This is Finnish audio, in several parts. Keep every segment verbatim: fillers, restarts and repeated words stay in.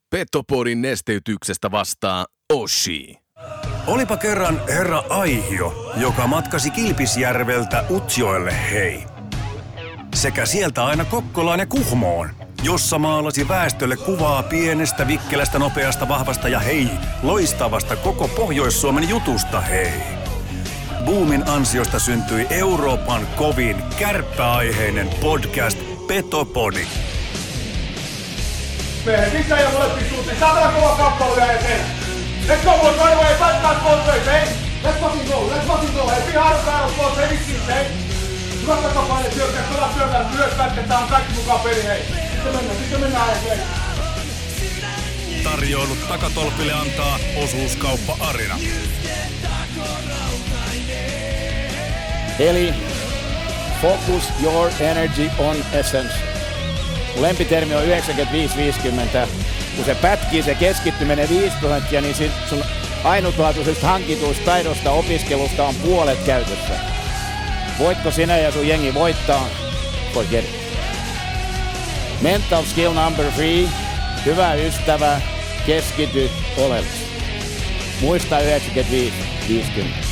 Petopodin nesteytyksestä vastaa Oshi. Olipa kerran herra Aihio, joka matkasi Kilpisjärveltä Utsjoelle hei. Sekä sieltä aina Kokkolaan ja Kuhmoon, jossa maalasi väestölle kuvaa pienestä, vikkelästä, nopeasta, vahvasta ja hei, loistavasta koko Pohjois-Suomen jutusta hei. Boomin ansiosta syntyi Euroopan kovin kärppäaiheinen podcast Petopodi. Miehet, missä ei molempiin suuntiin? Saatana kova kappailu ja eteen! Let's go, boys, right away! Fight that both ways, hey! Let's fucking go, let's fucking go, hey! Be hard on battle, boys, hey! Vittiin, hey! Hyvät takapaine syökkää, kovaa syökkää, myös pätketään, kaikki mukaan peli, hei! Sitten mennään, sitten mennään, hei! Tarjoilut takatolpille antaa Osuuskauppa Arina. Eli focus your energy on essence. Mun lempitermi on yhdeksänkymmentäviisi viisikymmentä. Kun se pätkii, se keskittyminen viisi prosenttia, niin sit sun ainutlaatuisesta hankituista taidosta opiskelusta on puolet käytössä. Voitko sinä ja sun jengi voittaa? Forget it. Mental skill number three. Hyvä ystävä, keskity oleellisesti. Muista yhdeksänkymmentäviisi viisikymmentä.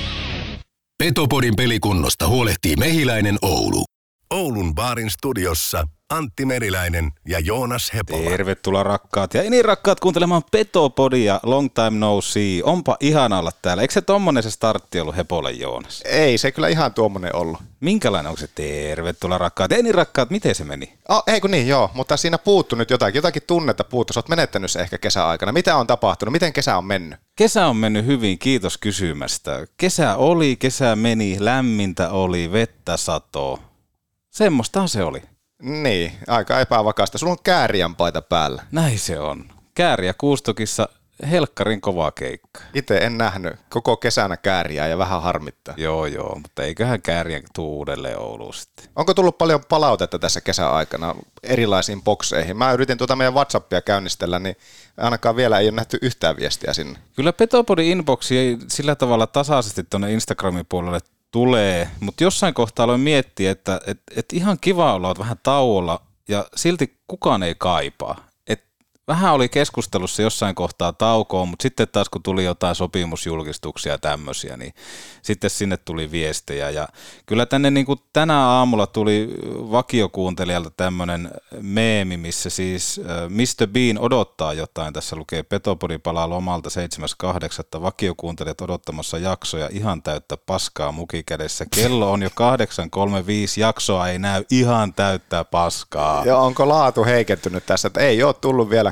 Petopodin pelikunnosta huolehtii Mehiläinen Oulu. Oulun baarin studiossa Antti Meriläinen ja Joonas Hepola. Tervetuloa rakkaat ja niin rakkaat kuuntelemaan Petopodia, long time no see. Onpa ihana olla täällä. Eikö se tommonen se startti ollut Hepolle, Joonas? Ei se kyllä ihan tuommoinen ollut. Minkälainen onko se? Tervetuloa rakkaat. Ja niin rakkaat, miten se meni? Oh, ei kun niin, joo, mutta siinä puuttu nyt jotakin, jotakin tunnetta puuttu. Sä oot menettänyt se ehkä kesäaikana. Mitä on tapahtunut? Miten kesä on mennyt? Kesä on mennyt hyvin, kiitos kysymästä. Kesä oli, kesä meni, lämmintä oli, vettä satoo. Semmostahan se oli. Niin, aika epävakaista. Sulla on kääriän paita päällä. Näin se on. Kääriä Kuustokissa, helkkarin kovaa keikka. Itse en nähnyt koko kesänä kääriää ja vähän harmittaa. Joo, joo, mutta eiköhän kääriä tuu uudelleen Ouluun sitten. Onko tullut paljon palautetta tässä kesäaikana erilaisiin bokseihin? Mä yritin tuota meidän WhatsAppia käynnistellä, niin ainakaan vielä ei ole nähty yhtään viestiä sinne. Kyllä Petopodin inboxi ei sillä tavalla tasaisesti tuonne Instagramin puolelle tulee, mutta jossain kohtaa aloin miettiä, että et, et ihan kiva olla vähän tauolla ja silti kukaan ei kaipaa. Et vähän oli keskustelussa jossain kohtaa taukoa, mutta sitten taas kun tuli jotain sopimusjulkistuksia ja tämmöisiä, niin sitten sinne tuli viestejä. Ja kyllä tänne niin kuin tänä aamulla tuli vakiokuuntelijalta tämmöinen meemi, missä siis mister Bean odottaa jotain. Tässä lukee Petopodi palaa lomalta seitsemäs kahdeksatta Vakiokuuntelijat odottamassa jaksoja ihan täyttä paskaa mukikädessä. Kello on jo kahdeksan kolmekymmentäviisi, jaksoa ei näy, ihan täyttää paskaa. Ja onko laatu heikentynyt tässä, että ei ole tullut vieläkään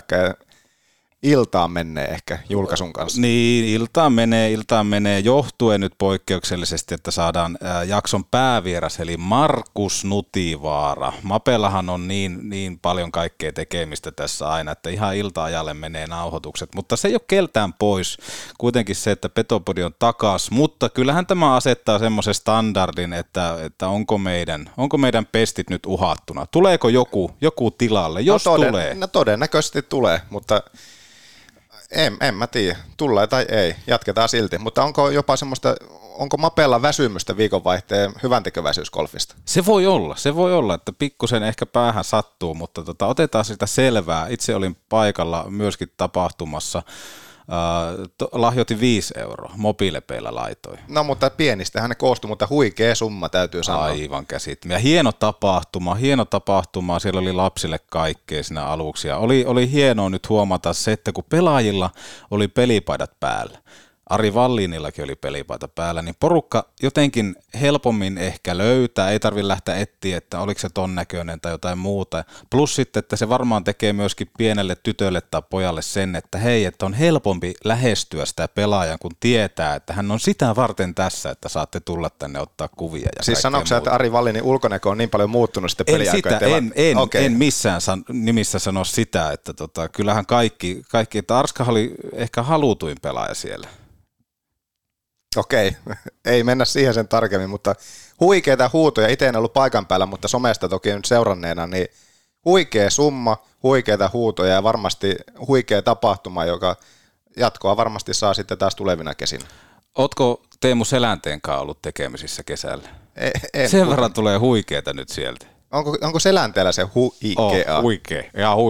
iltaan menee ehkä julkaisun kanssa. Niin, iltaan menee, iltaan menee, johtuen nyt poikkeuksellisesti, että saadaan ää, jakson päävieras, eli Markus Nutivaara. Mapellahan on niin, niin paljon kaikkea tekemistä tässä aina, että ihan ilta-ajalle menee nauhoitukset, mutta se ei ole keltään pois. Kuitenkin se, että Petopodi on takas, mutta kyllähän tämä asettaa semmoisen standardin, että, että onko, meidän, onko meidän pestit nyt uhattuna. Tuleeko joku, joku tilalle, jos no toden, tulee? No todennäköisesti tulee, mutta En, en mä tiedä, tulee tai ei, jatketaan silti, mutta onko jopa semmoista, onko Mapella väsymystä viikonvaihteen hyväntekeväisyysgolfista? Se voi olla, se voi olla, että pikkusen ehkä päähän sattuu, mutta tota, otetaan sitä selvää. Itse olin paikalla myöskin tapahtumassa, äh, to, lahjoitin viisi euroa, mobiilepeillä laitoin. No mutta pienistähän ne koostui, mutta huikea summa täytyy sanoa. Aivan käsittämätöntä. Hieno tapahtuma, hieno tapahtuma, siellä oli lapsille kaikkea siinä aluksi. Ja oli, oli hienoa nyt huomata se, että kun pelaajilla oli pelipaidat päällä, Ari Vallinillakin oli pelipaita päällä, niin porukka jotenkin helpommin ehkä löytää, ei tarvitse lähteä etsiä, että oliko se ton näköinen tai jotain muuta. Plus sitten, että se varmaan tekee myöskin pienelle tytölle tai pojalle sen, että hei, että on helpompi lähestyä sitä pelaajaa, kun tietää, että hän on sitä varten tässä, että saatte tulla tänne ottaa kuvia. Ja siis sanoiko että Ari Vallinin ulkonäkö on niin paljon muuttunut sitten peliaikojen? En, en, en, okay. en missään san, nimissä sano sitä, että tota, kyllähän kaikki, kaikki että Arska oli ehkä halutuin pelaaja siellä. Okei, ei mennä siihen sen tarkemmin, mutta huikeita huutoja. Itse en ollut paikan päällä, mutta somesta toki nyt seuranneena, niin huikea summa, huikeita huutoja ja varmasti huikea tapahtuma, joka jatkoa varmasti saa sitten taas tulevina kesinä. Ootko Teemu Selänteen kanssa ollut tekemisissä kesällä? E, en, Sen verran tulee huikeeta nyt sieltä. Onko, onko Selänteellä se huikea? Oh, huikea, ihan huikea.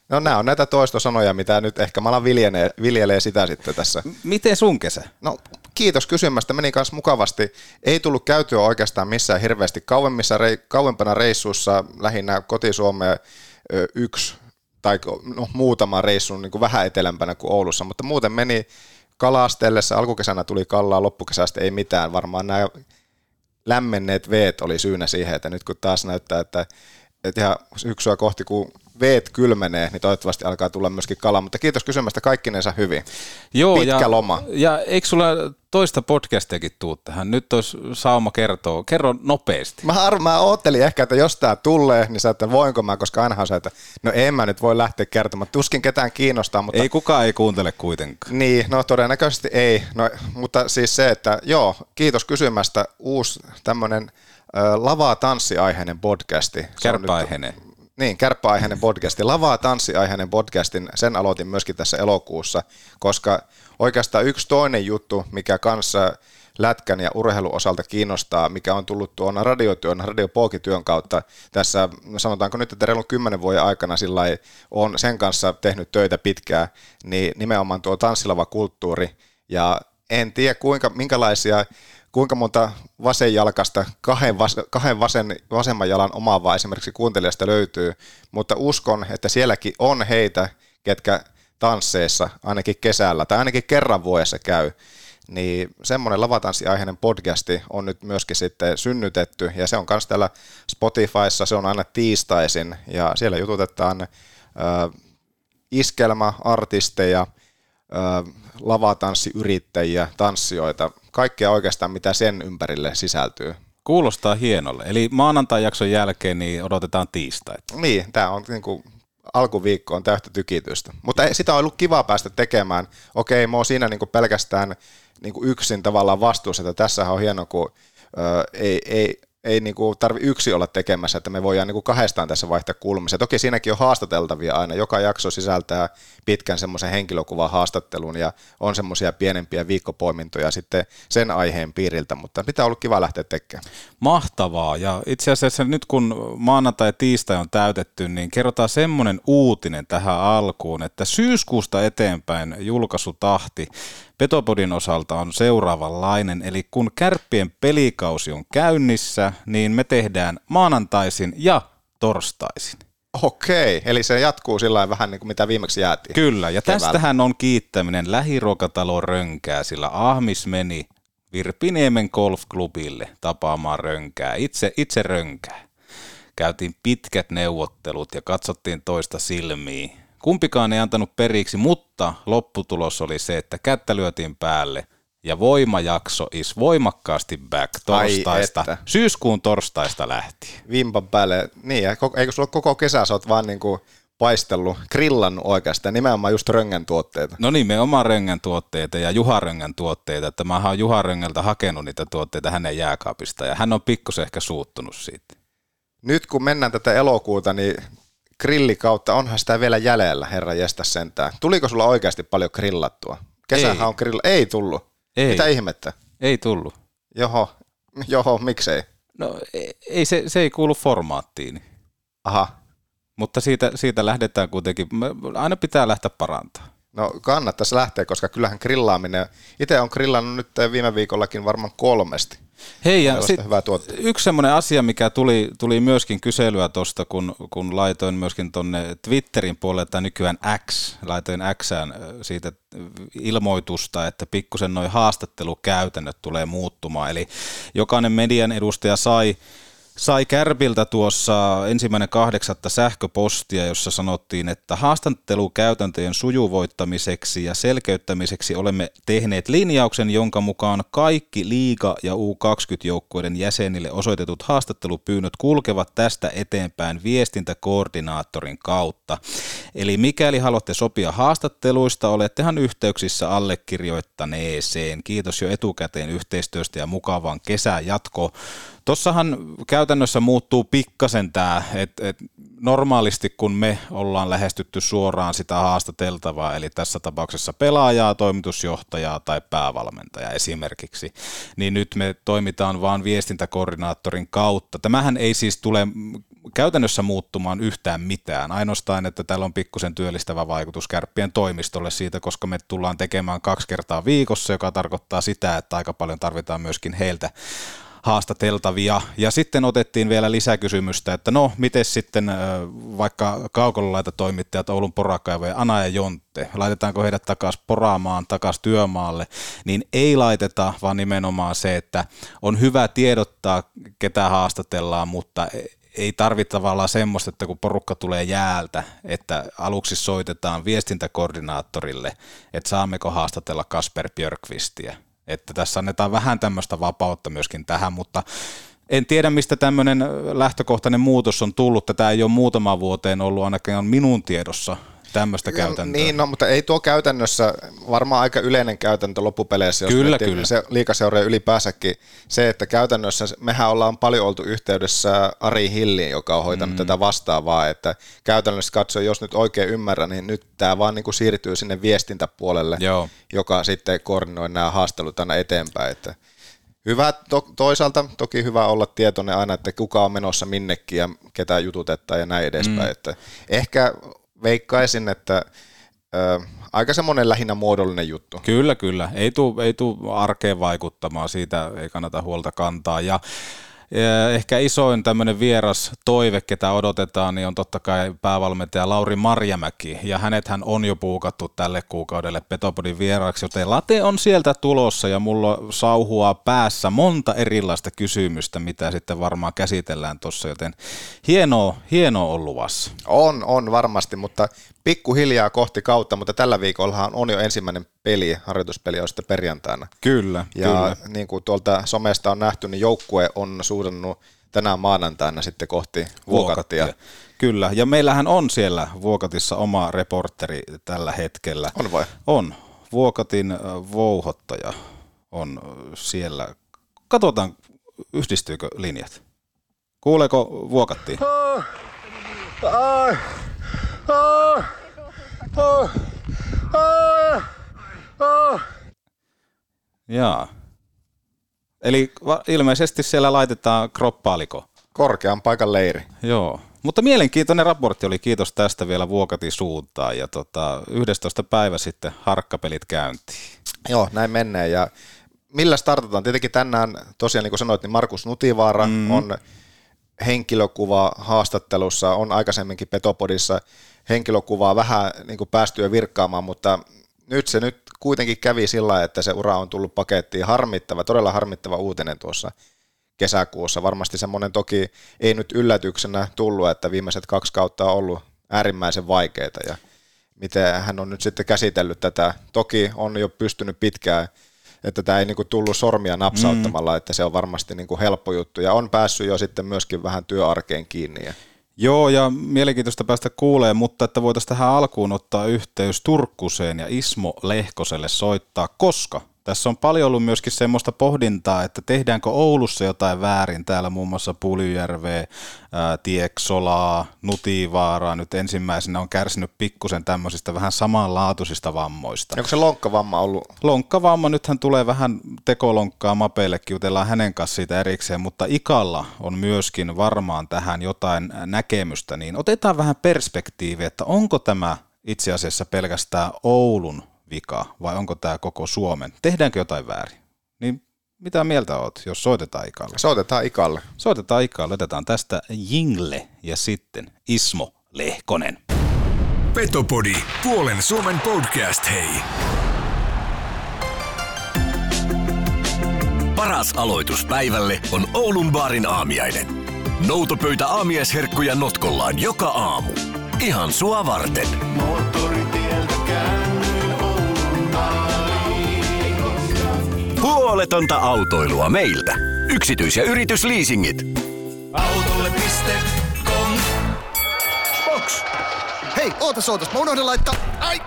No nämä on näitä toistosanoja, mitä nyt ehkä mä alan viljelee, viljelee sitä sitten tässä. Miten sun kesä? No kiitos kysymästä, meni kanssa mukavasti. Ei tullut käytyä oikeastaan missään hirveästi kauemmissa, kauempana reissuissa, lähinnä koti-Suomeen yksi tai no, muutama reissu niin kuin vähän etelämpänä kuin Oulussa, mutta muuten meni kalastellessa. Alkukesänä tuli kallaa, loppukesästä ei mitään. Varmaan nämä lämmenneet veet oli syynä siihen, että nyt kun taas näyttää, että, että ihan syksyä kohti, kun veet kylmenee, niin toivottavasti alkaa tulla myöskin kalaa, mutta kiitos kysymästä kaikkinensa hyvin. Joo, pitkä ja, loma. Ja eikö sulla toista podcastiakin tuu tähän? Nyt olisi sauma kertoa. Kerro nopeasti. Mä, ar- mä oottelin ehkä, että jos tää tulee, niin sä, että voinko mä, koska ainahan sä, että no en mä nyt voi lähteä kertomaan. Tuskin ketään kiinnostaa, mutta... Ei kukaan ei kuuntele kuitenkaan. Niin, no todennäköisesti ei. No, mutta siis se, että joo, kiitos kysymästä. Uusi tämmönen äh, lavaa tanssiaiheinen podcasti. Kärppäaiheinen. Niin, kärppäaiheinen podcasti. Lavaa tanssiaiheinen podcastin, sen aloitin myöskin tässä elokuussa, koska oikeastaan yksi toinen juttu, mikä kanssa lätkän ja urheilun osalta kiinnostaa, mikä on tullut tuon radiotyön, radiopookityön kautta tässä, sanotaanko nyt, että reilun kymmenen vuoden aikana sillä on sen kanssa tehnyt töitä pitkään, niin nimenomaan tuo tanssilavakulttuuri, ja en tiedä kuinka, minkälaisia kuinka monta vasenjalkasta kahden, vas, kahden vasen, vasemman jalan omaavaa esimerkiksi kuuntelijasta löytyy, mutta uskon, että sielläkin on heitä, ketkä tansseissa ainakin kesällä tai ainakin kerran vuodessa käy, niin semmoinen lavatanssiaiheinen podcasti on nyt myöskin sitten synnytetty, ja se on myös täällä Spotifyssa, se on aina tiistaisin, ja siellä jututetaan äh, iskelmäartisteja, äh, lavatanssiyrittäjiä, tanssijoita, kaikkea oikeastaan mitä sen ympärille sisältyy. Kuulostaa hienolle. Eli maanantai-jakson jälkeen niin odotetaan tiistaita. Niin, tämä on niin kuin alkuviikko on täyttä tykitystä. Mutta sitä on ollut kiva päästä tekemään. Okei, mä oon siinä niin kuin pelkästään niin kuin yksin tavallaan vastuussa, että tässähän on hieno, kun ö, ei, ei, ei niin kuin tarvi yksi olla tekemässä, että me voidaan niin kuin kahdestaan tässä vaihtaa kulmissa. Toki siinäkin on haastateltavia aina. Joka jakso sisältää pitkän semmoisen henkilökuvan haastattelun ja on semmoisia pienempiä viikkopoimintoja sitten sen aiheen piiriltä, mutta mitä on ollut kiva lähteä tekemään. Mahtavaa, ja itse asiassa nyt kun maanantai ja tiistai on täytetty, niin kerrotaan semmoinen uutinen tähän alkuun, että syyskuusta eteenpäin julkaisutahti Petopodin osalta on seuraavanlainen, eli kun Kärppien pelikausi on käynnissä, niin me tehdään maanantaisin ja torstaisin. Okei, eli se jatkuu sillä vähän niin kuin mitä viimeksi jäätiin. Kyllä, ja keväällä. Tästähän on kiittäminen Lähiruokatalo Rönkää, sillä Ahmis meni Virpiniemen golfklubille tapaamaan Rönkää, itse, itse Rönkää. Käytiin pitkät neuvottelut ja katsottiin toista silmiin. Kumpikaan ei antanut periksi, mutta lopputulos oli se, että kättä lyötiin päälle ja voimajakso is voimakkaasti back torstaista, syyskuun torstaista lähtien. Vimpan päälle, niin ja eikö sulla koko kesä sä oot vaan niin kuin paistellut, grillannut oikeastaan, nimenomaan just Röngän tuotteita. No nimenomaan Röngän tuotteita ja Juha Röngän tuotteita, että mä oon Juha Röngältä hakenut niitä tuotteita hänen jääkaapista ja hän on pikkusen ehkä suuttunut siitä. Nyt kun mennään tätä elokuuta, niin grillikautta onhan sitä vielä jäljellä, herra jestas sentään. Tuliko sulla oikeasti paljon grillattua? Kesähän ei. on grilla, ei tullut. Ei. Mitä ihmettä? Ei tullut. Joho, joho, miksei? No ei, se, se ei kuulu formaattiin. Aha. Mutta siitä, siitä lähdetään kuitenkin, aina pitää lähteä parantamaan. No kannattaisi lähteä, koska kyllähän grillaaminen, itse on grillannut nyt viime viikollakin varmaan kolmesti. Hei, ja sit yksi semmoinen asia, mikä tuli, tuli myöskin kyselyä tuosta, kun, kun laitoin myöskin tuonne Twitterin puolelle, tai nykyään X, laitoin Xään siitä ilmoitusta, että pikkusen noi haastattelukäytännöt tulee muuttumaan, eli jokainen median edustaja sai Sai Kärpiltä tuossa ensimmäinen kahdeksatta sähköpostia, jossa sanottiin, että haastattelukäytäntöjen sujuvoittamiseksi ja selkeyttämiseksi olemme tehneet linjauksen, jonka mukaan kaikki liiga- ja U kaksikymmentä-joukkueiden jäsenille osoitetut haastattelupyynnöt kulkevat tästä eteenpäin viestintäkoordinaattorin kautta. Eli mikäli haluatte sopia haastatteluista, olettehan yhteyksissä allekirjoittaneeseen. Kiitos jo etukäteen yhteistyöstä ja mukavaan kesän jatkoon. Tossahan käytännössä muuttuu pikkasen tämä, että et normaalisti kun me ollaan lähestytty suoraan sitä haastateltavaa, eli tässä tapauksessa pelaajaa, toimitusjohtajaa tai päävalmentajaa esimerkiksi, niin nyt me toimitaan vaan viestintäkoordinaattorin kautta. Tämähän ei siis tule käytännössä muuttumaan yhtään mitään. Ainoastaan, että täällä on pikkusen työllistävä vaikutus Kärppien toimistolle siitä, koska me tullaan tekemään kaksi kertaa viikossa, joka tarkoittaa sitä, että aika paljon tarvitaan myöskin heiltä haastateltavia. Ja sitten otettiin vielä lisäkysymystä, että no, miten sitten vaikka kaukololaita toimittajat Oulun Porakaivoja, Ana ja Jontte, laitetaanko heidät takaisin poraamaan, takaisin työmaalle, niin ei laiteta, vaan nimenomaan se, että on hyvä tiedottaa, ketä haastatellaan, mutta ei tarvitse tavallaan semmoista, että kun porukka tulee jäältä, että aluksi soitetaan viestintäkoordinaattorille, että saammeko haastatella Kasper Björkvistiä. Että tässä annetaan vähän tämmöistä vapautta myöskin tähän, mutta en tiedä, mistä tämmöinen lähtökohtainen muutos on tullut. Tätä ei ole muutama vuoteen ollut ainakaan minun tiedossa tämmöistä käytäntöä. Niin, no, mutta ei tuo käytännössä, varmaan aika yleinen käytäntö loppupeleissä, jos kyllä, kyllä. Se liigaseuroja ylipäänsä,kin se, että käytännössä mehän ollaan paljon oltu yhteydessä Ari Hilliin, joka on hoitanut mm. tätä vastaavaa, että käytännössä katsoen, jos nyt oikein ymmärrän, niin nyt tämä vaan niin kuin siirtyy sinne viestintäpuolelle, Joo. joka sitten koordinoi nämä haastelut aina eteenpäin, että hyvä, to, toisaalta toki hyvä olla tietoinen aina, että kuka on menossa minnekin ja ketä jututetaan ja näin edespäin, mm. että ehkä veikkaisin, että ö, aika semmoinen lähinnä muodollinen juttu. Kyllä, kyllä. Ei tule ei tuu arkeen vaikuttamaan, siitä ei kannata huolta kantaa. Ja, ja ehkä isoin tämmöinen vieras toive, ketä odotetaan, niin on totta kai päävalmentaja Lauri Marjamäki. Ja hänethän on jo puukattu tälle kuukaudelle Petopodin vieraaksi, joten late on sieltä tulossa ja mulla sauhua päässä monta erilaista kysymystä, mitä sitten varmaan käsitellään tuossa, joten hienoa, hienoa on luvassa. On, on varmasti, mutta pikkuhiljaa kohti kautta, mutta tällä viikollahan on jo ensimmäinen peli, harjoituspeli on sitten perjantaina. Kyllä, ja kyllä. niin kuin tuolta somesta on nähty, niin joukkue on suunnannut tänään maanantaina sitten kohti Vuokattia. Vuokattia. Kyllä, ja meillähän on siellä Vuokatissa oma reporteri tällä hetkellä. On vai? On. Vuokatin vouhottaja on siellä. Katsotaan, yhdistyykö linjat. Kuuleeko Vuokattiin? Oh, ai, oh, oh, oh, oh. Jaa. Eli ilmeisesti siellä laitetaan kroppaaliko? Korkean paikan leiri. Joo. Mutta mielenkiintoinen raportti oli, kiitos tästä vielä Vuokatin suuntaan. Ja tota, yhdestoista päivä sitten harkkapelit käyntiin. Joo, näin mennään. Ja millä startataan? Tietenkin tänään tosiaan, niin kuin sanoit, niin Markus Nutivaara mm. on henkilökuva haastattelussa, on aikaisemminkin Petopodissa henkilökuvaa vähän niin kuin päästy jo virkkaamaan, mutta nyt se nyt kuitenkin kävi sillä lailla, että se ura on tullut pakettiin. Harmittava, todella harmittava uutinen tuossa kesäkuussa. Varmasti semmoinen toki ei nyt yllätyksenä tullut, että viimeiset kaksi kautta on ollut äärimmäisen vaikeita ja miten hän on nyt sitten käsitellyt tätä. Toki on jo pystynyt pitkään, että tämä ei niinku tullut sormia napsauttamalla, mm. että se on varmasti niinku helppo juttu ja on päässyt jo sitten myöskin vähän työarkeen kiinni. Ja joo, ja mielenkiintoista päästä kuulee, mutta että voitaisiin tähän alkuun ottaa yhteys Turkkuseen ja Ismo Lehkoselle soittaa, koska tässä on paljon ollut myöskin semmoista pohdintaa, että tehdäänkö Oulussa jotain väärin, täällä muun muassa Puljujärveä, Tieksolaa, Nutivaaraa, nyt ensimmäisenä on kärsinyt pikkusen tämmöisistä vähän samanlaatuisista vammoista. Onko se lonkkavamma ollut? Lonkkavamma, nythän tulee vähän tekolonkkaa Mapeillekin, jutellaan hänen kanssa siitä erikseen, mutta Ikalla on myöskin varmaan tähän jotain näkemystä, niin otetaan vähän perspektiiviä, että onko tämä itse asiassa pelkästään Oulun vika vai onko tämä koko Suomen? Tehdäänkö jotain väärin? Niin mitä mieltä oot, jos soitetaan Ikalle? Soitetaan Ikalle. Soitetaan Ikalle, otetaan tästä jingle ja sitten Ismo Lehkonen. Petopodi, puolen Suomen podcast, hei. Paras aloitus päivälle on Oulun baarin aamiainen. Noutopöytä aamiaisherkkuja notkollaan joka aamu. Ihan sua varten. Huoletonta autoilua meiltä. Yksityis- ja yritysleasingit. autolle piste com. Box! Hei, ootas, ootas. Mä unohdin laittaa... Ai!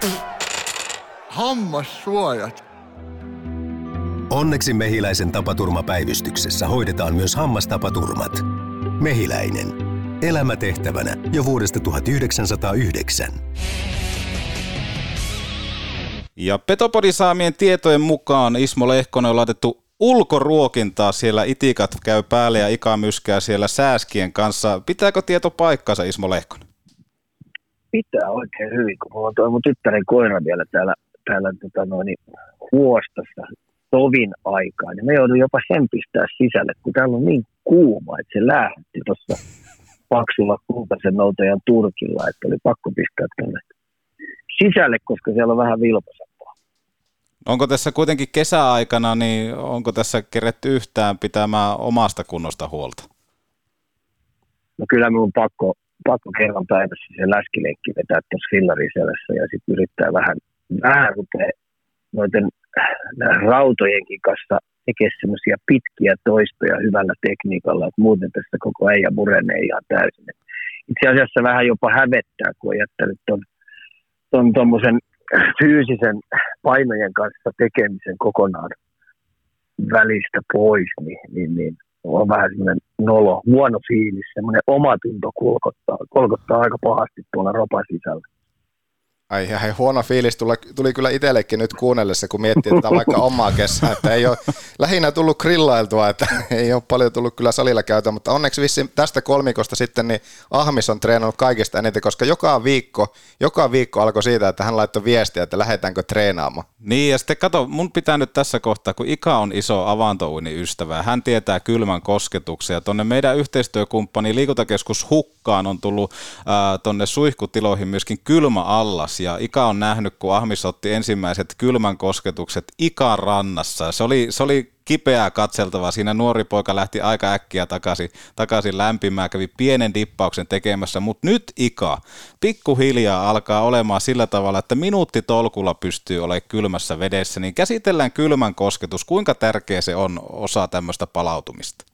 Hammassuojat. Onneksi Mehiläisen tapaturmapäivystyksessä hoidetaan myös hammastapaturmat. Mehiläinen. Elämä tehtävänä jo vuodesta tuhatyhdeksänsataayhdeksän. Ja Petopodin saamien tietojen mukaan Ismo Lehkonen on laitettu ulkoruokintaa siellä, itikat käy päälle ja Ika myskää siellä sääskien kanssa. Pitääkö tieto paikkansa, Ismo Lehkonen? Pitää oikein hyvin, kun mulla on tuo mun tyttären koira vielä täällä, täällä tota noin, huostassa tovin aikaa, niin me joudun jopa sen pistää sisälle, kun täällä on niin kuuma, että se lähti tuossa paksulla kultaisen noutajan turkilla, että oli pakko pistää tänne sisälle, koska siellä on vähän vilpasempaa. Onko tässä kuitenkin kesäaikana, niin onko tässä keretty yhtään pitämään omasta kunnosta huolta? No kyllä minun on pakko, pakko kerran päivässä se läskileikki vetää tuossa fillariselässä ja sitten yrittää vähän, vähän rupea noiden rautojenkin kanssa tekee semmoisia pitkiä toistoja hyvällä tekniikalla, että muuten tässä koko äijä murenee ihan täysin. Itse asiassa vähän jopa hävettää, kun on jättänyt ton, ton tommosen fyysisen painojen kanssa tekemisen kokonaan välistä pois, niin, niin, niin on vähän semmoinen nolo, huono fiilis, semmoinen omatunto kolkottaa, kolkottaa aika pahasti tuolla ropan sisällä. Ai, ai huono fiilis tuli, tuli kyllä itsellekin nyt kuunnellessa, kun miettii, että on vaikka omaa kesää, että ei ole lähinnä tullut grillailtua, että ei ole paljon tullut kyllä salilla käytä, mutta onneksi vissiin tästä kolmikosta sitten niin Ahmis on treenannut kaikista eniten, koska joka viikko, joka viikko alkoi siitä, että hän laittoi viestiä, että lähdetäänkö treenaamaan. Niin ja sitten kato, mun pitää nyt tässä kohtaa, kun Ika on iso avantouini ystävä, hän tietää kylmän kosketuksen ja tonne meidän yhteistyökumppani Liikuntakeskus Hukkaan on tullut ää, tonne suihkutiloihin myöskin kylmä allas. Ja Ika on nähnyt, kun Ahmis otti ensimmäiset kylmän kosketukset Ikan rannassa. Se oli, se oli kipeää katseltavaa. Siinä nuori poika lähti aika äkkiä takaisin, takaisin lämpimään, kävi pienen dippauksen tekemässä. Mutta nyt Ika pikkuhiljaa alkaa olemaan sillä tavalla, että minuuttitolkulla pystyy olemaan kylmässä vedessä. Niin käsitellään kylmän kosketus. Kuinka tärkeä se on osa tämmöistä palautumista?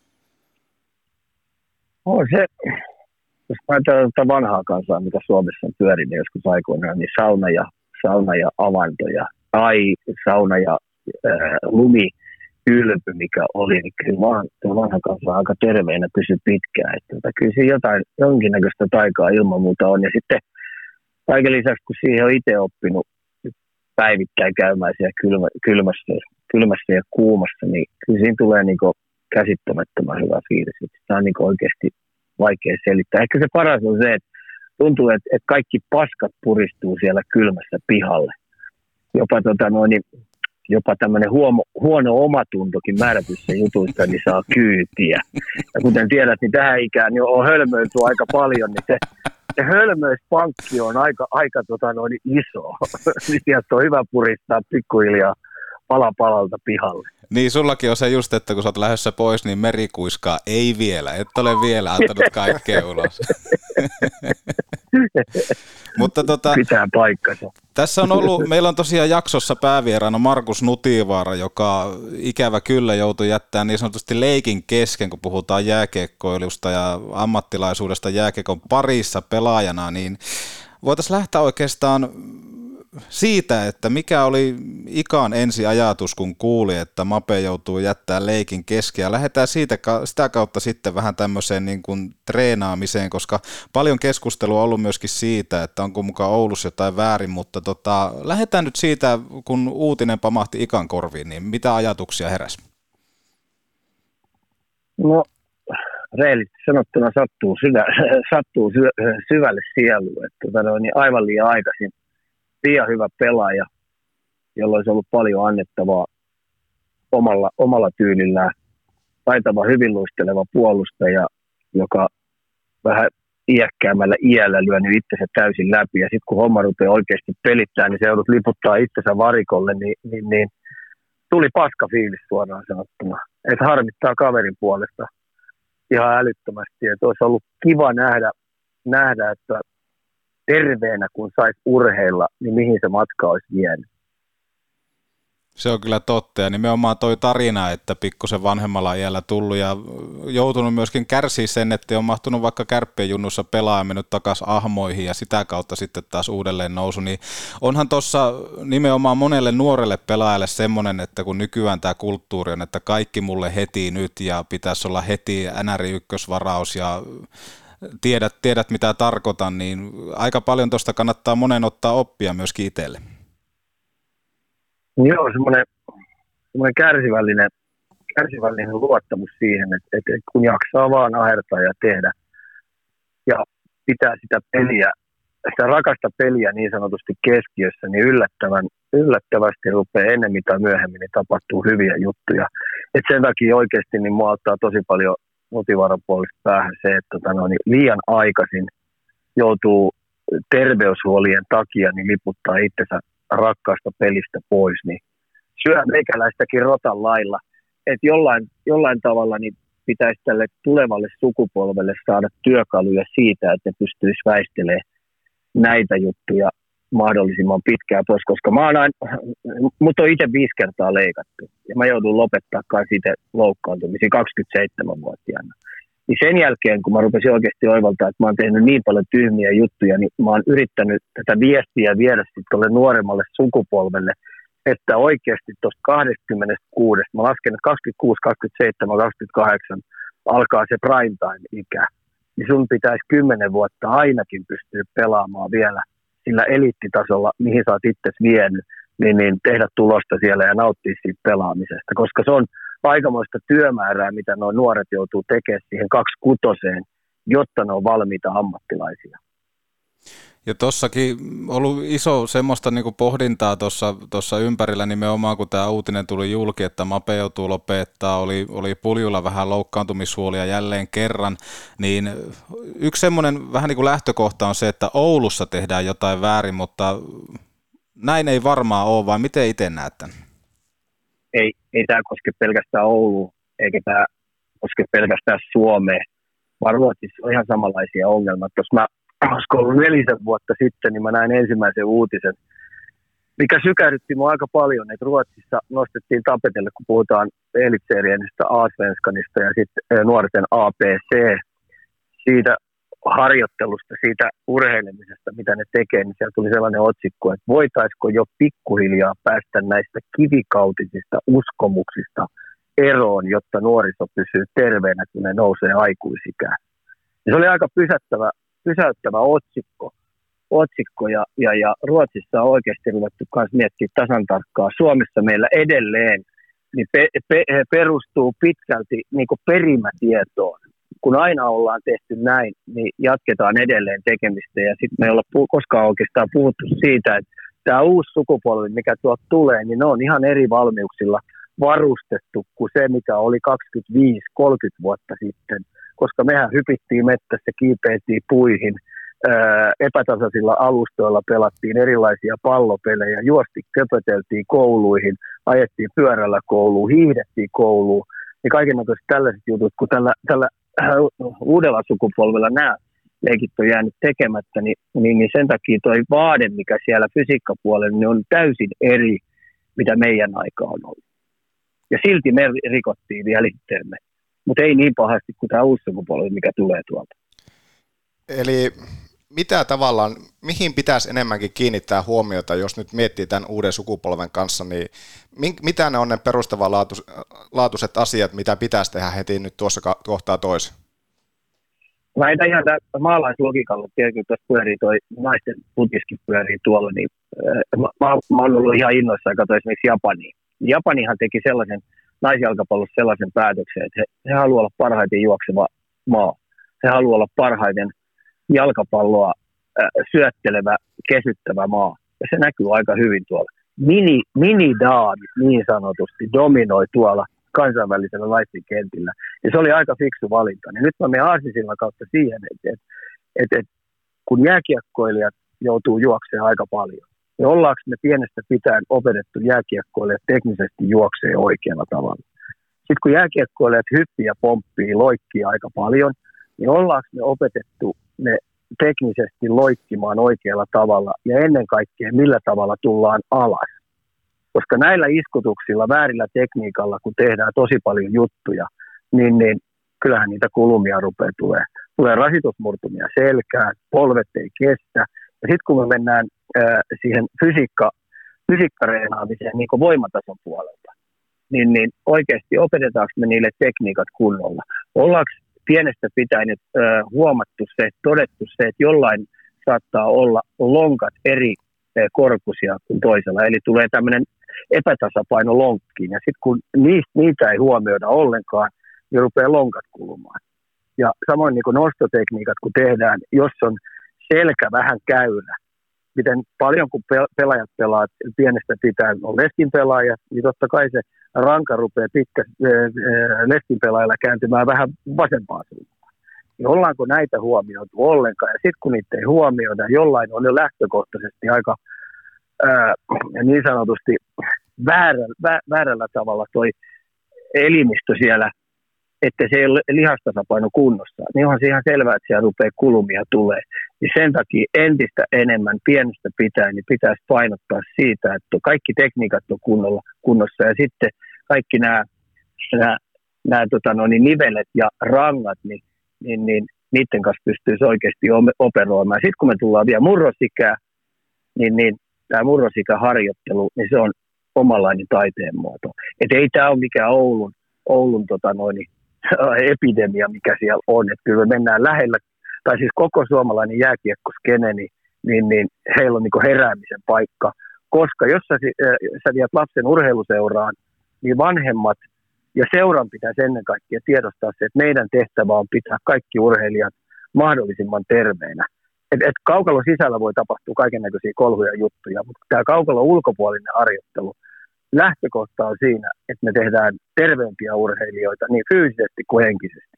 On se... Jos ajatellaan tätä vanhaa kansaa, mikä Suomessa on pyörinyt joskus aikoinaan, niin sauna ja, sauna ja avantoja tai sauna ja ää, lumiylpy, mikä oli, niin kyllä vaan, vanha kansa aika terveenä pysyi pitkään. Että kyllä siinä jotain, jonkinnäköistä taikaa ilman muuta on. Ja sitten kaiken lisäksi, kun siihen on itse oppinut päivittäin käymään siellä kylmä, kylmässä, kylmässä ja kuumassa, niin kyllä siinä tulee niin kuin käsittämättömän hyvä fiilis. Tämä on niin kuin oikeasti vaikea selittää. Ehkä se paras on se, että tuntuu, että, että kaikki paskat puristuu siellä kylmässä pihalle. Jopa, tota noin, jopa tämmöinen huono, huono omatuntokin määrätyssä jutuissa niin saa kyytiä. Ja kuten tiedät, niin tähän ikään niin on hölmöilty aika paljon, niin se, se hölmöispankki on aika, aika tota noin, iso. Niin sieltä on hyvä puristaa pikkuhiljaa pala palalta pihalle. Niin, sullakin on se just, että kun sä oot lähdössä pois, niin meri kuiskaa, ei vielä, et ole vielä antanut kaikkea ulos. Mutta tota, pitää paikkansa. Tässä on ollut, meillä on tosiaan jaksossa päävieraana Markus Nutivaara, joka ikävä kyllä joutui jättämään niin sanotusti leikin kesken, kun puhutaan jääkiekkoilusta ja ammattilaisuudesta jääkiekon parissa pelaajana, niin voitaisiin lähteä oikeastaan siitä, että mikä oli Ikan ensi ajatus, kun kuuli, että Mape joutuu jättämään leikin kesken, ja lähdetään siitä, sitä kautta sitten vähän tämmöiseen niin kuin treenaamiseen, koska paljon keskustelua on ollut myöskin siitä, että onko mukaan Oulussa jotain väärin, mutta tota, lähdetään nyt siitä, kun uutinen pamahti Ikan korviin, niin mitä ajatuksia heräsi? No, reellisesti sanottuna sattuu, syvä, sattuu sy, syvälle sieluun, että tota, no, niin aivan liian aikaisin liian hyvä pelaaja, jolla olisi ollut paljon annettavaa omalla, omalla tyylillään. Taitava, hyvin luisteleva puolustaja, joka vähän iäkkäämällä iällä lyönyt itsensä täysin läpi. Ja sitten kun homma rupeaa oikeasti pelittämään, niin se joudut liputtaa itsensä varikolle, niin, niin, niin tuli paska fiilis suoraan sanottuna. Että harmittaa kaverin puolesta ihan älyttömästi. Että olisi ollut kiva nähdä, nähdä että terveenä, kun saisi urheilla, niin mihin se matka olisi vienyt. Se on kyllä totta, ja nimenomaan toi tarina, että pikkusen vanhemmalla iällä tullut ja joutunut myöskin kärsiä sen, että on mahtunut vaikka Kärppien junnussa pelaa ja mennyt takaisin ahmoihin ja sitä kautta sitten taas uudelleen nousu, niin onhan tuossa nimenomaan monelle nuorelle pelaajalle semmoinen, että kun nykyään tämä kulttuuri on, että kaikki mulle heti nyt ja pitäisi olla heti N R ykkösvaraus ja Tiedät, tiedät, mitä tarkoitan, niin aika paljon tuosta kannattaa monen ottaa oppia myöskin itselle. Joo, semmoinen semmoinen kärsivällinen, kärsivällinen luottamus siihen, että, että kun jaksaa vaan ahertaa ja tehdä ja pitää sitä peliä, sitä rakasta peliä niin sanotusti keskiössä, niin yllättävän, yllättävästi rupeaa ennemmin tai myöhemmin, niin tapahtuu hyviä juttuja. Et sen takia oikeasti niin mua ottaa tosi paljon motivaarapuolista päähän se, että tota, no, niin liian aikaisin joutuu terveyshuolien takia niin liputtaa itsensä rakkaasta pelistä pois, niin syö meikäläistäkin rotan lailla. Että jollain, jollain tavalla niin pitäisi tälle tulevalle sukupolvelle saada työkaluja siitä, että ne pystyisi väistelemään näitä juttuja mahdollisimman pitkään pois, koska mä oon aina, mut on itse viisi kertaa leikattu ja mä joudun lopettaa kai siitä loukkaantumisia kaksikymmentäseitsemänvuotiaana. Niin sen jälkeen, kun mä rupesin oikeasti oivaltaa, että mä oon tehnyt niin paljon tyhmiä juttuja, niin mä oon yrittänyt tätä viestiä viedä sitten tuolle nuoremmalle sukupolvelle, että oikeasti tuosta kaksikymmentäkuusi, mä lasken, että kaksikymmentäkuusi, kaksikymmentäseitsemän, kaksikymmentäkahdeksan alkaa se prime time-ikä, niin sun pitäisi kymmenen vuotta ainakin pystyä pelaamaan vielä sillä eliittitasolla, mihin sä oot itse vienyt, niin, niin tehdä tulosta siellä ja nauttia siitä pelaamisesta, koska se on aikamoista työmäärää, mitä nuo nuoret joutuu tekemään siihen kaksikutoseen, jotta ne on valmiita ammattilaisia. Ja tossakin ollut iso semmoista niinku pohdintaa tuossa ympärillä nimenomaan, kun tämä uutinen tuli julki, että Mape joutuu lopettaa, oli, oli Puljulla vähän loukkaantumishuolia jälleen kerran, niin yksi semmoinen vähän niin kuin lähtökohta on se, että Oulussa tehdään jotain väärin, mutta näin ei varmaan ole, vai miten itse näet tämän? Ei, ei tämä koske pelkästään Oulua, eikä tämä koske pelkästään Suomea, vaan Ruotsissa on ihan samanlaisia ongelmia. Tuossa mä olisiko ollut nelisen vuotta sitten, niin mä näin ensimmäisen uutisen, mikä sykähdytti mua aika paljon, että Ruotsissa nostettiin tapetelle, kun puhutaan elitserienistä A-svenskanista ja sitten nuorten A P C, siitä harjoittelusta, siitä urheilemisesta, mitä ne tekee, niin siellä tuli sellainen otsikko, että voitaisiko jo pikkuhiljaa päästä näistä kivikautisista uskomuksista eroon, jotta nuoriso pysyy terveenä, kun ne nousee aikuisikään. Ja se oli aika pysäyttävä, pysäyttävä otsikko, otsikko ja, ja, ja Ruotsissa on oikeasti ruvettu myös miettimään tasan tarkkaa. Suomessa meillä edelleen niin pe, pe, perustuu pitkälti niin kuin perimätietoon. Kun aina ollaan tehty näin, niin jatketaan edelleen tekemistä ja sitten me ei olla koskaan oikeastaan puhuttu siitä, että tämä uusi sukupolvi, mikä tuolta tulee, niin ne on ihan eri valmiuksilla varustettu kuin se, mikä oli kaksikymmentäviisi kolmekymmentä vuotta sitten, koska mehän hypittiin mettässä, kiipeiltiin puihin, ää, epätasaisilla alustoilla pelattiin erilaisia pallopelejä, juosti, köpöteltiin kouluihin, ajettiin pyörällä kouluun, hiihdettiin kouluun, ja kaikennäköiset tällaiset jutut, kun tällä, tällä äh, uudella sukupolvella nämä leikit on jäänyt tekemättä, niin, niin, niin sen takia toi vaade, mikä siellä fysiikkapuolella, niin on täysin eri, mitä meidän aika on ollut. Ja silti me rikottiin vielä itseämme. Mutta ei niin pahasti kuin tämä uusi sukupolvi, mikä tulee tuolta. Eli mitä tavallaan, mihin pitäisi enemmänkin kiinnittää huomiota, jos nyt miettii tämän uuden sukupolven kanssa, niin mitä ne on ne perustavanlaatuiset asiat, mitä pitäisi tehdä heti nyt tuossa kohtaa toisen? Mä en ihan maalaislogiikalla, tietenkin tuossa pyörii toi naisten putiskin pyörii tuolla, niin mä, mä, mä oon ollut ihan innoissaan ja katsoin esimerkiksi Japaniin. Japanihan teki sellaisen naisjalkapallossa sellaisen päätöksen, että he, he haluaa olla parhaiten juokseva maa. He haluaa olla parhaiten jalkapalloa äh, syöttelevä, kesyttävä maa. Ja se näkyy aika hyvin tuolla. Mini, mini-daamit niin sanotusti dominoi tuolla kansainvälisellä naisten kentillä. Ja se oli aika fiksu valinta. Ja nyt mä menen aasisillan kautta siihen, että, että, että, että kun jääkiekkoilijat joutuu juoksemaan aika paljon, niin ollaanko me pienestä pitäen opetettu jääkiekkoilijat teknisesti juoksee oikealla tavalla. Sitten kun jääkiekkoilijat hyppii ja pomppii, loikkii aika paljon, niin ollaanko me opetettu ne teknisesti loikkimaan oikealla tavalla ja ennen kaikkea millä tavalla tullaan alas. Koska näillä iskutuksilla, väärillä tekniikalla, kun tehdään tosi paljon juttuja, niin, niin kyllähän niitä kulumia rupeaa tulee. Tulee rasitusmurtumia selkään, polvet ei kestä. Ja sitten kun me mennään äh, siihen fysiikka, fysiikkareenaamiseen niin kuin voimatason puolelta, niin, niin oikeasti opetetaanko me niille tekniikat kunnolla? Ollaanko pienestä pitäen äh, huomattu se, todettu se, että jollain saattaa olla lonkat eri äh, korkuisia kuin toisella. Eli tulee tämmöinen epätasapaino lonkkiin. Ja sitten kun niistä, niitä ei huomioida ollenkaan, niin rupeaa lonkat kulumaan. Ja samoin niin kuin nostotekniikat, kun tehdään, jos on selkä vähän käyrä, miten paljon kun pelaajat pelaa pienestä pitäen on leskin pelaaja, niin totta kai se ranka rupeaa pitkä leskin pelaajalla kääntymään vähän vasempaan suuntaan. Niin ollaanko näitä huomioitu ollenkaan? Ja sitten kun niitä ei huomioida, jollain on jo lähtökohtaisesti aika ää, niin sanotusti väärä, vä, väärällä tavalla toi elimistö siellä, että se ei ole lihastasapaino kunnossa, niin onhan se ihan selvää, että siellä rupeaa kulumia tulee. Niin sen takia entistä enemmän pienestä pitäen niin pitäisi painottaa siitä, että kaikki tekniikat on kunnolla, kunnossa ja sitten kaikki nämä, nämä, nämä tota, no, niin nivelet ja rangat, niin, niin, niin niiden kanssa pystyisi oikeasti operoimaan. Sitten kun me tullaan vielä murrosikää, niin, niin tämä murrosikäharjoittelu, niin se on omanlainen taiteen muoto. Että ei tämä ole mikään Oulun, Oulun tota, noin, epidemia, mikä siellä on. Että kyllä me mennään lähellä, tai siis koko suomalainen jääkiekkoskene, niin, niin, niin heillä on niin heräämisen paikka. Koska jos sä, äh, sä viet lapsen urheiluseuraan, niin vanhemmat ja seuran pitäisi ennen kaikkea tiedostaa se, että meidän tehtävä on pitää kaikki urheilijat mahdollisimman terveinä. Et, et kaukalon sisällä voi tapahtua kaikennäköisiä kolhuja juttuja, mutta tämä kaukalon ulkopuolinen harjoittelu, lähtökohta on siinä, että me tehdään terveempiä urheilijoita niin fyysisesti kuin henkisesti.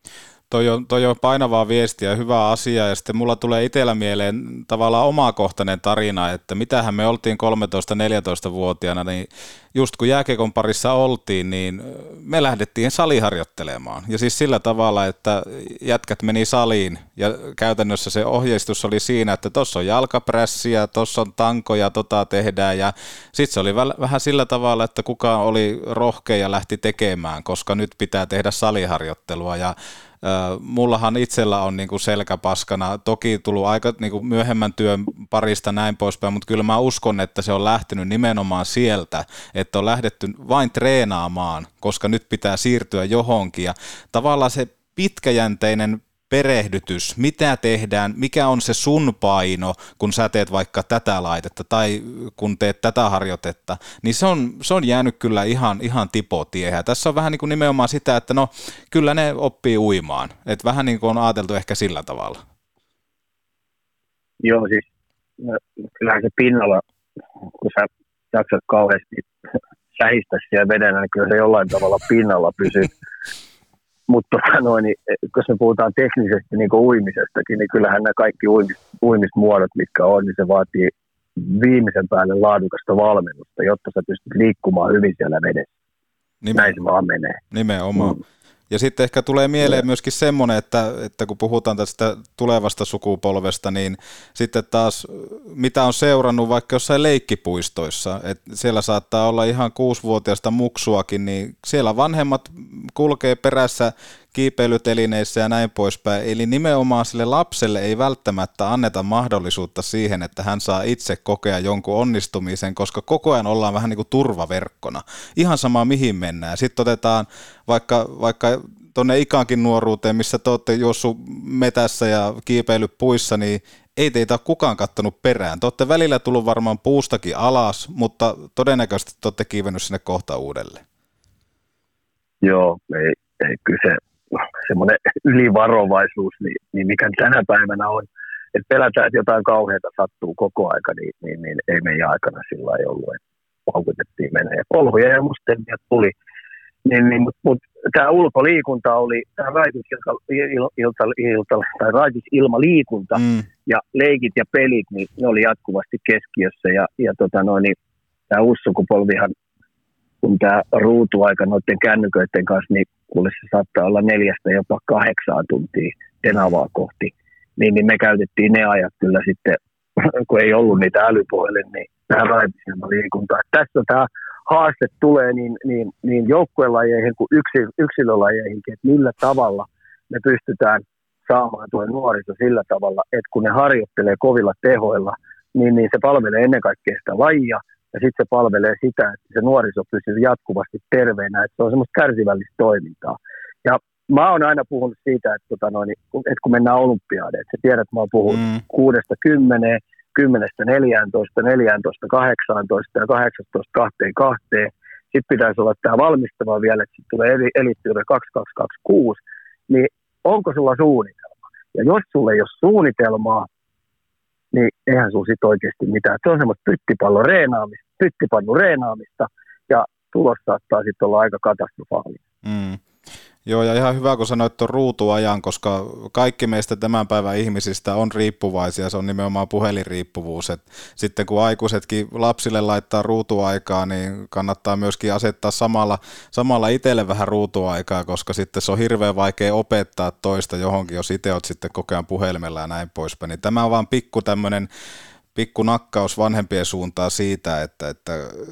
Toi on, toi on painavaa viestiä ja hyvä asia, ja sitten mulla tulee itsellä mieleen tavallaan omakohtainen tarina, että mitähän me oltiin kolmetoista-neljätoista-vuotiaana, niin just kun jääkiekon parissa oltiin, niin me lähdettiin saliharjoittelemaan. Ja siis sillä tavalla, että jätkät meni saliin, ja käytännössä se ohjeistus oli siinä, että tossa on jalkaprässiä, tossa on tankoja, tota tehdään, ja sitten se oli vähän sillä tavalla, että kuka oli rohkea ja lähti tekemään, koska nyt pitää tehdä saliharjoittelua, ja mullahan itsellä on niinku selkäpaskana, toki tullut aika niinku myöhemmän työn parista näin poispäin, mutta kyllä mä uskon, että se on lähtenyt nimenomaan sieltä, että on lähdetty vain treenaamaan, koska nyt pitää siirtyä johonkin ja tavallaan se pitkäjänteinen perehdytys, mitä tehdään, mikä on se sun paino, kun sä teet vaikka tätä laitetta tai kun teet tätä harjoitetta, niin se on, se on jäänyt kyllä ihan, ihan tipotiehen. Tässä on vähän niin kuin nimenomaan sitä, että no kyllä ne oppii uimaan, että vähän niin kuin on ajateltu ehkä sillä tavalla. Joo, siis no, kyllähän se pinnalla, kun sä jaksat kauheasti sähistä siellä vedenä, niin kyllä se jollain tavalla pinnalla pysyy. Mutta noin, niin, jos me puhutaan teknisesti niin kuin uimisestakin, niin kyllähän nämä kaikki uimis, uimismuodot, mitkä on, niin se vaatii viimeisen päälle laadukasta valmennusta, jotta sä pystyt liikkumaan hyvin siellä vedessä. Nimen, Näin se vaan menee. Nimenomaan. Mm. Ja sitten ehkä tulee mieleen myöskin semmoinen, että, että kun puhutaan tästä tulevasta sukupolvesta, niin sitten taas mitä on seurannut vaikka jossain leikkipuistoissa, että siellä saattaa olla ihan kuusivuotiaista muksuakin, niin siellä vanhemmat kulkee perässä kiipeilytelineissä ja näin poispäin. Eli nimenomaan sille lapselle ei välttämättä anneta mahdollisuutta siihen, että hän saa itse kokea jonkun onnistumisen, koska koko ajan ollaan vähän niin kuin turvaverkkona. Ihan sama mihin mennään. Sitten otetaan vaikka, vaikka tuonne ikankin nuoruuteen, missä te olette juossut metässä ja kiipeilyt puissa, niin ei teitä ole kukaan kattanut perään. Te olette välillä tullut varmaan puustakin alas, mutta todennäköisesti te olette kiivennyt sinne kohta uudelleen. Joo, ei, ei kyllä se semmoinen ylivarovaisuus, niin, niin mikä tänä päivänä on, että pelätään, että jotain kauheata sattuu koko aika, niin, niin, niin ei meidän aikana sillä ei ollut, että paukutettiin menee. Polhuja ja mustelmia tuli. Niin, niin, Mutta mut, tämä ulkoliikunta oli, tämä raitisilta, il, ilta, ilta, tai raitisilmaliikunta mm. ja leikit ja pelit, niin ne oli jatkuvasti keskiössä. Ja, ja tota noin, niin, tämä uusi sukupolvihan, kun tämä ruutuaika noiden kännyköiden kanssa, niin kuule se saattaa olla neljästä jopa kahdeksaan tuntia tenavaa kohti, niin, niin me käytettiin ne ajat kyllä sitten, kun ei ollut niitä älypuhelin, niin tähän raitisilmaliikuntaan. Tässä tämä haaste tulee niin, niin, niin joukkuelajeihin kuin yksil, yksilölajeihinkin, että millä tavalla me pystytään saamaan tuo nuoriso sillä tavalla, että kun ne harjoittelee kovilla tehoilla, niin, niin se palvelee ennen kaikkea sitä lajia, ja sitten se palvelee sitä, että se nuoriso pysyy jatkuvasti terveenä, että se on semmoista kärsivällistä toimintaa. Ja mä oon aina puhunut siitä, että, tota noin, että kun mennään olympiaadeen, että sä tiedät, että mä oon puhunut mm. kuudesta kymmeneen, kymmenestä neljääntoista, neljääntoista kahdeksaantoista ja kahdeksastatoista kahteen kahteen. Sitten pitäisi olla tämä valmistava vielä, että sitten tulee eliittijuuri kaksikymmentäkaksi kaksikymmentäkuusi. Niin onko sulla suunnitelma? Ja jos sulla ei ole suunnitelmaa, niin eihän sulla sitten oikeasti mitään. Se on semmoista pyttipallon reenaamista, pyttipallon reenaamista ja tulos saattaa sitten olla aika katastrofaalinen. Mm. Joo, ja ihan hyvä, kun sanoit tuon ruutuajan, koska kaikki meistä tämän päivän ihmisistä on riippuvaisia, se on nimenomaan puhelinriippuvuus. Et sitten kun aikuisetkin lapsille laittaa ruutuaikaa, niin kannattaa myöskin asettaa samalla, samalla itselle vähän ruutuaikaa, koska sitten se on hirveän vaikea opettaa toista johonkin, jos itse olet sitten koko ajan puhelimella ja näin poispäin. Niin tämä on vaan pikku tämmöinen pikku nakkaus vanhempien suuntaan siitä, että, että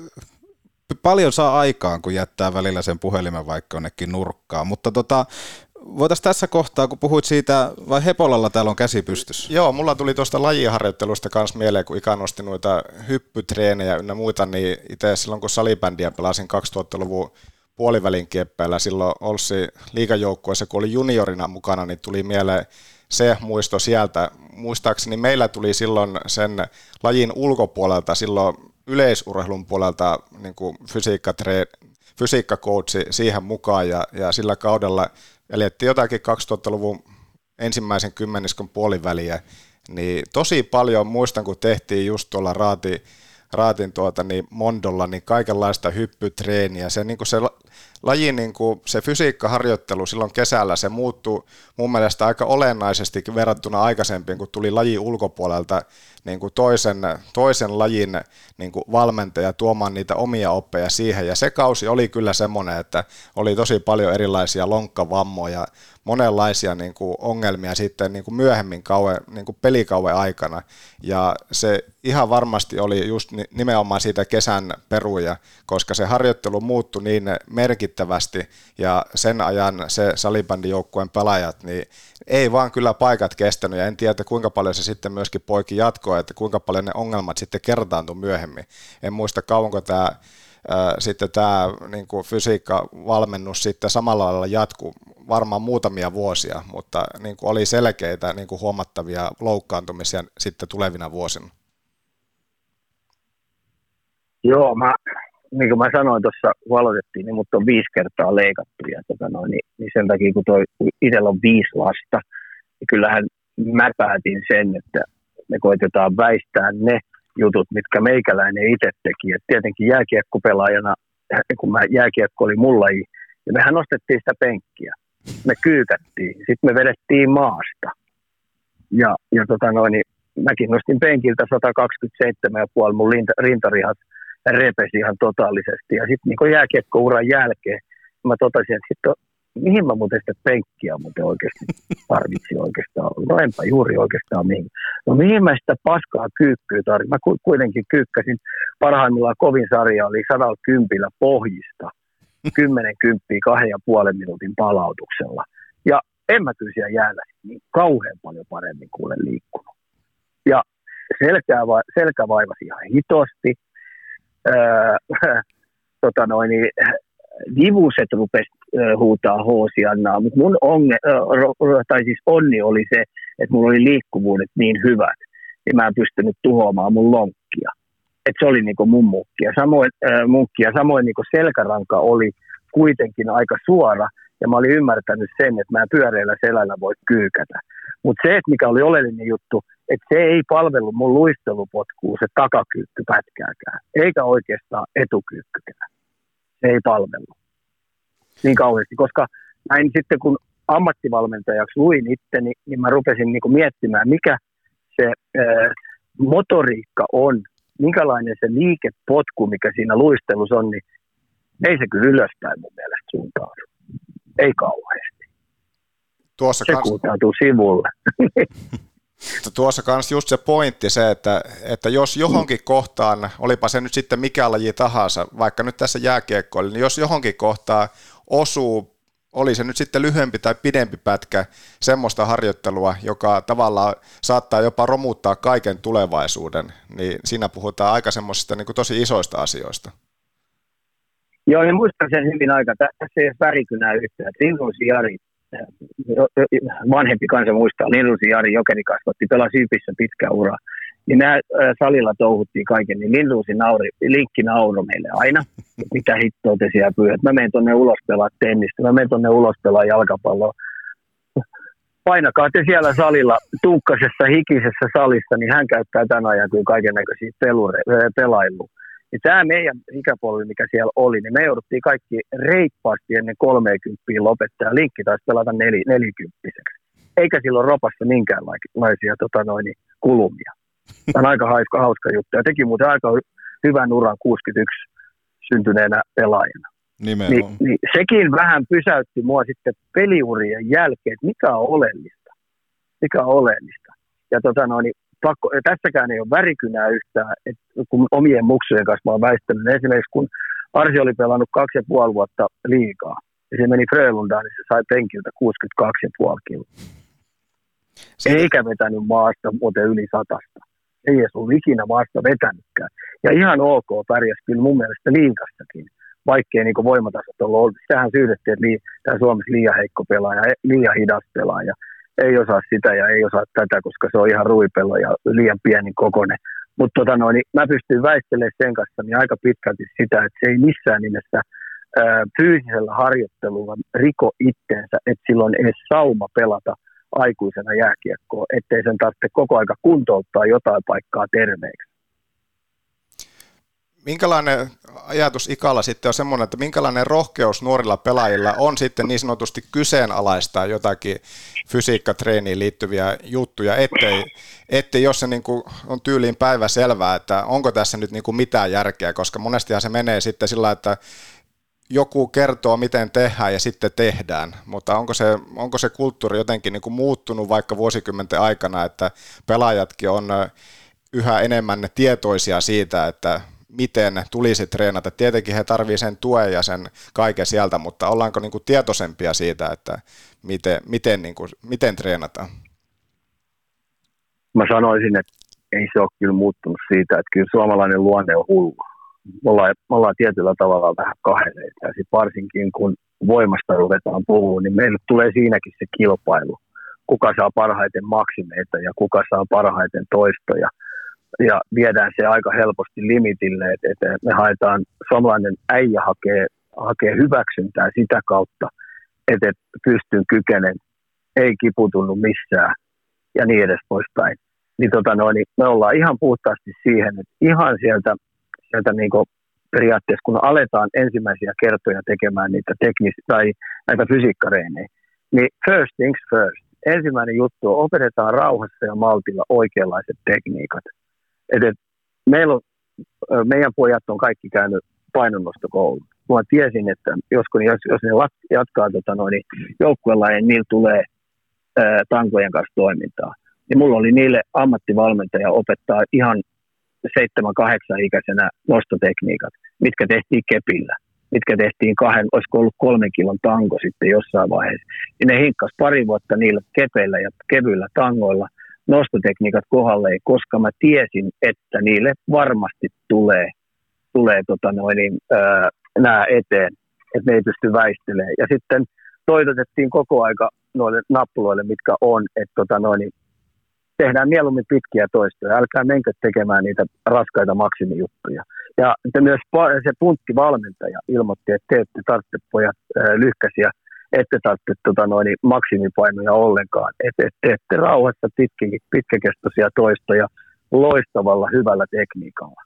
paljon saa aikaan, kun jättää välillä sen puhelimen vaikka jonnekin nurkkaan, mutta tota, voitaisiin tässä kohtaa, kun puhuit siitä, vai Hepolalla täällä on käsi pystyssä? Joo, mulla tuli tuosta lajiharjoittelusta kanssa mieleen, kun Ika nosti noita hyppytreenejä ynnä muita, niin itse silloin kun salibändiä pelasin kaksituhattaluvun puolivälin kieppeillä, silloin Olssi liigajoukkueessa, kun oli juniorina mukana, niin tuli mieleen se muisto sieltä. Muistaakseni meillä tuli silloin sen lajin ulkopuolelta, silloin yleisurheilun puolelta niin kuin fysiikkakoutsi siihen mukaan ja, ja sillä kaudella elettiin jotakin kaksituhattaluvun ensimmäisen kymmeniskon puoliväliä, niin tosi paljon muistan, kun tehtiin just tuolla raati, raatin tuota, niin Mondolla niin kaikenlaista hyppytreeniä. Se, niin kuin se laji, niin kuin se fysiikkaharjoittelu silloin kesällä, se muuttui mun mielestä aika olennaisesti verrattuna aikaisempiin, kun tuli laji ulkopuolelta niin kuin toisen, toisen lajin niin kuin valmentaja tuomaan niitä omia oppeja siihen. Ja se kausi oli kyllä semmoinen, että oli tosi paljon erilaisia lonkkavammoja, monenlaisia niin kuin ongelmia sitten niin kuin myöhemmin kauan, niin kuin pelikauden aikana. Ja se ihan varmasti oli just nimenomaan siitä kesän peruja, koska se harjoittelu muuttui niin merkittävästi ja sen ajan se salibändijoukkueen pelaajat, niin ei vaan kyllä paikat kestänyt ja en tiedä, kuinka paljon se sitten myöskin poiki jatkoa, että kuinka paljon ne ongelmat sitten kertaantui myöhemmin. En muista kauanko tämä ää, sitten tämä niin kuin fysiikkavalmennus sitten samalla lailla jatkuu, varmaan muutamia vuosia, mutta niin kuin oli selkeitä niin kuin huomattavia loukkaantumisia sitten tulevina vuosina. Joo, mä, niin kuin mä sanoin tuossa, kun aloitettiin, niin mut on viisi kertaa leikattu. Ja tota noin, niin, niin sen takia, kun, toi, kun itsellä on viisi lasta, niin kyllähän mä päätin sen, että me koitetaan väistää ne jutut, mitkä meikäläinen itse teki. Et tietenkin jääkiekkopelaajana, kun mä, jääkiekko oli mun laji, ja mehän nostettiin sitä penkkiä. Me kyykättiin, sitten me vedettiin maasta. Ja, ja tota noin, niin mäkin nostin penkiltä sata kaksikymmentäseitsemän pilkku viisi, mun rintarihat repesi ihan totaalisesti. Ja sitten niin jääkiekkouran jälkeen mä totesin, että sit, mihin mä muuten sitä penkkiä muuten oikeasti tarvitsin oikeastaan. No enpä juuri oikeastaan mihin. No mihin mä sitä paskaa kyykkyä tarvitsin. Mä kuitenkin kyykkäsin parhaimmillaan kovin sarja, oli sadalla kympillä pohjista. Kymmenen kymppiä kahden ja puolen minuutin palautuksella. Ja en mä kyllä siellä jäällä niin kauhean paljon paremmin kuin olen liikkunut. Ja selkää, va- selkä vaivasi ihan hitosti. Öö, tota noin, niin, divuset rupesi öö, huutaa hoosiannaa, mutta mun onge, öö, tai siis onni oli se, että mulla oli liikkuvuudet niin hyvät, niin mä en pystynyt tuhoamaan mun lonkkia. Et se oli niinku mun munkki. Ja samoin, äh, munkki, ja samoin niinku selkäranka oli kuitenkin aika suora, ja mä olin ymmärtänyt sen, että mä pyöreällä selällä voi kyykätä. Mutta se, että mikä oli oleellinen juttu, että se ei palvellut mun luistelupotkuun se takakyykky pätkääkään, eikä oikeastaan etukyykkykään. Se ei palvellut niin kauheasti, koska näin sitten kun ammattivalmentajaksi luin itteni, niin mä rupesin niinku miettimään, mikä se äh, motoriikka on, minkälainen se liikepotku, mikä siinä luistelussa on, niin ei se kyllä ylöspäin mun mielestä suuntaudu. Ei kauheasti. Tuossa se kans... kuuntautuu sivulle. Tuossa kanssa just se pointti se, että, että jos johonkin kohtaan, olipa se nyt sitten mikä laji tahansa, vaikka nyt tässä jääkiekkoilla, niin jos johonkin kohtaan osuu, oli se nyt sitten lyhyempi tai pidempi pätkä, semmoista harjoittelua, joka tavallaan saattaa jopa romuttaa kaiken tulevaisuuden, niin siinä puhutaan aika semmoisista niin kuin tosi isoista asioista. Joo, ja muistan sen hyvin aika. Tässä ei ole värikynää yhtään. Lindrusi Jari, vanhempi kansa muistaa, Lindrusi Jari, Jokeri kasvatti, pelasi Ypissä pitkä ura. Niin nämä salilla touhuttiin kaiken, niin Lindruusi nauri, Linkki nauro meille aina, mitä hittoa te siellä pyydät. Mä menen tonne ulos pelaa tennistä, mä menen tonne ulos pelaa jalkapalloa. Painakaa te siellä salilla, tuukkasessa, hikisessä salissa, niin hän käyttää tämän ajan kuin kaiken näköisiä pelailuja. Ja tämä meidän ikäpolvi, mikä siellä oli, niin me jouduttiin kaikki reippaasti ennen kolmekymmentä lopettaa. Linkki taisi pelata nel, nelikymppiseksi. Eikä silloin ropassa minkäänlaisia tota noin, kulumia. Tämä on aika hauska, hauska juttu. Ja teki muuten aika hyvän uran kuusikymmentäyksi syntyneenä pelaajana. Ni, niin sekin vähän pysäytti mua sitten peliurien jälkeen, että mikä on oleellista. Mikä on oleellista. Ja tota noin, pakko, tässäkään ei ole värikynää yhtään, että kun omien muksujen kanssa mä oon väistänyt. Esimerkiksi kun Arsi oli pelannut kaksi ja puoli vuotta liigaa, ja se meni Frölundaan, niin se sai penkiltä kuusikymmentäkaksi ja puoli kiloa. Eikä vetänyt maasta muuten yli satasta. Ei edes ollut ikinä maasta vetänytkään. Ja ihan ok pärjäs kyllä mun mielestä liigassakin, vaikkei niin voimatasot ollut ollut. Sitähän syydettiin, että lii, tämä Suomessa liian heikko pelaaja, liian hidas pelaaja. Ei osaa sitä ja ei osaa tätä, koska se on ihan ruipelo ja liian pieni kokoinen. Mutta tota no, niin mä pystyn väistelemään sen kanssa niin aika pitkälti sitä, että se ei missään nimessä ää, fyysisellä harjoittelulla riko itteensä, että silloin edes sauma pelata aikuisena jääkiekkoa, ettei sen tarvitse koko aika kuntouttaa jotain paikkaa terveeksi. Minkälainen ajatus Ikalla sitten on semmoinen, että minkälainen rohkeus nuorilla pelaajilla on sitten niin sanotusti kyseenalaistaa jotakin fysiikkatreeniin liittyviä juttuja, ettei, ettei jos se niin kuin on tyyliin päivä selvää, että onko tässä nyt niin kuin mitään järkeä, koska monestihan se menee sitten sillä, että joku kertoo, miten tehdään ja sitten tehdään, mutta onko se, onko se kulttuuri jotenkin niin kuin muuttunut vaikka vuosikymmenten aikana, että pelaajatkin on yhä enemmän tietoisia siitä, että miten tulisi treenata. Tietenkin he tarvitsevat sen tuen ja sen kaiken sieltä, mutta ollaanko niin kuin tietoisempia siitä, että miten, miten, niin kuin, miten treenataan? Mä sanoisin, että ei se ole kyllä muuttunut siitä, että kyllä suomalainen luonne on hullu. Me ollaan, me ollaan tietyllä tavalla vähän kahdereita ja sit varsinkin kun voimasta ruvetaan puhumaan, niin meille tulee siinäkin se kilpailu. Kuka saa parhaiten maksimeita ja kuka saa parhaiten toistoja. Ja viedään se aika helposti limitille, että, että me haetaan, suomalainen äijä hakee, hakee hyväksyntää sitä kautta, että pystyn kykenen, ei kiputunut missään ja niin edes poispäin. Niin, tota noin, niin me ollaan ihan puhtaasti siihen, että ihan sieltä, sieltä niin kuin periaatteessa, kun aletaan ensimmäisiä kertoja tekemään niitä teknis- tai näitä fysiikkareenejä, niin first things first. Ensimmäinen juttu on, opetetaan rauhassa ja maltilla oikeanlaiset tekniikat. Et, et, meillä on, meidän pojat on kaikki käynyt painonnostokoulun. Mä tiesin, että jos, jos, jos ne jatkaa tota noin, joukkueella ja niillä tulee ää, tankojen kanssa toimintaa, niin mulla oli niille ammattivalmentaja opettaa ihan seitsemän kahdeksan ikäisenä nostotekniikat, mitkä tehtiin kepillä, mitkä tehtiin kahden, olisiko ollut kolmen kilon tanko sitten jossain vaiheessa. Ja ne hinkkas pari vuotta niillä kepeillä ja kevyillä tangoilla nostotekniikat kohdalleen, koska mä tiesin, että niille varmasti tulee, tulee tota noin, ää, nämä eteen, että ne ei pysty väistelemään. Ja sitten toitotettiin koko aika noille nappuloille, mitkä on, että tota noin, tehdään mieluummin pitkiä toistoja, älkää menkö tekemään niitä raskaita maksimijuttuja. Ja myös se punttivalmentaja ilmoitti, että te ette tarvitse pojat ää, lyhkäisiä, ette tarvitse tota noin, maksimipainoja ollenkaan, että et teette rauhassa pitkä, pitkäkestoisia toistoja loistavalla hyvällä tekniikalla.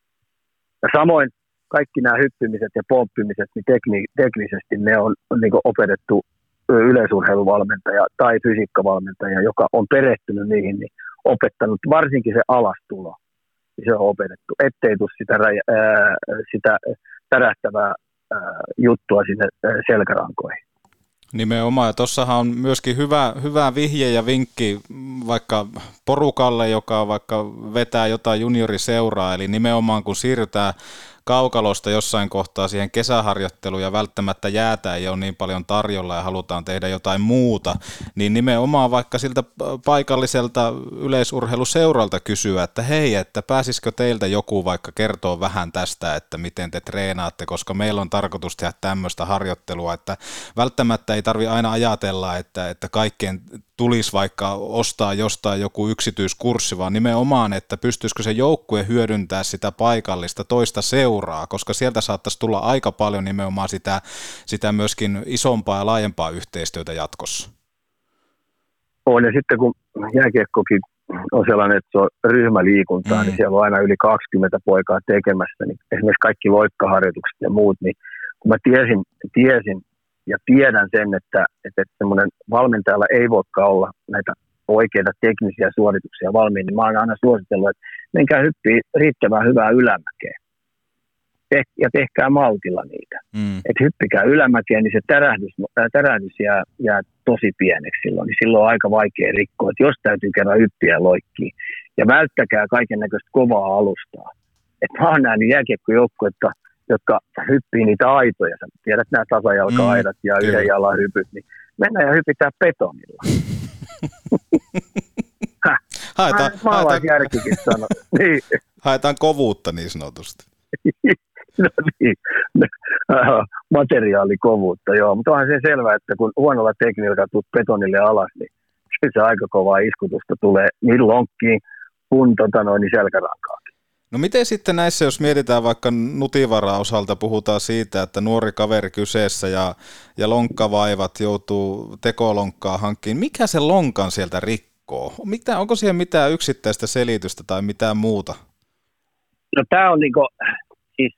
Ja samoin kaikki nämä hyppimiset ja pomppimiset, niin tekni, teknisesti ne on niin kuin opetettu yleisurheiluvalmentaja tai fysiikkavalmentaja, joka on perehtynyt niihin, niin opettanut varsinkin se alastulo, niin se on opetettu, ettei tule sitä, ää, sitä tärähtävää ää, juttua sinne selkärankoihin. Nimenomaan, ja tuossahan on myöskin hyvä, hyvä vihje ja vinkki vaikka porukalle, joka vaikka vetää jotain junioriseuraa, eli nimenomaan kun siirrytään kaukalosta jossain kohtaa siihen kesäharjoitteluun ja välttämättä jäätä ei ole niin paljon tarjolla ja halutaan tehdä jotain muuta, niin nimenomaan vaikka siltä paikalliselta yleisurheiluseuralta kysyä, että hei, että pääsisikö teiltä joku vaikka kertoo vähän tästä, että miten te treenaatte, koska meillä on tarkoitus tehdä tämmöistä harjoittelua, että välttämättä ei tarvitse aina ajatella, että, että kaikkien tulisi vaikka ostaa jostain joku yksityiskurssi, vaan nimenomaan, että pystyisikö se joukkue hyödyntää sitä paikallista toista seuraa, koska sieltä saattaisi tulla aika paljon nimenomaan sitä, sitä myöskin isompaa ja laajempaa yhteistyötä jatkossa. On, ja sitten kun jääkiekkokin on sellainen, että se on ryhmäliikuntaa, mm. niin siellä on aina yli kaksikymmentä poikaa tekemässä, niin esimerkiksi kaikki loikkaharjoitukset ja muut, niin kun mä tiesin, tiesin ja tiedän sen, että, että semmoinen valmentajalla ei voikaan olla näitä oikeita teknisiä suorituksia valmiin, niin mä oon aina suositellut, että menkää hyppii riittävän hyvää ylämäkeä. Te- ja tehkää maltilla niitä. Mm. Että hyppikää ylämäkeen, niin se tärähdys, tärähdys jää, jää tosi pieneksi silloin, niin silloin on aika vaikea rikkoa, että jos täytyy kerran hyppiä ja loikkiin. Ja välttäkää kaiken näköistä kovaa alustaa. Että mä oon nähnyt jääkiekkojoukkuetta, jotka hyppii niitä aitoja. Sä tiedät nämä tasajalka-aidat ja mm, yhden jalan hypyt, niin mennään ja hypitään betonilla. haetaan, maalaisjärkikin sanoo. Niin. Haetaan kovuutta niin sanotusti. No niin, materiaalikovuutta, joo. Mutta onhan se selvää, että kun huonolla tekniikalla tulet betonille alas, niin se aika kovaa iskutusta tulee niin lonkkiin kuin tota noin, niin selkärankaakin. No miten sitten näissä, jos mietitään vaikka Nutivaraa osalta, puhutaan siitä, että nuori kaveri kyseessä ja, ja lonkkavaivat joutuu tekolonkkaa hankkiin. Mikä se lonkan sieltä rikkoo? Mitä, onko siihen mitään yksittäistä selitystä tai mitään muuta? No tämä on niinku, siis,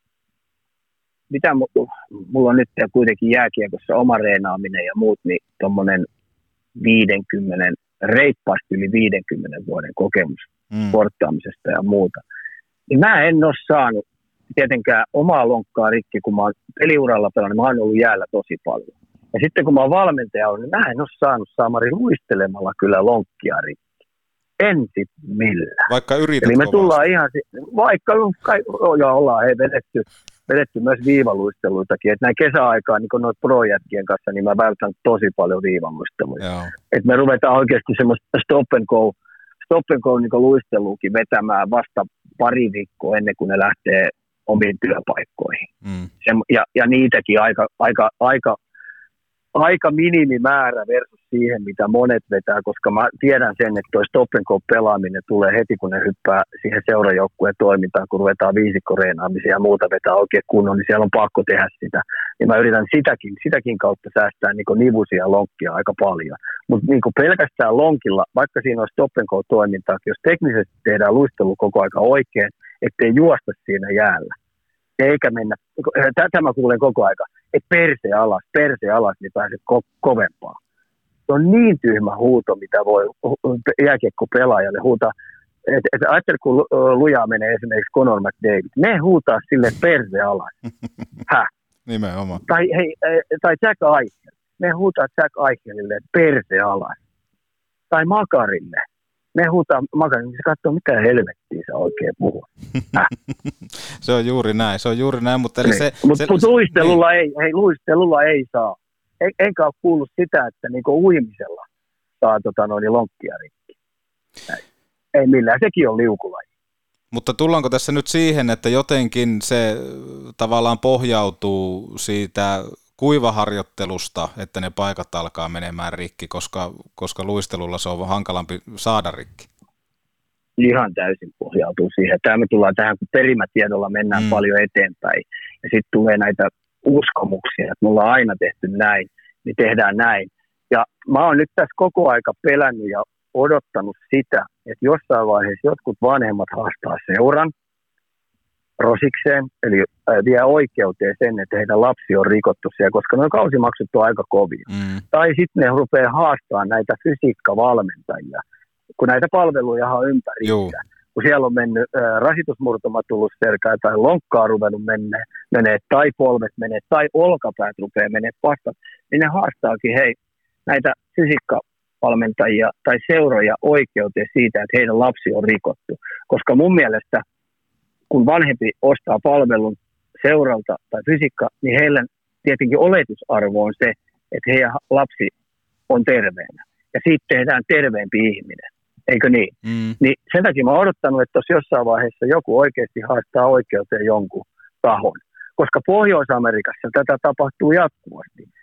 mitä mulla on nyt kuitenkin jääkiekossa oma reenaaminen ja muut, niin tommonen viidenkymmenen, reippaasti yli viidenkymmenen vuoden kokemus mm. sporttaamisesta ja muuta. Niin mä en ole saanut tietenkään omaa lonkkaa rikki, kun mä oon peliuralla pelannut, mä oon ollut jäällä tosi paljon. Ja sitten kun mä oon valmentaja ollut, niin mä en ole saanut Saamari luistelemalla kyllä lonkkia rikki. En sit millään. Vaikka yrität Eli me kovasti. tullaan ihan, vaikka jo ollaan hei, vedetty, vedetty myös viivaluisteluitakin. Että näin kesäaikaan niin noita pro-jätkien kanssa, niin mä vältän tosi paljon viivaluisteluita. Että me ruvetaan oikeasti semmoista stop and go, stop and go niin luisteluukin vetämään vasta pari viikkoa ennen kuin ne lähtee omiin työpaikkoihin. Mm. Se, ja, ja niitäkin aika, aika, aika, aika minimimäärä versus siihen, mitä monet vetää, koska mä tiedän sen, että toi stop and go pelaaminen tulee heti, kun ne hyppää siihen seurajoukkueen toimintaan, kun ruvetaan viisikkoreenaamisia ja muuta vetää oikein kunnon, niin siellä on pakko tehdä sitä. Ja mä yritän sitäkin, sitäkin kautta säästää niin nivusia lonkkia aika paljon. Mutta niin pelkästään lonkilla, vaikka siinä on stop and go toimintaa, jos teknisesti tehdään luistelu koko aika oikein, ettei juosta siinä jäällä. Eikä mennä, tätä mä kuulen koko aika, että perse alas, perse alas, niin pääsee ko- kovempaa. Se on niin tyhmä huuto, mitä voi jääkiekko pelaajalle huutaa. Et, et ajattele, kun lujaa menee esimerkiksi Conor McDavid, ne huutaa sille perse alas. Häh? Nimenomaan. Tai, hei, tai Jack Eichel, ne huutaa Jack Eichelille perse alas. Tai Makarille. Ne huutaa Makarille, se katsoo mitä helvettiä sä oikein puhuu. Se on juuri näin, se on juuri näin, mutta eli se... Mutta mut luistelulla, niin. ei, hei, luistelulla ei saa. En, enkä ole kuullut sitä, että niinku uimisella saa tota, noin lonkkia rikki. Näin. Ei millään, sekin on liukulaji. Mutta tullaanko tässä nyt siihen, että jotenkin se tavallaan pohjautuu siitä kuivaharjoittelusta, että ne paikat alkaa menemään rikki, koska, koska luistelulla se on hankalampi saada rikki? Ihan täysin pohjautuu siihen. Tämä me tullaan tähän, kun perimätiedolla mennään mm. paljon eteenpäin. Ja sitten tulee näitä uskomuksia, että me ollaan aina tehty näin, niin tehdään näin. Ja mä oon nyt tässä koko aika pelännyt ja odottanut sitä, että jossain vaiheessa jotkut vanhemmat haastaa seuran rosikseen, eli vie oikeuteen sen, että heidän lapsi on rikottu siellä, koska nuo kausimaksut on aika kovia. Mm. Tai sitten ne rupeaa haastamaan näitä fysiikkavalmentajia, kun näitä palveluja on ympäri. Kun siellä on mennyt äh, rasitusmurtoma tullut selkään, tai lonkkaa ruvennut menee, menee, tai polvet menee, tai olkapäät rupeaa menee vastaan, niin ne haastaakin hei, näitä fysiikkavalmentajia tai seuroja oikeuteen siitä, että heidän lapsi on rikottu. Koska mun mielestä kun vanhempi ostaa palvelun seuralta tai fysiikka, niin heillä tietenkin oletusarvo on se, että heidän lapsi on terveenä. Ja siitä tehdään terveempi ihminen. Eikö niin? Mm. Niin sen takia mä oon odottanut, että jos jossain vaiheessa joku oikeasti haastaa oikeuteen jonkun tahon. Koska Pohjois-Amerikassa tätä tapahtuu jatkuvasti.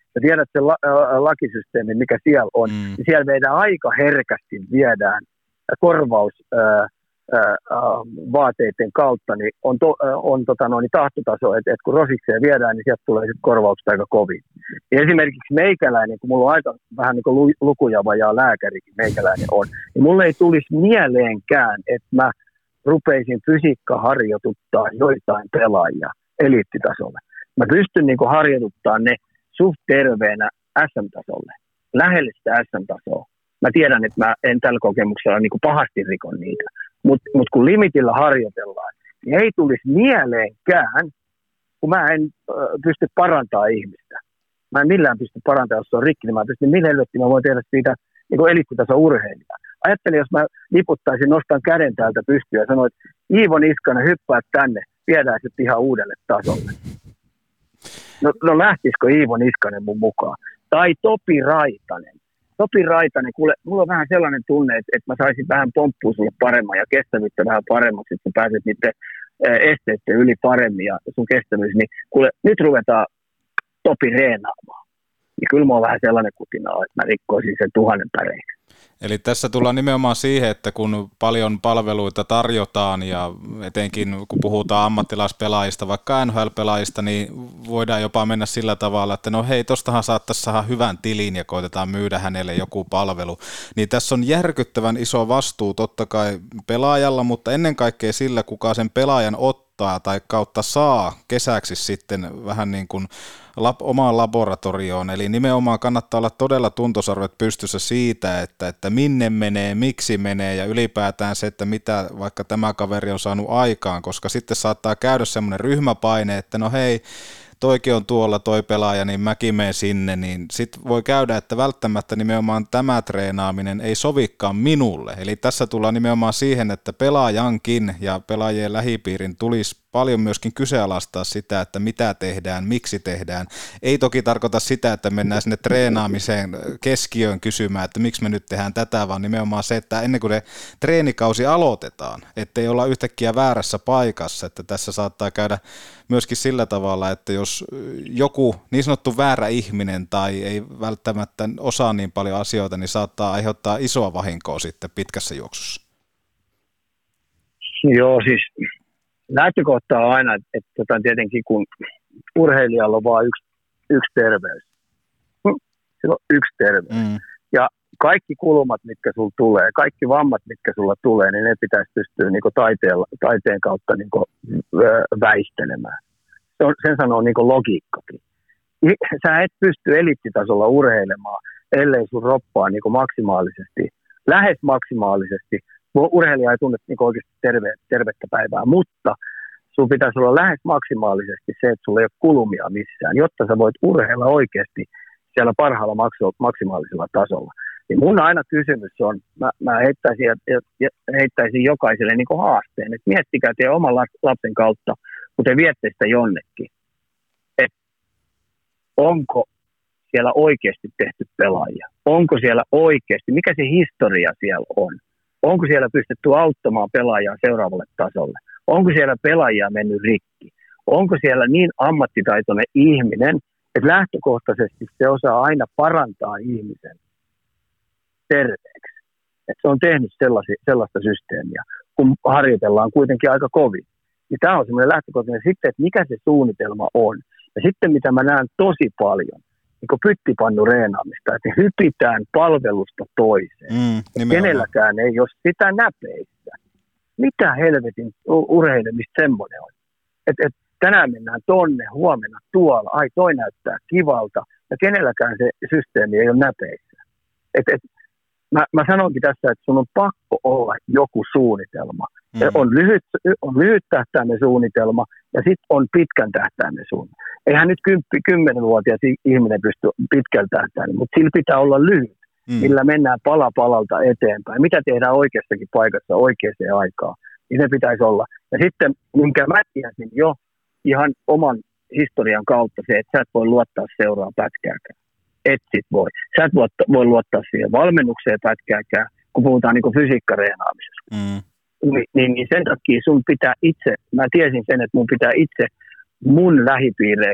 ja tiedät sen la- ä, lakisysteemin, mikä siellä on, mm. niin siellä meidän aika herkästi viedään korvaus ää, ää, vaateiden kautta, niin on, to, ää, on tota noin, tahtotaso, että et kun rosikseen viedään, niin sieltä tulee sitten korvaukset aika kovin. Ja esimerkiksi meikäläinen, kun mulla on aika vähän niin kuin lukujava ja lääkärikin meikäläinen on, niin mulle ei tulisi mieleenkään, että mä rupeisin fysiikkaharjoituttaa joitain pelaajia eliittitasolle. Mä pystyn niin kuin harjoituttaa ne suht terveenä S M-tasolle, lähelle sitä S M-tasoa. Mä tiedän, että mä en tällä kokemuksella niin kuin pahasti rikon niitä, mutta mut kun limitillä harjoitellaan, niin ei tulisi mieleenkään, kun mä en ö, pysty parantamaan ihmistä. Mä en millään pysty parantamaan, jos se on rikki, niin mä pystyn millä helvettiin, mä voin tehdä siitä niin kuin eliittitason urheilijaa. Ajattelin, jos mä liputtaisin, nostan käden täältä pystyyn ja sanoin, että Iivo Niskanen, hyppää tänne, viedään sitten ihan uudelle tasolle. No, no lähtisikö Iivo Niskanen mun mukaan? Tai Topi Raitanen. Topi Raitanen, kuule, mulla on vähän sellainen tunne, että, että mä saisin vähän pomppua sulle paremman ja kestävyyttä vähän paremmaksi, että sä pääset niiden esteiden yli paremmin ja sun kestävyys, niin kuule, nyt ruvetaan Topi reenaamaan. Niin kyllä mulla on vähän sellainen kutina, että mä rikkoisin sen tuhannen päreiksi. Eli tässä tullaan nimenomaan siihen, että kun paljon palveluita tarjotaan ja etenkin kun puhutaan ammattilaispelaajista, vaikka N H L-pelaajista, niin voidaan jopa mennä sillä tavalla, että no hei, tostahan saattaisi saada hyvän tilin ja koitetaan myydä hänelle joku palvelu. Niin tässä on järkyttävän iso vastuu totta kai pelaajalla, mutta ennen kaikkea sillä, kuka sen pelaajan ottaa tai kautta saa kesäksi sitten vähän niin kuin omaan laboratorioon, eli nimenomaan kannattaa olla todella tuntosarvet pystyssä siitä, että, että minne menee, miksi menee ja ylipäätään se, että mitä vaikka tämä kaveri on saanut aikaan, koska sitten saattaa käydä semmoinen ryhmäpaine, että no hei, toikin on tuolla toi pelaaja, niin mäkin menen sinne, niin sitten voi käydä, että välttämättä nimenomaan tämä treenaaminen ei sovikaan minulle. Eli tässä tullaan nimenomaan siihen, että pelaajankin ja pelaajien lähipiirin tulisi paljon myöskin kyseenalaistaa sitä, että mitä tehdään, miksi tehdään. Ei toki tarkoita sitä, että mennään sinne treenaamiseen keskiöön kysymään, että miksi me nyt tehdään tätä, vaan nimenomaan se, että ennen kuin ne treenikausi aloitetaan, ettei olla yhtäkkiä väärässä paikassa, että tässä saattaa käydä myöskin sillä tavalla, että jos joku niin sanottu väärä ihminen tai ei välttämättä osaa niin paljon asioita, niin saattaa aiheuttaa isoa vahinkoa sitten pitkässä juoksussa. Joo, siis lähtökohta on aina, että, että tietenkin kun urheilijalla on vain yksi, yksi terveys, sillä on yksi terveys. Mm. Ja kaikki kulmat, mitkä sulla tulee, kaikki vammat, mitkä sulla tulee, niin ne pitäisi pystyä niin kuin taiteen, taiteen kautta niin kuin, väistelemään. Se on, sen sanoo niin kuin logiikkakin. Sä et pysty eliittitasolla urheilemaan, ellei sun roppaa niin kuin maksimaalisesti, lähes maksimaalisesti. Urheilija ei tunne niin oikeasti terve, tervettä päivää, mutta sun pitäisi olla lähes maksimaalisesti se, että sulla ei ole kulumia missään, jotta sä voit urheilla oikeasti siellä parhaalla maksimaalisella tasolla. Niin mun aina kysymys on, mä, mä heittäisin, heittäisin jokaiselle niin kuin haasteen, että miettikää teidän oman lapsen kautta, kun te viette sitä jonnekin, että onko siellä oikeasti tehty pelaajia, onko siellä oikeasti, mikä se historia siellä on. Onko siellä pystytty auttamaan pelaajaa seuraavalle tasolle? Onko siellä pelaajia mennyt rikki? Onko siellä niin ammattitaitoinen ihminen, että lähtökohtaisesti se osaa aina parantaa ihmisen terveeksi? Että se on tehnyt sellaista systeemiä, kun harjoitellaan kuitenkin aika kovin. Ja tämä on semmoinen lähtökohtainen sitten, että mikä se suunnitelma on. Ja sitten mitä mä näen tosi paljon, niin kuin pyttipannu reenaamista, että hypitään palvelusta toiseen. Mm, kenelläkään ei ole sitä näpeissä. Mitä helvetin urheilemista semmoinen on? Että et, tänään mennään tonne, huomenna tuolla, ai toi näyttää kivalta, ja kenelläkään se systeemi ei ole näpeissä. Et, et, mä, mä sanonkin tässä, että sun on pakko olla joku suunnitelma. Mm. On, lyhyt, on lyhyt tähtäimen suunnitelma, ja sitten on pitkän tähtäimen suunnitelma. Eihän nyt kymmenvuotias ihminen pysty pitkällä tähtäimellä, mutta sillä pitää olla lyhyt, mm. millä mennään pala palalta eteenpäin. Mitä tehdään oikeassakin paikassa oikeaan aikaan, niin ne pitäisi olla. Ja sitten, minkä mä tiesin jo ihan oman historian kautta se, että sä et voi luottaa seuraa pätkääkään. Et sit voi. Sä et voi luottaa siihen valmennukseen pätkääkään, kun puhutaan niin kuin fysiikkareenaamisesta. Mm. Niin, niin, niin sen takia sun pitää itse, mä tiesin sen, että mun pitää itse mun lähipiireille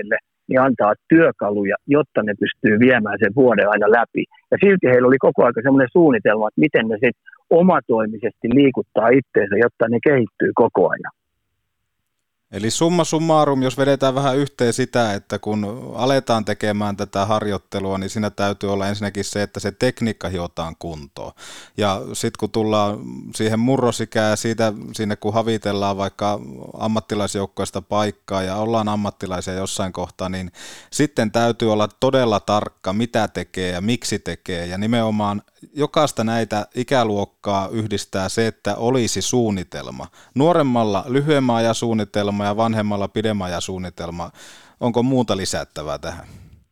niin antaa työkaluja, jotta ne pystyy viemään sen vuoden aina läpi. Ja silti heillä oli koko ajan semmoinen suunnitelma, että miten ne sitten omatoimisesti liikuttaa itseensä, jotta ne kehittyy koko ajan. Eli summa summarum, jos vedetään vähän yhteen sitä, että kun aletaan tekemään tätä harjoittelua, niin siinä täytyy olla ensinnäkin se, että se tekniikka hiotaan kuntoon. Ja sitten kun tullaan siihen murrosikään siitä, sinne kun havitellaan vaikka ammattilaisjoukkoista paikkaa ja ollaan ammattilaisia jossain kohtaa, niin sitten täytyy olla todella tarkka, mitä tekee ja miksi tekee. Ja nimenomaan jokaista näitä ikäluokkaa yhdistää se, että olisi suunnitelma. Nuoremmalla lyhyemmän ajan suunnitelma ja vanhemmalla pidemmän ajan suunnitelma. Onko muuta lisättävää tähän?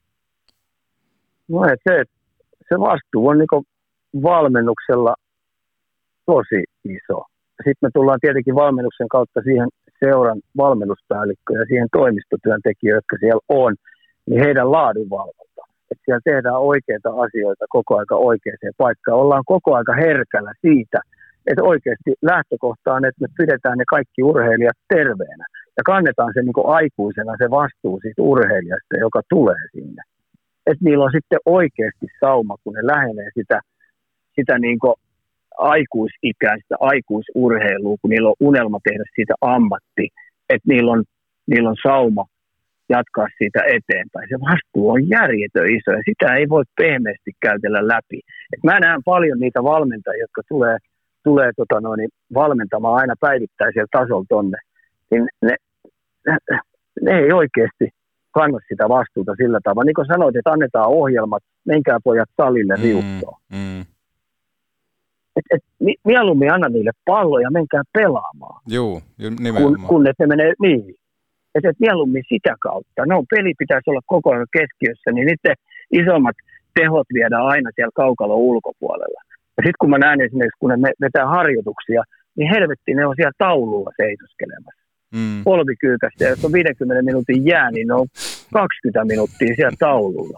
No se, se vastuu on niin valmennuksella tosi iso. Sitten me tullaan tietenkin valmennuksen kautta siihen seuran valmennuspäällikköön ja siihen toimistotyöntekijöihin, jotka siellä on, niin heidän laadunvalvonta. Että siellä tehdään oikeita asioita koko aika oikeaan paikkaan. Ollaan koko aika herkällä siitä, että oikeasti lähtökohta on, että me pidetään ne kaikki urheilijat terveenä ja kannetaan se niin kuin aikuisena se vastuu siitä urheilijasta, joka tulee sinne. Että niillä on sitten oikeasti sauma, kun ne lähenee sitä, sitä niin kuin aikuisikäistä aikuisurheilua, kun niillä on unelma tehdä siitä ammatti, että niillä on, niillä on sauma jatkaa siitä eteenpäin. Se vastuu on järjetön iso ja sitä ei voi pehmeästi käytellä läpi. Et mä näen paljon niitä valmentajia, jotka tulee, tulee tota noin, valmentamaan aina päivittäisellä tasolla tonne. Niin ne, ne, ne ei oikeasti kanna sitä vastuuta sillä tavalla. Niin kuin sanoit, että annetaan ohjelmat, menkää pojat salille riuttoon. Mm, mm. Et, et, mieluummin anna niille pallo ja menkää pelaamaan. Joo, nimenomaan. Kun, kun ne menee niin. Että et mieluummin sitä kautta. No peli pitäisi olla koko ajan keskiössä, niin niiden isommat tehot viedään aina siellä kaukalon ulkopuolella. Ja sitten kun mä näen esimerkiksi, kun ne vetää harjoituksia, niin helvetti ne on siellä taululla seisoskelemassa. Mm. Polvikyykästä, ja jos on viidenkymmenen minuutin jää, niin ne on kaksikymmentä minuuttia siellä taululla.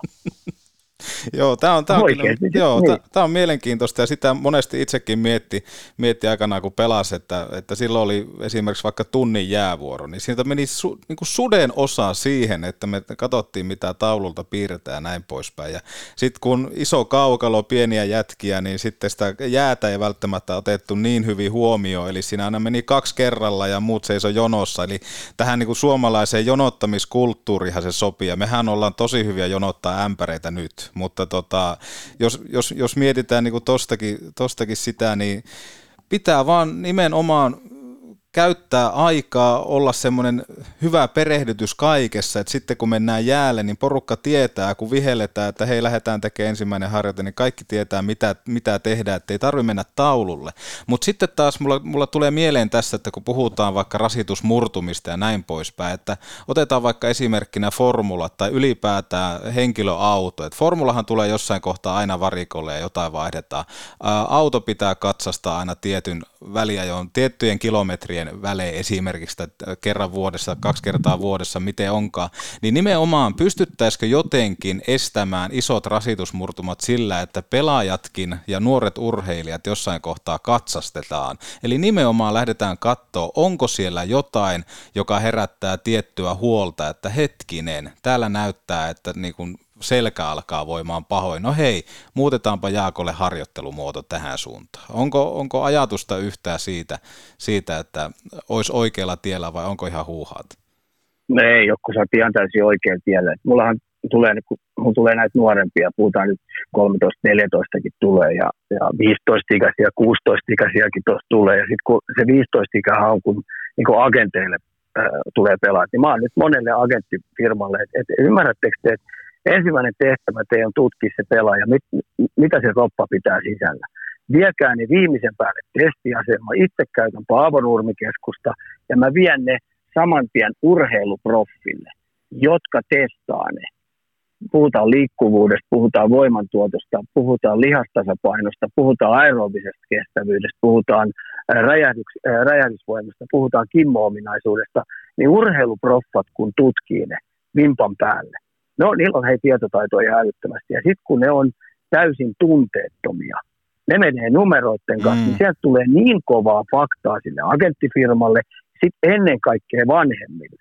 Joo, tämä on, tää on, joo, niin. tää on mielenkiintoista ja sitä monesti itsekin mietti, mietti aikanaan, kun pelasi, että, että silloin oli esimerkiksi vaikka tunnin jäävuoro, niin siitä meni su, niin kuin suden osa siihen, että me katsottiin mitä taululta piirretään ja näin poispäin. Ja sitten kun iso kaukalo, pieniä jätkiä, niin sitten sitä jäätä ei välttämättä otettu niin hyvin huomioon, eli siinä aina meni kaksi kerralla ja muut seisoi jonossa, eli tähän niin kuin suomalaiseen jonottamiskulttuurihan se sopii, ja mehän ollaan tosi hyviä jonottaa ämpäreitä nyt. Mutta tota, jos, jos, jos mietitään niin kuin tostakin, tostakin sitä, niin pitää vaan nimenomaan käyttää aikaa, olla semmoinen hyvä perehdytys kaikessa, että sitten kun mennään jäälle, niin porukka tietää, kun vihelletään, että hei, lähdetään tekemään ensimmäinen harjoite, niin kaikki tietää, mitä, mitä tehdään, että ei tarvitse mennä taululle. Mutta sitten taas mulla, mulla tulee mieleen tässä, että kun puhutaan vaikka rasitusmurtumista ja näin poispäin, että otetaan vaikka esimerkkinä formulat tai ylipäätään henkilöauto, että formulahan tulee jossain kohtaa aina varikolle ja jotain vaihdetaan. Ää, auto pitää katsastaa aina tietyn väliajon, tiettyjen kilometrien välein esimerkiksi kerran vuodessa, kaksi kertaa vuodessa, miten onkaan, niin nimenomaan pystyttäisikö jotenkin estämään isot rasitusmurtumat sillä, että pelaajatkin ja nuoret urheilijat jossain kohtaa katsastetaan. Eli nimenomaan lähdetään katsoa, onko siellä jotain, joka herättää tiettyä huolta, että hetkinen, täällä näyttää, että niin kuin selkä alkaa voimaan pahoin. No hei, muutetaanpa Jaakolle harjoittelumuoto tähän suuntaan. Onko, onko ajatusta yhtään siitä, siitä, että olisi oikealla tiellä vai onko ihan huuhaat? No ei ole, kun sä oot ihan täysin oikealla tiellä. Mullahan tulee, kun tulee näitä nuorempia, puhutaan nyt kolmetoista neljätoistakin tulee ja, ja viisitoista-ikäisiä, kuusitoista-ikäisiäkin tuossa tulee. Ja sitten kun se viisitoista-ikähän on, kun niin kun agenteille äh, tulee pelaa, niin mä oon nyt monelle agenttifirmalle, että et, ymmärrättekö te, että ensimmäinen tehtävä teidän on tutkia se pelaaja, mit, mitä se roppa pitää sisällä. Viekää ne viimeisen päälle testiasema, itse käytän Paavo Nurmikeskusta ja mä vien ne saman tien urheiluproffille, jotka testaa ne. Puhutaan liikkuvuudesta, puhutaan voimantuotosta, puhutaan lihastasapainosta, puhutaan aerobisesta kestävyydestä, puhutaan räjähdys, räjähdysvoimasta, puhutaan kimmo-ominaisuudesta, niin urheiluproffat kun tutkii ne vimpan päälle. No, niillä on hei tietotaitoja älyttömästi. Ja sitten kun ne on täysin tunteettomia, ne menee numeroiden kanssa, mm. niin sieltä tulee niin kovaa faktaa sille agenttifirmalle, sitten ennen kaikkea vanhemmille.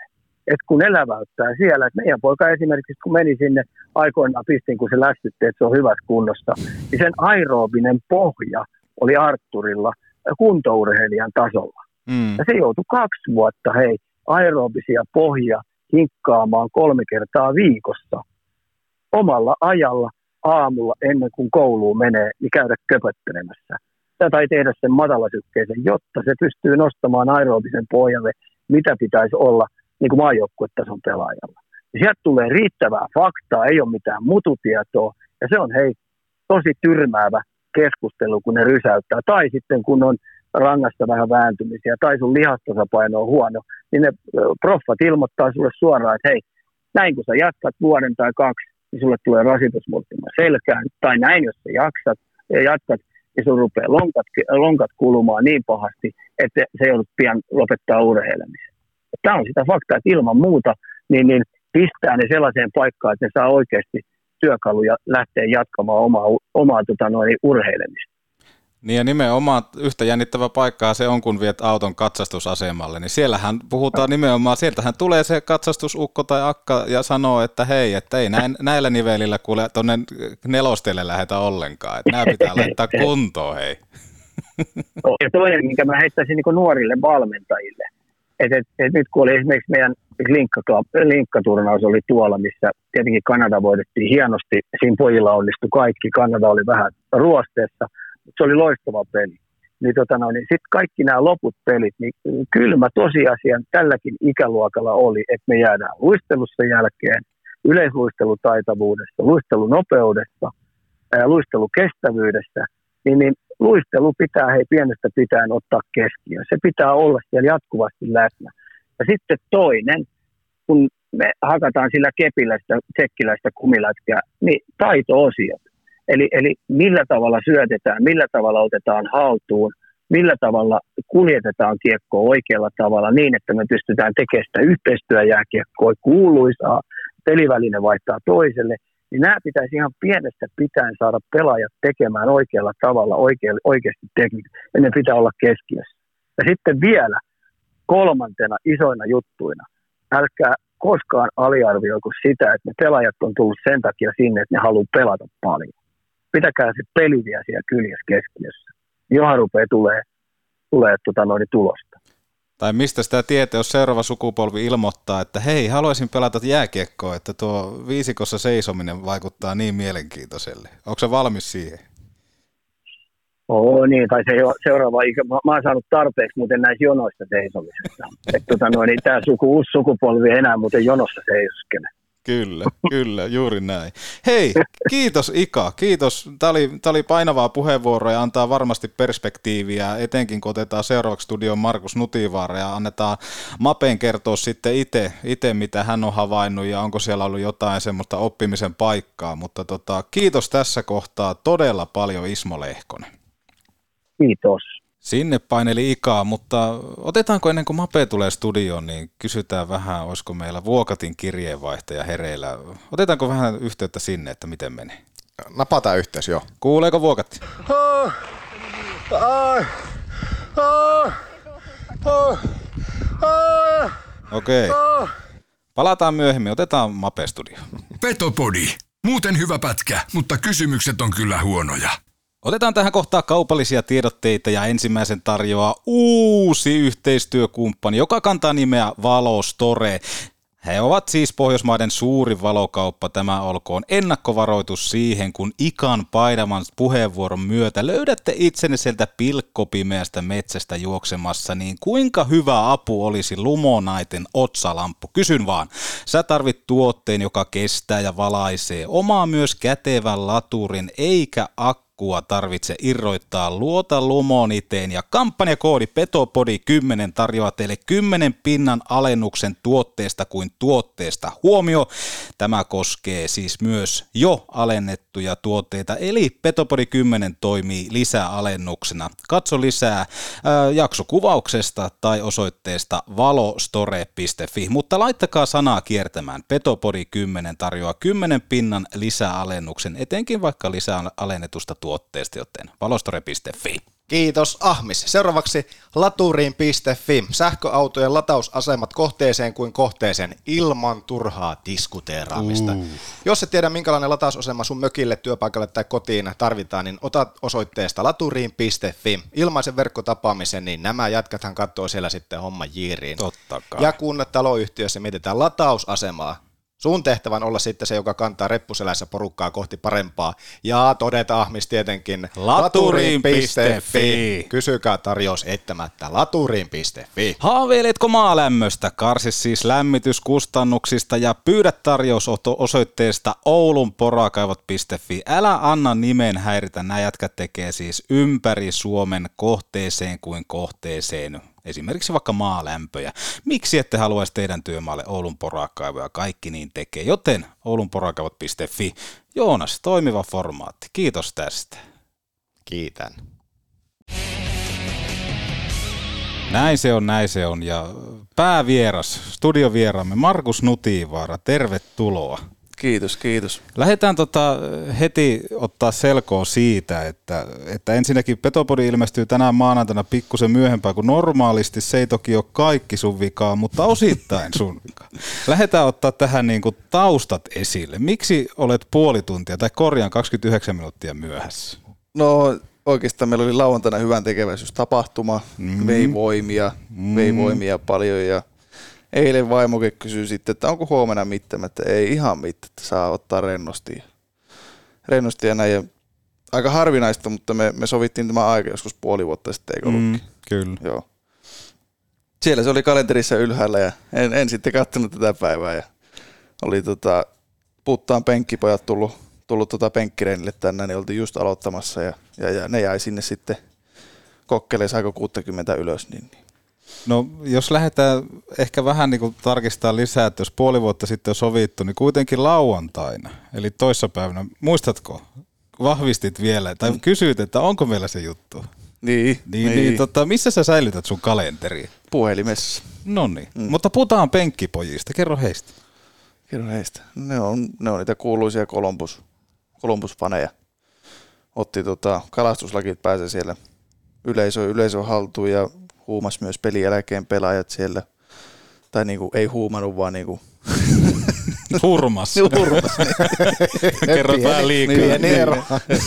että kun eläväyttää siellä, että meidän poika esimerkiksi kun meni sinne aikoinaan pistin, kun se lästytti, että se on hyvässä kunnossa, niin sen aerobinen pohja oli Artturilla kuntourheilijan tasolla. Mm. Ja se joutui kaksi vuotta, hei, aerobisia pohjia hinkkaamaan kolme kertaa viikossa omalla ajalla aamulla ennen kuin kouluun menee, niin käydä köpöttelemässä. Tätä ei tehdä sen matalasykkeisen, jotta se pystyy nostamaan aerobisen pohjalle, mitä pitäisi olla niin kuin maajoukkuetason pelaajalla. Ja sieltä tulee riittävää faktaa, ei ole mitään mututietoa, ja se on hei tosi tyrmäävä keskustelu, kun ne rysäyttää. Tai sitten kun on rangasta vähän vääntymisiä, tai sun lihastasapaino on huono, niin ne proffat ilmoittaa sulle suoraan, että hei, näin kun sä jatkat vuoden tai kaksi, niin sulle tulee rasitusmurtuma selkään, tai näin jos sä jaksat ja jatkat, niin sun rupeaa lonkat, lonkat kulumaan niin pahasti, että se joudut pian lopettaa urheilemisen. Tämä on sitä faktaa, että ilman muuta niin, niin pistää ne sellaiseen paikkaan, että ne saa oikeasti työkaluja lähteä jatkamaan omaa, omaa tota noin, urheilemista. Niin ja nimenomaan yhtä jännittävä paikkaa se on, kun viet auton katsastusasemalle, niin siellähän puhutaan nimenomaan, sieltähän tulee se katsastusukko tai akka ja sanoo, että hei, että ei näin, näillä nivelillä kuule tuonne nelostelle lähetä ollenkaan, että nämä pitää laittaa kuntoon, hei. Ja toinen, minkä mä heittäisin niin nuorille valmentajille, että et, et nyt kun oli esimerkiksi meidän linkkaturnaus oli tuolla, missä tietenkin Kanada voitettiin hienosti, siinä pojilla onnistui kaikki, Kanada oli vähän ruosteessa, se oli loistava peli. Niin, tota no, niin sitten kaikki nämä loput pelit, niin kylmä tosiasia tälläkin ikäluokalla oli, että me jäädään luistelussa jälkeen, yleisluistelutaitavuudessa, luistelunopeudessa ja luistelukestävyydessä, niin, niin luistelu pitää hei pienestä pitäen ottaa keskiöön. Se pitää olla siellä jatkuvasti läsnä. Ja sitten toinen, kun me hakataan sillä kepillä sitä tsekkiläistä kumilätkää, niin taito-osiot. Eli, eli millä tavalla syötetään, millä tavalla otetaan haltuun, millä tavalla kuljetetaan kiekkoa oikealla tavalla niin, että me pystytään tekemään sitä yhteistyöjääkiekkoa kuuluisaa, peliväline vaihtaa toiselle, niin nämä pitäisi ihan pienestä pitäen saada pelaajat tekemään oikealla tavalla, oikea, oikeasti tekniikkaa, ja ne pitää olla keskiössä. Ja sitten vielä kolmantena isoina juttuina, älkää koskaan aliarvioiko sitä, että ne pelaajat on tullut sen takia sinne, että ne haluaa pelata paljon. Pitäkää se peli vielä siellä kyljessä keskiössä. Johan rupeaa tulee, tulee tuota noin tulosta. Tai mistä sitä tietää, jos seuraava sukupolvi ilmoittaa, että hei, haluaisin pelata jääkiekkoa, että tuo viisikossa seisominen vaikuttaa niin mielenkiintoiselle. Onko se valmis siihen? Oo niin, tai se seuraava ikä. Mä, mä oon saanut tarpeeksi muuten näissä jonoissa seisomisesta. Että tota noin, niin tämä suku, uusi sukupolvi ei enää muuten jonossa seisoskele. Kyllä, kyllä, juuri näin. Hei, kiitos Ika, kiitos. Tämä oli, tämä oli painavaa puheenvuoroa ja antaa varmasti perspektiiviä, etenkin kun otetaan seuraavaksi studioon Markus Nutivaara ja annetaan Mapen kertoa sitten itse, itse, mitä hän on havainnut ja onko siellä ollut jotain semmoista oppimisen paikkaa. Mutta tota, kiitos tässä kohtaa todella paljon Ismo Lehkonen. Kiitos. Sinne paineli Ikaa, mutta otetaanko ennen kuin Mape tulee studioon, niin kysytään vähän, olisiko meillä Vuokatin kirjeenvaihtaja hereillä. Otetaanko vähän yhteyttä sinne, että miten menee? Napataan yhteys, joo. Kuuleeko Vuokatti? Okei. Okay. Palataan myöhemmin, otetaan Mape studioon. Petopodi. Muuten hyvä pätkä, mutta kysymykset on kyllä huonoja. Otetaan tähän kohtaan kaupallisia tiedotteita ja ensimmäisen tarjoaa uusi yhteistyökumppani, joka kantaa nimeä Valostore. He ovat siis Pohjoismaiden suurin valokauppa, tämä olkoon ennakkovaroitus siihen, kun Ikan painavan puheenvuoron myötä löydätte itsenne sieltä pilkkopimeästä metsästä juoksemassa, niin kuinka hyvä apu olisi Lumonaiten otsalamppu? Kysyn vaan, sä tarvit tuotteen, joka kestää ja valaisee, omaa myös kätevän laturin eikä akkua tarvitse irroittaa, luota Lumoniteen ja kampanjakoodi Petopodi kymmenen tarjoaa teille kymmenen pinnan alennuksen tuotteesta kuin tuotteesta. Huomio, tämä koskee siis myös jo alennettuja tuotteita, eli Petopodi kymmenen toimii lisäalennuksena. Katso lisää ää, jaksokuvauksesta tai osoitteesta valostore piste fi, mutta laittakaa sanaa kiertämään. Petopodi kymmenen tarjoaa kymmenen pinnan lisäalennuksen, etenkin vaikka lisäalennetusta tuotteesta, joten valostore piste fi. Kiitos Ahmis. Seuraavaksi laturiin piste fi. Sähköautojen latausasemat kohteeseen kuin kohteeseen ilman turhaa diskuteeraamista. Mm. Jos et tiedä minkälainen latausasema sun mökille, työpaikalle tai kotiin tarvitaan, niin ota osoitteesta laturiin piste fi. Ilmaisen verkkotapaamisen, niin nämä jätkäthän katsoo siellä sitten homma jiiriin. Totta kai. Ja kun taloyhtiössä mietitään latausasemaa, sun tehtävän olla sitten se, joka kantaa reppuselässä porukkaa kohti parempaa. Ja todeta Ahmis tietenkin laturiin piste fi. Kysykää tarjous eittämättä laturiin piste fi. Haaveiletko maalämmöstä? Karsi siis lämmityskustannuksista ja pyydä tarjous osoitteesta oulunporakaivot piste fi. Älä anna nimen häiritä. Nämä jätkät tekee siis ympäri Suomen kohteeseen kuin kohteeseen. Esimerkiksi vaikka maalämpöjä. Miksi ette haluaisi teidän työmaalle Oulun porakaivoja? Kaikki niin tekee. Joten oulunporakaivot piste fi. Joonas, toimiva formaatti. Kiitos tästä. Kiitän. Näin se on, näin se on. Ja päävieras, studiovieraamme Markus Nutivaara, tervetuloa. Kiitos, kiitos. Lähdetään tota heti ottaa selkoa siitä, että, että ensinnäkin Petopodi ilmestyy tänään maanantaina pikkusen myöhempään kuin normaalisti. Se ei toki ole kaikki sun vikaa, mutta osittain sun vikaa. Lähdetään ottaa tähän niin kuin taustat esille. Miksi olet puoli tuntia tai korjaan kaksikymmentäyhdeksän minuuttia myöhässä? No oikeastaan meillä oli lauantaina hyvän tekeväisyystapahtuma, mm. vei voimia, mm. vei voimia paljon ja eilen vaimoke kysyi sitten, että onko huomenna mitään, että ei ihan mitään, että saa ottaa rennosti. Rennosti ja näin. Ja aika harvinaista, mutta me, me sovittiin tämä aika joskus puoli vuotta sitten, eikö ollutkin? Mm, kyllä. Joo. Siellä se oli kalenterissa ylhäällä ja en, en sitten katsonut tätä päivää. Ja oli tota, Puttaan penkkipojat tullut, tullut tota penkkireinille tänne, niin oltiin just aloittamassa ja, ja, ja ne jäi sinne sitten kokkeleen, saako kuusikymmentä ylös, niin, niin. No jos lähdetään ehkä vähän niin kuin tarkistaa lisää, että jos puoli vuotta sitten on sovittu, niin kuitenkin lauantaina, eli toissapäivänä, muistatko, vahvistit vielä, tai kysyit, että onko meillä se juttu? Niin. Niin, niin. niin tota, missä sä säilytät sun kalenteriin? Puhelimessa. No niin, mm. mutta puhutaan penkkipojista, kerro heistä. Kerro heistä. Ne on, ne on niitä kuuluisia Columbus, Columbus-faneja. Otti tota, kalastuslakit pääsee siellä yleisö, yleisö haltuun ja huumas myös pelin jälkeen pelaajat siellä. Tai niinku, ei huumannut, vaan niinku hurmas. Hurmas. Kerrot vähän liikaa. Niin, niin.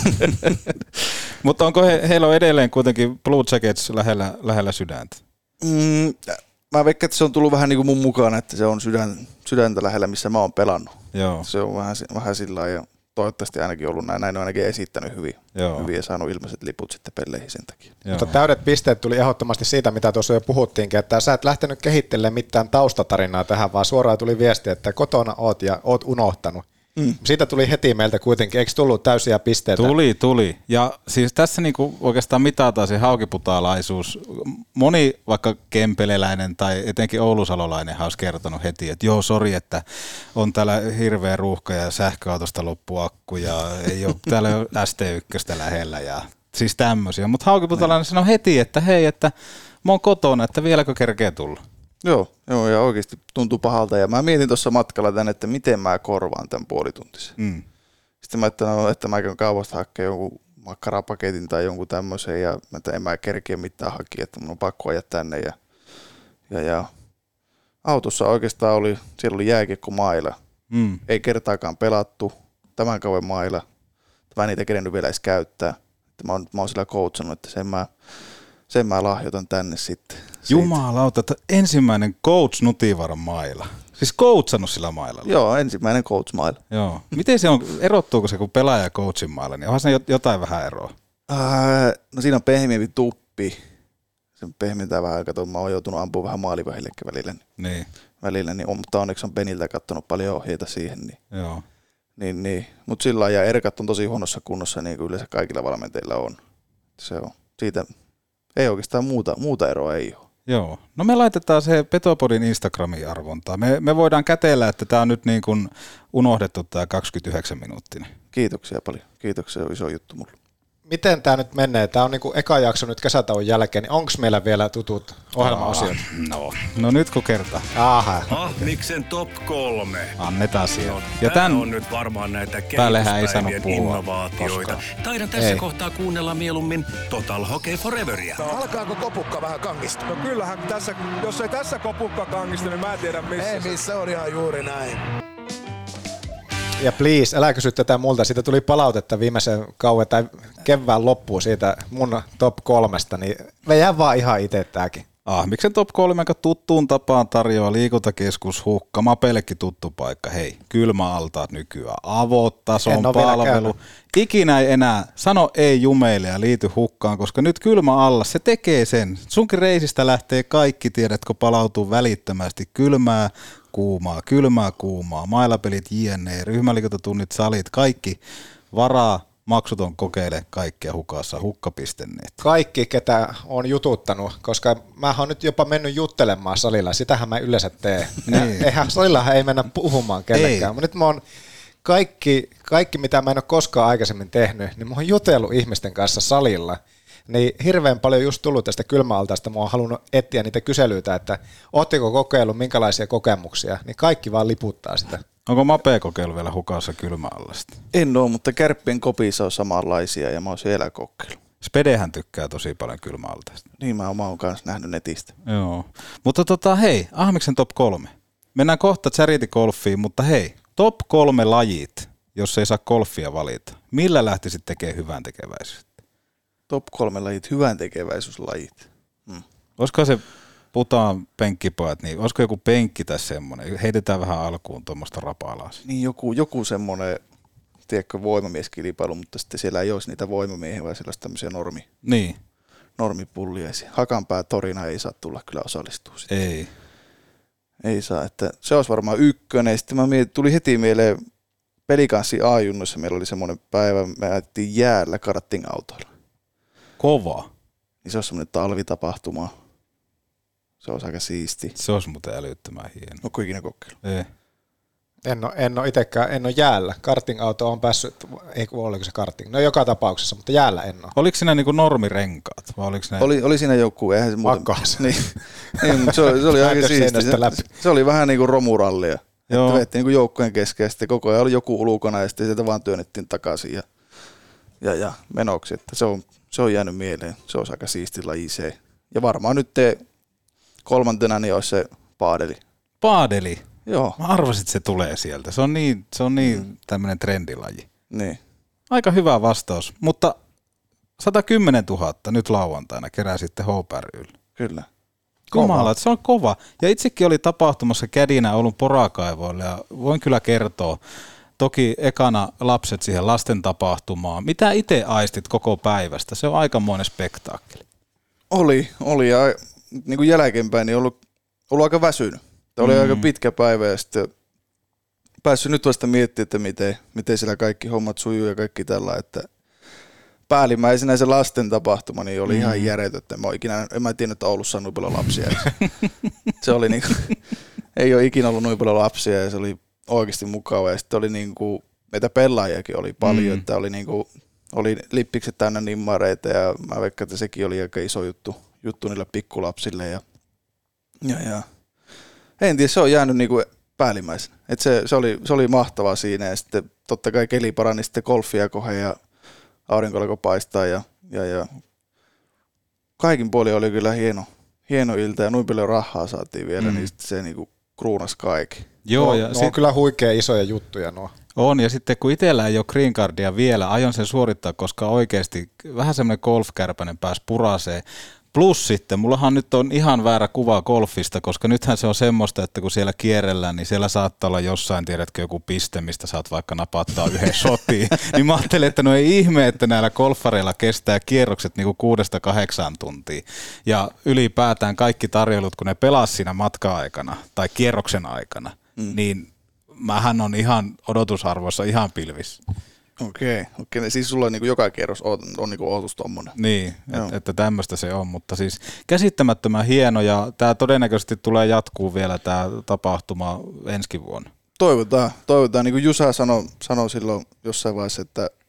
Mutta onko he, heillä on edelleen kuitenkin Blue Jackets lähellä, lähellä sydäntä? Mm, mä veikkaan, että se on tullut vähän niin kuin mun mukana, että se on sydän, sydäntä lähellä, missä mä oon pelannut. Joo. Se on vähän, vähän sillä lailla, ja toivottavasti ainakin ollut näin. Näin on ainakin esittänyt hyvin, hyvin ja saanut ilmaiset liput sitten pelleihin sen takia. Joo. Mutta täydet pisteet tuli ehdottomasti siitä, mitä tuossa jo puhuttiinkin, että sä et lähtenyt kehittelemään mitään taustatarinaa tähän, vaan suoraan tuli viesti, että kotona oot ja oot unohtanut. Mm. Siitä tuli heti meiltä kuitenkin, eikö tullut täysiä pisteitä? Tuli, tuli. Ja siis tässä niinku oikeastaan mitataan se haukiputaalaisuus. Moni vaikka kempeleläinen tai etenkin oulusalolainen olisi kertonut heti, että joo, sori, että on täällä hirveä ruuhka ja sähköautosta loppu akku ja ei ole täällä S T yksi lähellä ja siis tämmöisiä. Mutta haukiputalainen sanoi heti, että hei, että mä oon kotona, että vieläkö kerkee tulla. Joo, joo, ja oikeasti tuntuu pahalta. Ja mä mietin tuossa matkalla tänne, että miten mä korvaan tämän puolituntisen. Mm. Sitten mä ajattelin, no, että mä käyn kaupasta hakemaan jonkun makkarapaketin tai jonkun tämmöisen, ja mä että en mä kerkeä mitään hakia, että mun on pakko ajaa tänne. Ja, ja, ja autossa oikeastaan oli, siellä oli jääkiekkomaila. Mm. Ei kertaakaan pelattu, tämän kauan maila. Mä en niitä kerennyt vielä edes käyttää. Mä oon, mä oon sillä coachannut, että sen mä... Sen mä lahjoitan tänne sitten. Jumalauta, että ensimmäinen coach Nutivaaran maila. Siis coachannut sillä mailalla. Joo, ensimmäinen coach maila. Joo. Miten se on, erottuuko se kun pelaaja ja coachin maila, niin onhan se jotain vähän eroa? Ää, no siinä on pehmeämpi tuppi. Se on pehmeätä vähän, kato, mä oon joutunut ampumaan vähän maalivahillekin välillä. Niin. Välillä, niin on, mutta onneksi on Peniltä katsonut paljon ohjeita siihen. Niin. Joo. Niin, niin. Mutta sillä lailla, ja erkat on tosi huonossa kunnossa, niin kuin yleensä kaikilla valmenteilla on. Se on siitä... Ei oikeastaan muuta, muuta eroa ei ole. Joo. No me laitetaan se Petopodin Instagramiin arvontaan. Me, me voidaan käteillä, että tämä on nyt niin kuin unohdettu tämä kaksikymmentäyhdeksän minuuttinen. Kiitoksia paljon. Kiitoksia, on iso juttu mulle. miten tämä nyt menee? Tämä on niinku eka jakso nyt kesätauon jälkeen, niin onko meillä vielä tutut ohjelmaosiot? No, no nyt kun kerta. Aha. Ahmiksen top kolme. Annetaan siellä. No, ja tää tän on nyt varmaan näitä päällehän ei sano kehityspäivien puhua innovaatioita. koskaan. Taidan tässä Ei. kohtaa kuunnella mieluummin Total Hockey Foreveria. Alkaako kopukka vähän kangistua? No kyllähän tässä, jos ei tässä kopukka kangistu, niin mä en tiedä missä. Ei missä, on ihan juuri näin. Ja please, älä kysy tätä multa. Siitä tuli palautetta viimeisen kauan tai kevään loppuun siitä mun top kolmesta, niin veijää vaan ihan itse tääkin. Ahmiksen top kolme, joka tuttuun tapaan tarjoaa liikuntakeskus Hukka. Mapellekin tuttu paikka. Hei, kylmäaltaat nykyään. Avotason palvelu. Ikinä ei enää sano ei jumeille ja liity Hukkaan, koska nyt kylmä alla, se tekee sen. Sunkin reisistä lähtee kaikki, tiedätkö, palautuu välittömästi. Kylmää, kuumaa, kylmää, kuumaa. Mailapelit, jne, ryhmäliikuntatunnit, salit, kaikki varaa. Maksuton kokeile kaikkea Hukassa, hukka piste net. Kaikki, ketä on jututtanut, koska mä oon nyt jopa mennyt juttelemaan salilla, sitähän mä yleensä teen. Niin. Eihän salillahan ei mennä puhumaan kellekään, mutta nyt mä oon kaikki, kaikki, mitä mä en ole koskaan aikaisemmin tehnyt, niin mä oon jutellut ihmisten kanssa salilla. Niin hirveän paljon just tullut tästä kylmäaltaista, mä oon halunnut etsiä niitä kyselyitä, että ootteko kokeillut minkälaisia kokemuksia, niin kaikki vaan liputtaa sitä. Onko Mape kokeilu vielä Hukassa kylmäallasta? En ole, mutta Kärppien kopissa on samanlaisia ja mä oon siellä kokeillut. Spedehän tykkää tosi paljon kylmäaltaista. Niin mä oon kanssa nähnyt netistä. Joo, mutta tota hei, Ahmiksen top kolme. Mennään kohta charity-golfiin, mutta hei, top kolme lajit, jos ei saa golfia valita. Millä lähtisit tekemään hyvän tekeväisyyttä? Top kolme lajit, hyvän tekeväisyyslajit. Hmm. Olisiko se, puhutaan penkkipojat, niin olisiko joku penkki tai semmoinen? Heitetään vähän alkuun tuommoista rapaa. Niin joku, joku semmoinen, tiedätkö, voimamieskilpailu, mutta sitten siellä ei olisi niitä voimamiehiä, vaan sellaista tämmöisiä normi, niin. normipulliaisia. Hakanpää Torina ei saa tulla kyllä osallistua sitten. Ei. Ei saa, että se olisi varmaan ykkönen. Sitten mä mietin, tuli heti mieleen pelikanssi A-junnossa, meillä oli semmoinen päivä, me ajettiin jäällä karting-autoilla. Kova. Niin se olisi semmoinen talvitapahtuma. Se olisi aika siisti. Se olisi muuten älyttömän hieno. Onko ikinä kokeilu? Ei. En ole, en ole itsekään, en ole jäällä. Karting-auto on päässyt, ei kun oliko se karting, no joka tapauksessa, mutta jäällä en ole. Oliko siinä niinku normirenkaat? Vai oliko ne... oli, oli siinä joku, eihän se muuten... Makas. Niin, niin, mutta se oli, se oli aika siisti. Se, se oli vähän niin kuin romurallia. Joo. Että vettiin niin joukkojen kesken ja sitten koko ajan oli joku ulkona ja sitten sieltä vaan työnnettiin takaisin ja, ja, ja menoksi. Että se, on, se on jäänyt mieleen. Se olisi aika siisti laji se. Ja varmaan nyt te kolmantena niin olisi se paadeli. Paadeli? Joo. Mä arvasin, että se tulee sieltä. Se on niin, se on niin mm. tämmöinen trendilaji. Niin. Aika hyvä vastaus, mutta sata kymmenen tuhatta nyt lauantaina kerää sitten H P R:llä. Kyllä. Jumala, se on kova. Ja itsekin oli tapahtumassa kädinä Oulun porakaivoilla ja voin kyllä kertoa, toki ekana lapset siihen lasten tapahtumaan. Mitä itse aistit koko päivästä? Se on aikamoinen spektaakkeli. Oli, oli ja niin kuin jälkeenpäin niin ollut, ollut aika väsynyt. Tämä oli mm. aika pitkä päivä ja sitten päässyt nyt vasta miettimään, että miten, miten siellä kaikki hommat sujuu ja kaikki tällä, että päällimmäisenä se lasten tapahtuma niin oli mm. ihan järjetön, että mä ikinä, en mä tiennyt, että Oulussa on noin paljon lapsia. Se oli niinku, ei ole ikinä ollut noin paljon lapsia ja se oli oikeasti mukava ja sitten oli niinku, meitä pelaajiakin oli paljon, mm. että oli niinku, oli lippikset täynnä nimmareita ja mä veikkaan, että sekin oli aika iso juttu, juttu niille pikkulapsille ja, ja, ja. En tiedä, se on jäänyt niinku päällimmäisenä. Et se, se, oli, se oli mahtavaa siinä ja sitten totta kai keli parani sitten golfia kohden ja aurinko alkoi paistaa ja, ja, ja kaikin puolin oli kyllä hieno, hieno ilta ja noin paljon rahaa saatiin vielä, mm. niin se niinku kruunas kaikki. Joo, ja no, sit... on kyllä huikea isoja juttuja nuo. On, ja sitten kun itsellä ei ole green cardia vielä, aion sen suorittaa, koska oikeasti vähän semmoinen golfkärpäinen pääsi puraseen. Plus sitten, mullahan nyt on ihan väärä kuva golfista, koska nythän se on semmoista, että kun siellä kierrellään, niin siellä saattaa olla jossain, tiedätkö, joku piste, mistä saat vaikka napattaa yhden shotiin. Niin mä ajattelin, että no ei ihme, että näillä golfareilla kestää kierrokset niinku kuudesta kahdeksaan tuntia. Ja ylipäätään kaikki tarjoilut, kun ne pelas siinä matka-aikana tai kierroksen aikana, mm. niin mähän on ihan odotusarvoissa ihan pilvissä. Okei, okei. Siis sulla on niin kuin joka kierros on, on niin kuin odotus tommonen. Niin, et, että tämmöistä se on, mutta siis käsittämättömän hieno ja tämä todennäköisesti tulee jatkuu vielä tämä tapahtuma ensi vuonna. Toivotaan, toivotaan. Niin kuin Jusa sanoi, sanoi silloin jossain vaiheessa, että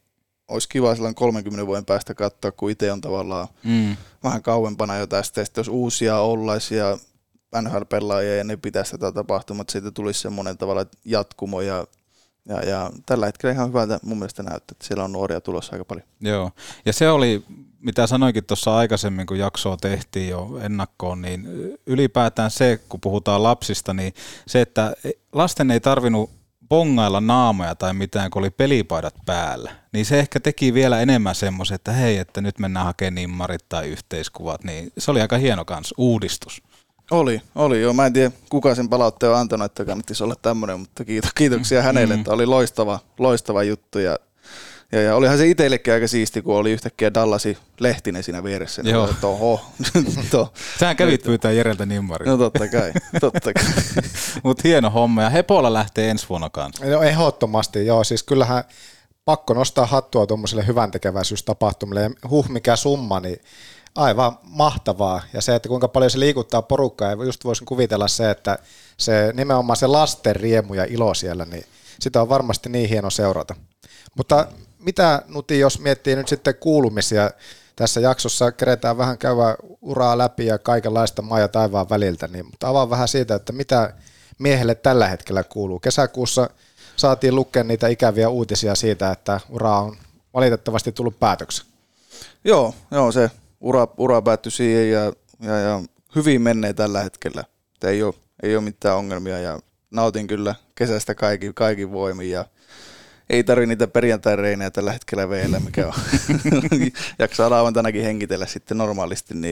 olisi kiva silloin kolmenkymmenen vuoden päästä katsoa, kun itse on tavallaan mm. vähän kauempana jo tästä. Ja sitten jos uusia ollaisia N H L-pelaajia ja ne pitäisi tätä tapahtumaa, että siitä tulisi semmoinen tavalla jatkumo ja, ja, ja tällä hetkellä ihan hyvältä mun mielestä näyttää, että siellä on nuoria tulossa aika paljon. Joo, ja se oli, mitä sanoinkin tuossa aikaisemmin, kun jaksoa tehtiin jo ennakkoon, niin ylipäätään se, kun puhutaan lapsista, niin se, että lasten ei tarvinnut bongailla naamoja tai mitään, kun oli pelipaidat päällä, niin se ehkä teki vielä enemmän semmoisen, että hei, että nyt mennään hakemaan nimmarit tai yhteiskuvat, niin se oli aika hieno kans uudistus. Oli, oli joo. Mä en tiedä, kuka sen palautteen on antanut, että kannattisi olla tämmöinen, mutta kiitos, kiitoksia hänelle, mm. että oli loistava, loistava juttu. Ja, ja, ja olihan se itsellekin aika siisti, kun oli yhtäkkiä Dallasi Lehtinen siinä vieressä. Joo. Niin, oho. to. Sähän kävit pyytää Jereltä nimmarin. No totta kai, totta kai. Mutta hieno homma, ja Hepola lähtee ensi vuonna kanssa. No ehdottomasti, joo. Siis kyllähän pakko nostaa hattua tuommoiselle hyväntekeväisyystapahtumille, ja huh mikä summa, niin aivan mahtavaa. Ja se, että kuinka paljon se liikuttaa porukkaa, ja just voisin kuvitella se, että se nimenomaan se lasten riemu ja ilo siellä, niin sitä on varmasti niin hieno seurata. Mutta mitä Nuti, jos miettii nyt sitten kuulumisia, tässä jaksossa keretään vähän käydä uraa läpi ja kaikenlaista maa ja taivaan väliltä, niin, mutta avaa vähän siitä, että mitä miehelle tällä hetkellä kuuluu. Kesäkuussa saatiin lukea niitä ikäviä uutisia siitä, että ura on valitettavasti tullut päätöksen. Joo, joo se ura, ura päättyi siihen ja, ja, ja hyvin menee tällä hetkellä. Ei ole, ei ole mitään ongelmia ja nautin kyllä kesästä kaikin, kaikin voimin ja ei tarvitse niitä perjantai-reinejä tällä hetkellä vielä, mikä on. Jaksaa lauantainakin hengitellä sitten normaalisti. Niin,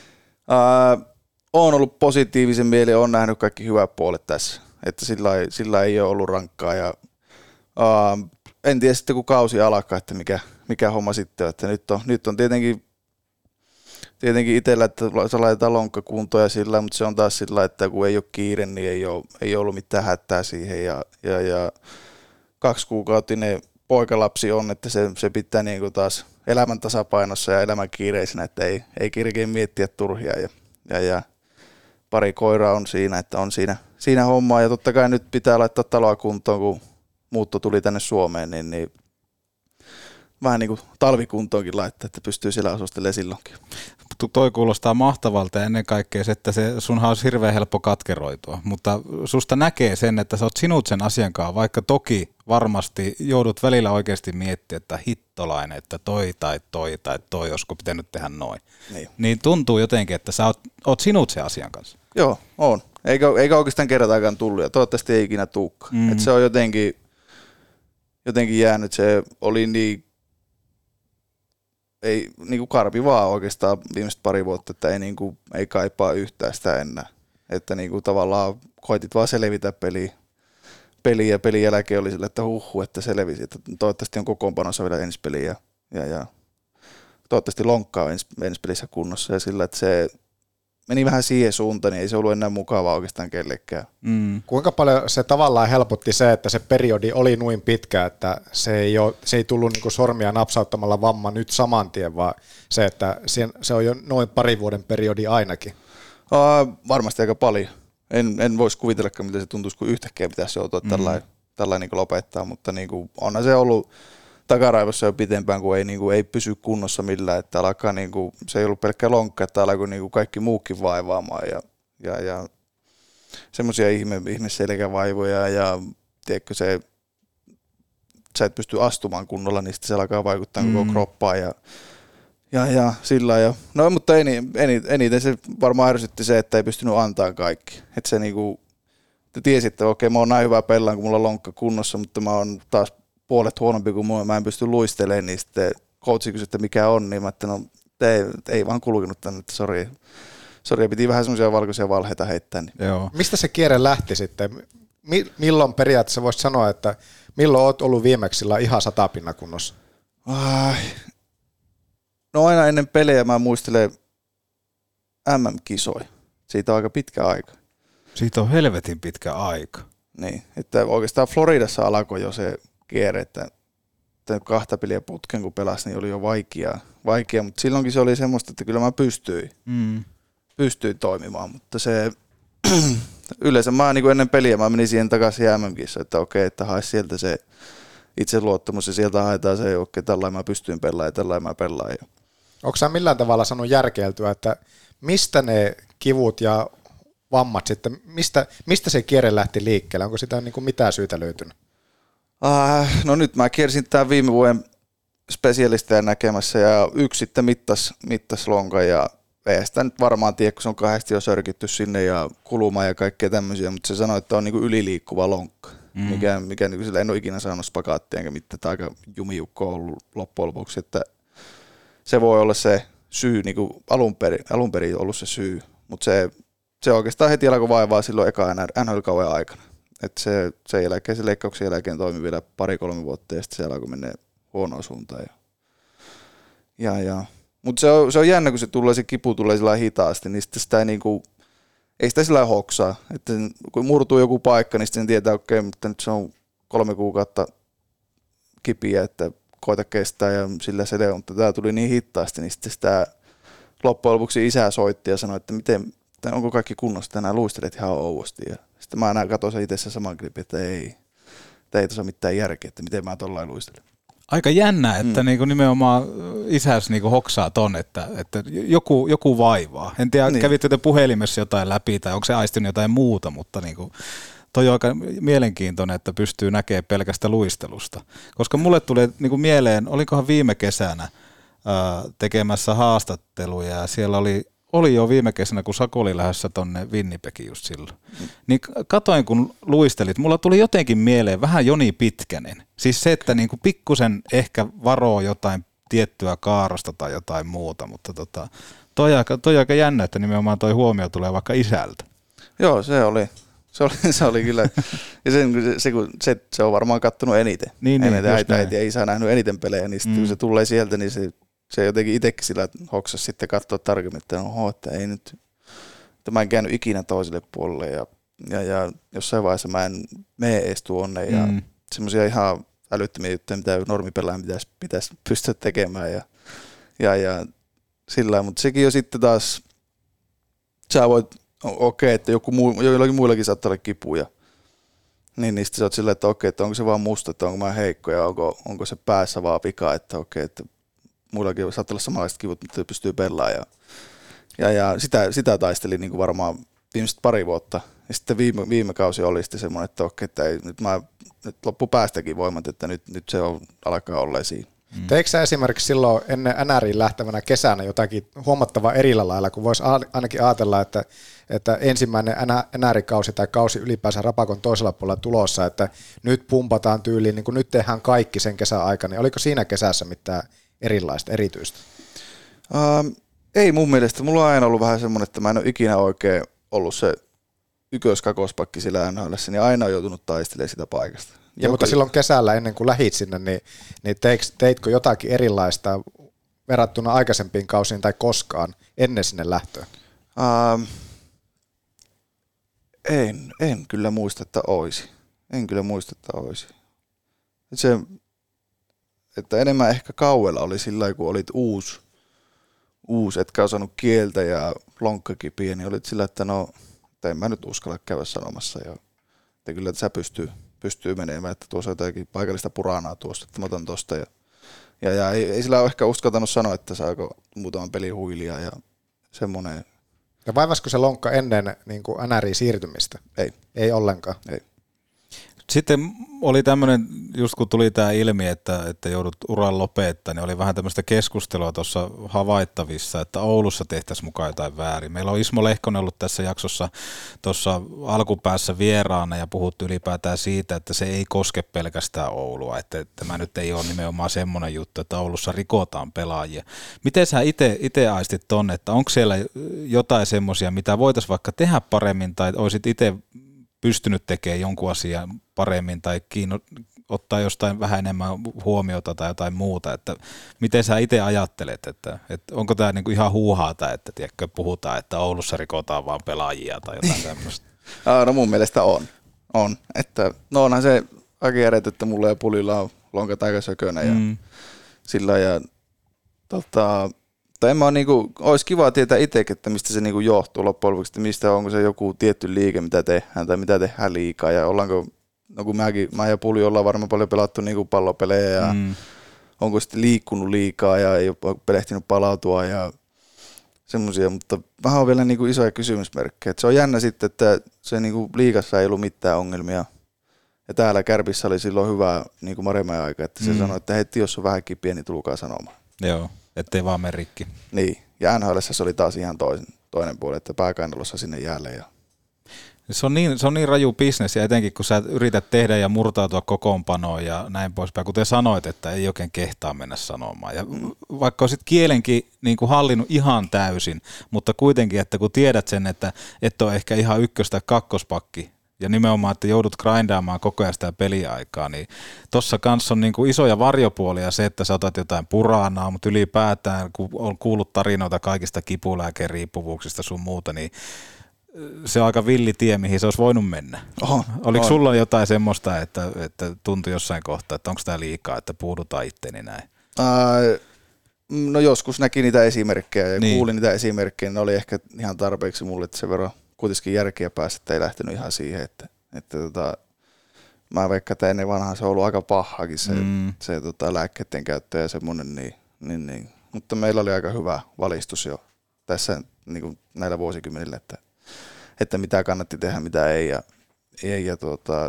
ää, olen ollut positiivisen mieli, olen nähnyt kaikki hyvät puolet tässä. Että sillä, ei, sillä ei ole ollut rankkaa. Ja, ää, en tiedä sitten kun kausi alkaa, että mikä, mikä homma sitten on. Että nyt, on, nyt on tietenkin, tietenkin itsellä, että se laitetaan lonkkakuntoja sillä, mutta se on taas sillä, että kun ei ole kiire, niin ei ole, ei ole ollut mitään hätää siihen. Ja, ja, ja kaksikuukautinen poikalapsi on, että se, se pitää niin kuin taas elämän tasapainossa ja elämän kiireisenä, että ei, ei kirkeä miettiä turhia. Ja, ja, ja pari koiraa on siinä, että on siinä, siinä hommaa. Ja totta kai nyt pitää laittaa taloa kuntoon, kun muutto tuli tänne Suomeen, niin, niin vähän niin kuin talvikuntoonkin laittaa, että pystyy siellä asustelemaan silloinkin. Toi kuulostaa mahtavalta ja ennen kaikkea se, että se, sunhan olisi hirveän helppo katkeroitua, mutta susta näkee sen, että sä oot sinut sen asiankaan, vaikka toki varmasti joudut välillä oikeasti miettimään, että hittolainen, että toi tai toi tai toi, olisiko pitänyt tehdä noin. Niin, niin tuntuu jotenkin, että sä oot, oot sinut sen asian kanssa. Joo, on. Eikä, eikä oikeastaan kertaakaan tullut ja toivottavasti ei ikinä tulekaan. Mm. Että se on jotenkin, jotenkin jäänyt, se oli niin ei niin kuin karpi vaan oikeastaan viimeiset pari vuotta, että ei, niin kuin, ei kaipaa yhtään sitä enää. Että niin kuin tavallaan koitit vaan selvitä peliä, peliä ja pelin jälkeen oli sillä, että huhhuh, että selvisi. Että toivottavasti on kokoonpanossa vielä ensi peli ja, ja, ja toivottavasti lonkkaa ensi, ensi pelissä kunnossa ja sillä, että se meni vähän siihen suuntaan, niin ei se ollut enää mukavaa oikeastaan kellekään. Mm. Kuinka paljon se tavallaan helpotti se, että se periodi oli noin pitkä, että se ei, ole, se ei tullut niinku sormia napsauttamalla vamma nyt saman tien, vaan se, että se on jo noin pari vuoden periodi ainakin? Uh, varmasti aika paljon. En, en voisi kuvitellakaan, mitä se tuntuisi, kun yhtäkkiä pitäisi joutua mm. tällainen, tällainen niin lopettaa, mutta niin kuin, onhan se ollut takaraivossa jo pitempään, kun ei, niin kuin, ei pysy kunnossa millään, että alkaa, niin kuin, se ei ollut pelkkä lonkka, että alkoi niin kuin kaikki muukin vaivaamaan ja, ja, ja semmoisia ihme, ihmisselkävaivoja ja tiedätkö se, sä et pysty astumaan kunnolla, niin sitten se alkaa vaikuttaa mm. koko kroppaan ja, ja, ja sillä ja, no mutta eniten se varmaan ärsytti se, että ei pystynyt antaa kaikki, että se niinku, te tiesi, että okei mä oon näin hyvä pellaan, kun mulla on lonkka kunnossa, mutta mä oon taas puolet huonompi kuin mua, mä en pysty luistelemaan, niin sitten coachi kysyi, että mikä on, niin mä että no ei, ei vaan kulkenut tänne, että sori. Sori, piti vähän semmoisia valkoisia valheita heittää. Niin. Joo. Mistä se kierre lähti sitten? Milloin periaatteessa voisit sanoa, että milloin olet ollut viimeksi sillä ihan satapinnan kunnossa? Ai. No aina ennen pelejä mä muistelen M M-kisoja. Siitä on aika pitkä aika. Siitä on helvetin pitkä aika. Niin, että oikeastaan Floridassa alkoi jo se kierre, että kahta peliä putken kun pelasi, niin oli jo vaikeaa, vaikeaa, mutta silloinkin se oli semmoista, että kyllä mä pystyin, mm. pystyin toimimaan, mutta se yleensä mä niin kuin ennen peliä mä menin siihen takaisin M M-kissä, että okei, että haisi sieltä se itseluottamus ja sieltä haetaan se, okei, okay, tällainen mä pystyn pelaamaan ja tällainen mä pelaan. Onko sä millään tavalla sanonut järkeiltyä, että mistä ne kivut ja vammat sitten, mistä, mistä se kierre lähti liikkeelle? Onko sitä niin kuin mitään syytä löytynyt? Uh, no nyt mä kiersin tämän viime vuoden spesialisteja näkemässä ja yksi sitten mittas, mittas lonkan ja ei sitä nyt varmaan tiedä, kun se on kahdesti jo sörkitty sinne ja kuluma ja kaikkea tämmöisiä, mutta se sanoi, että on niinku yliliikkuva lonkka, mm. mikä, mikä niinku sillä en ole ikinä saanut spagaattia enkä mitään, että aika jumiukko on ollut loppujen lopuksi, että se voi olla se syy, niinku alun perin, alun perin ollut se syy, mutta se, se oikeastaan heti alkoi vaivaa silloin eka N H L-kauden aikana, että se, sen jälkeen, se leikkauksen jälkeen toimi vielä pari-kolme vuotta ja sitten se alkoi mennä huonoon suuntaan ja, ja, ja. Mutta se on, se on jännä, kun se tulee, se kipu tulee sillä hitaasti, niin sitten sitä ei, niinku, ei sitä sillä hoksaa. Että kun murtuu joku paikka, niin sitten tietää, okei, okay, mutta nyt se on kolme kuukautta kipiä, että koita kestää ja sillä se on. Mutta tämä tuli niin hitaasti, niin sitten sitä loppujen lopuksi isä soitti ja sanoi, että miten, onko kaikki kunnossa, tänään luistelet ihan ouvosti. Ja sitten mä aina katsoin itse sen saman klipin, että ei, ei tuossa mitään järkeä, että miten mä tollain luistelen. Aika jännä, että mm. niinku nimenomaan isäs niinku hoksaa ton, että, että joku, joku vaivaa. En tiedä, niin. kävitkö te puhelimessa jotain läpi tai onko se aistinut jotain muuta, mutta niinku, toi on aika mielenkiintoinen, että pystyy näkemään pelkästä luistelusta. Koska mulle tuli niinku mieleen, olikohan viime kesänä ää, tekemässä haastatteluja ja siellä oli Oli jo viime kesänä, kun Saku oli lähdössä tonne Winnipegin just silloin. Mm. Niin katoin, kun luistelit, mulla tuli jotenkin mieleen vähän Joni Pitkänen. Siis se, että niinku pikkusen ehkä varoo jotain tiettyä kaarasta tai jotain muuta, mutta tota, toi, aika, toi aika jännä, että nimenomaan toi huomio tulee vaikka isältä. Joo, se oli. Se oli, se oli kyllä. Ja se, se, se, se on varmaan kattonut eniten. Niin, eniten niin, äiti, äiti ei saa nähnyt eniten pelejä, niin sitten mm. kun se tulee sieltä, niin se... Se jotenkin itsekin sillä hoksasi sitten katsoa tarkemmin, että, oho, että ei nyt, että mä en käynyt ikinä toiselle puolelle ja, ja, ja jossain vaiheessa mä en mene edes tuonne ja mm. semmoisia ihan älyttömiä juttuja, mitä normipelaajan pitäisi, pitäisi pystyä tekemään ja, ja, ja sillä mutta sekin jo sitten taas, sä voit, okei, okay, että joku muu, joillakin muillakin saattaa olla kipuja, niin niistä sä oot silleen, että okei, okay, että onko se vaan musta, että onko mä heikko ja onko, onko se päässä vaan vika, että okei, okay, että muillakin saattaa olla samanlaiset kivut, mutta pystyy pelaamaan. Ja, ja, ja sitä, sitä taistelin niin kuin varmaan viimeiset pari vuotta. Ja sitten viime, viime kausi oli sitten semmoinen, että okei, että ei, nyt, mä, nyt loppu päästäkin voimat, että nyt, nyt se on, alkaa olla siinä. Mm. Teikö sä esimerkiksi silloin ennen N R:iin lähtevänä kesänä jotakin huomattavaa erillä lailla, kun voisi ainakin ajatella, että, että ensimmäinen N R-kausi tai kausi ylipäänsä Rapakon toisella puolella tulossa, että nyt pumpataan tyyliin, niin kuin nyt tehdään kaikki sen kesän aikana, niin oliko siinä kesässä mitään erilaista, erityistä? Ähm, ei mun mielestä. Mulla on aina ollut vähän semmoinen, että mä en ole ikinä oikein ollut se ykkös-kakospakki sillä N H L:ssä, niin aina on joutunut taistelemaan sitä paikasta. Ja Joka... mutta silloin kesällä ennen kuin lähit sinne, niin, niin teitkö jotakin erilaista verrattuna aikaisempiin kausiin tai koskaan ennen sinne lähtöä? Ähm, en, en kyllä muista, että olisi. En kyllä muista, että olisi. Se... Että enemmän ehkä kauella oli sillä kun olit uusi, uusi, etkä osannut kieltä ja lonkkakipiä, niin olit sillä, että no, että en mä nyt uskalla käydä sanomassa. Ja, että kyllä että sä pystyy, pystyy menemään, että tuossa on jotakin paikallista puranaa tuosta, että mä otan tosta. Ja, ja, ja ei, ei sillä ole ehkä uskaltanut sanoa, että saako muutaman pelin huilia ja semmoinen. Ja vaivasko se lonkka ennen niin kuin N R:iin siirtymistä? Ei. Ei ollenkaan? Ei. Sitten oli tämmöinen, just kun tuli tämä ilmi, että, että joudut uran lopettaa, niin oli vähän tämmöistä keskustelua tuossa havaittavissa, että Oulussa tehtäisiin mukaan jotain väärin. Meillä on Ismo Lehkonen ollut tässä jaksossa tuossa alkupäässä vieraana ja puhuttu ylipäätään siitä, että se ei koske pelkästään Oulua, että tämä nyt ei ole nimenomaan semmoinen juttu, että Oulussa rikotaan pelaajia. Miten sä itse aistit tonne, että onko siellä jotain semmoisia, mitä voitaisiin vaikka tehdä paremmin tai olisit itse pystynyt tekemään jonkun asian paremmin tai kiinno, ottaa jostain vähän enemmän huomiota tai jotain muuta, että miten sä itse ajattelet, että, että onko tämä niinku ihan huuhaata, että tiedätkö, puhutaan, että Oulussa rikotaan vaan pelaajia tai jotain tämmöistä? No mun mielestä on, on. Että, no onhan se aika järjet, että mulla ja Pulilla on lonkat aika sökönä ja mm. sillä ja tota, en mä niinku, olisi kiva tietää itsekin, että mistä se niinku johtuu loppujen lopuksi, että mistä onko se joku tietty liike, mitä tehdään tai mitä tehdään liikaa ja ollaanko no kun mäkin, mä ja Pulju ollaan varmaan paljon pelattu niin kuin pallopelejä ja mm. onko sitten liikkunut liikaa ja ei ole pelehtinyt palautua ja semmoisia, mutta vähän on vielä niin kuin isoja kysymysmerkkejä. Et se on jännä sitten, että se niin kuin liigassa ei ollut mitään ongelmia. Ja täällä Kärpissä oli silloin hyvä niin kuin Maremäen aika, että se mm. sanoi, että heti jos on vähänkin pieni, tulkaa sanomaan. Joo, ettei vaan mene rikki. Niin, ja N H L:ssä se oli taas ihan toinen, toinen puoli, että pääkainalossa sinne jälleen. Ja Se on, niin, se on niin raju bisnes, ja etenkin kun sä yrität tehdä ja murtautua kokoonpanoon ja näin poispäin, kuten sanoit, että ei oikein kehtaa mennä sanomaan. Ja vaikka olisit kielenkin niin kuin hallinnut ihan täysin, mutta kuitenkin, että kun tiedät sen, että et ole ehkä ihan ykkös- tai kakkospakki, ja nimenomaan, että joudut grindaamaan koko ajan sitä peliaikaa, niin tossa kanssa on niin kuin isoja varjopuolia se, että sä otat jotain puraanaa, mutta ylipäätään, kun on kuullut tarinoita kaikista kipulääkeriippuvuuksista sun muuta, niin se on aika villi tie, mihin se olisi voinut mennä. Oho, Oliko on. sulla jotain semmoista, että, että tuntui jossain kohtaa, että onko tämä liikaa, että puudutaan itteeni näin? Ää, no joskus näki niitä esimerkkejä ja niin. kuulin niitä esimerkkejä, niin ne oli ehkä ihan tarpeeksi mulle, että sen verran kuitenkin järkeä pääsi, että ei lähtenyt ihan siihen, että, että tota, mä veikkaan, että ennen vanhaan se on ollut aika pahakin se, mm. se tota, lääkkeiden käyttö ja semmoinen, niin, niin, niin. mutta meillä oli aika hyvä valistus jo tässä niin kuin näillä vuosikymmenillä, että että mitä kannatti tehdä, mitä ei. Ja, ei ja tuota,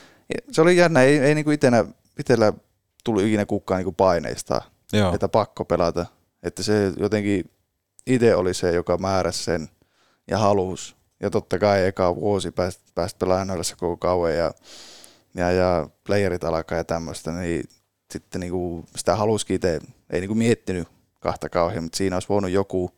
se oli jännä, ei, ei niinku itenä, itellä tullut ikinä kukaan niinku paineista, Joo. että pakko pelata. Että se jotenkin itse oli se, joka määräsi sen ja halusi. Ja totta kai eka vuosi pääsi pääst pelaamaan N H L:ssä koko kauan ja, ja, ja playerit alkaa ja tämmöistä, niin sitten niinku sitä halusikin itse, ei niinku miettinyt kahta kauhean, mutta siinä olisi voinut joku,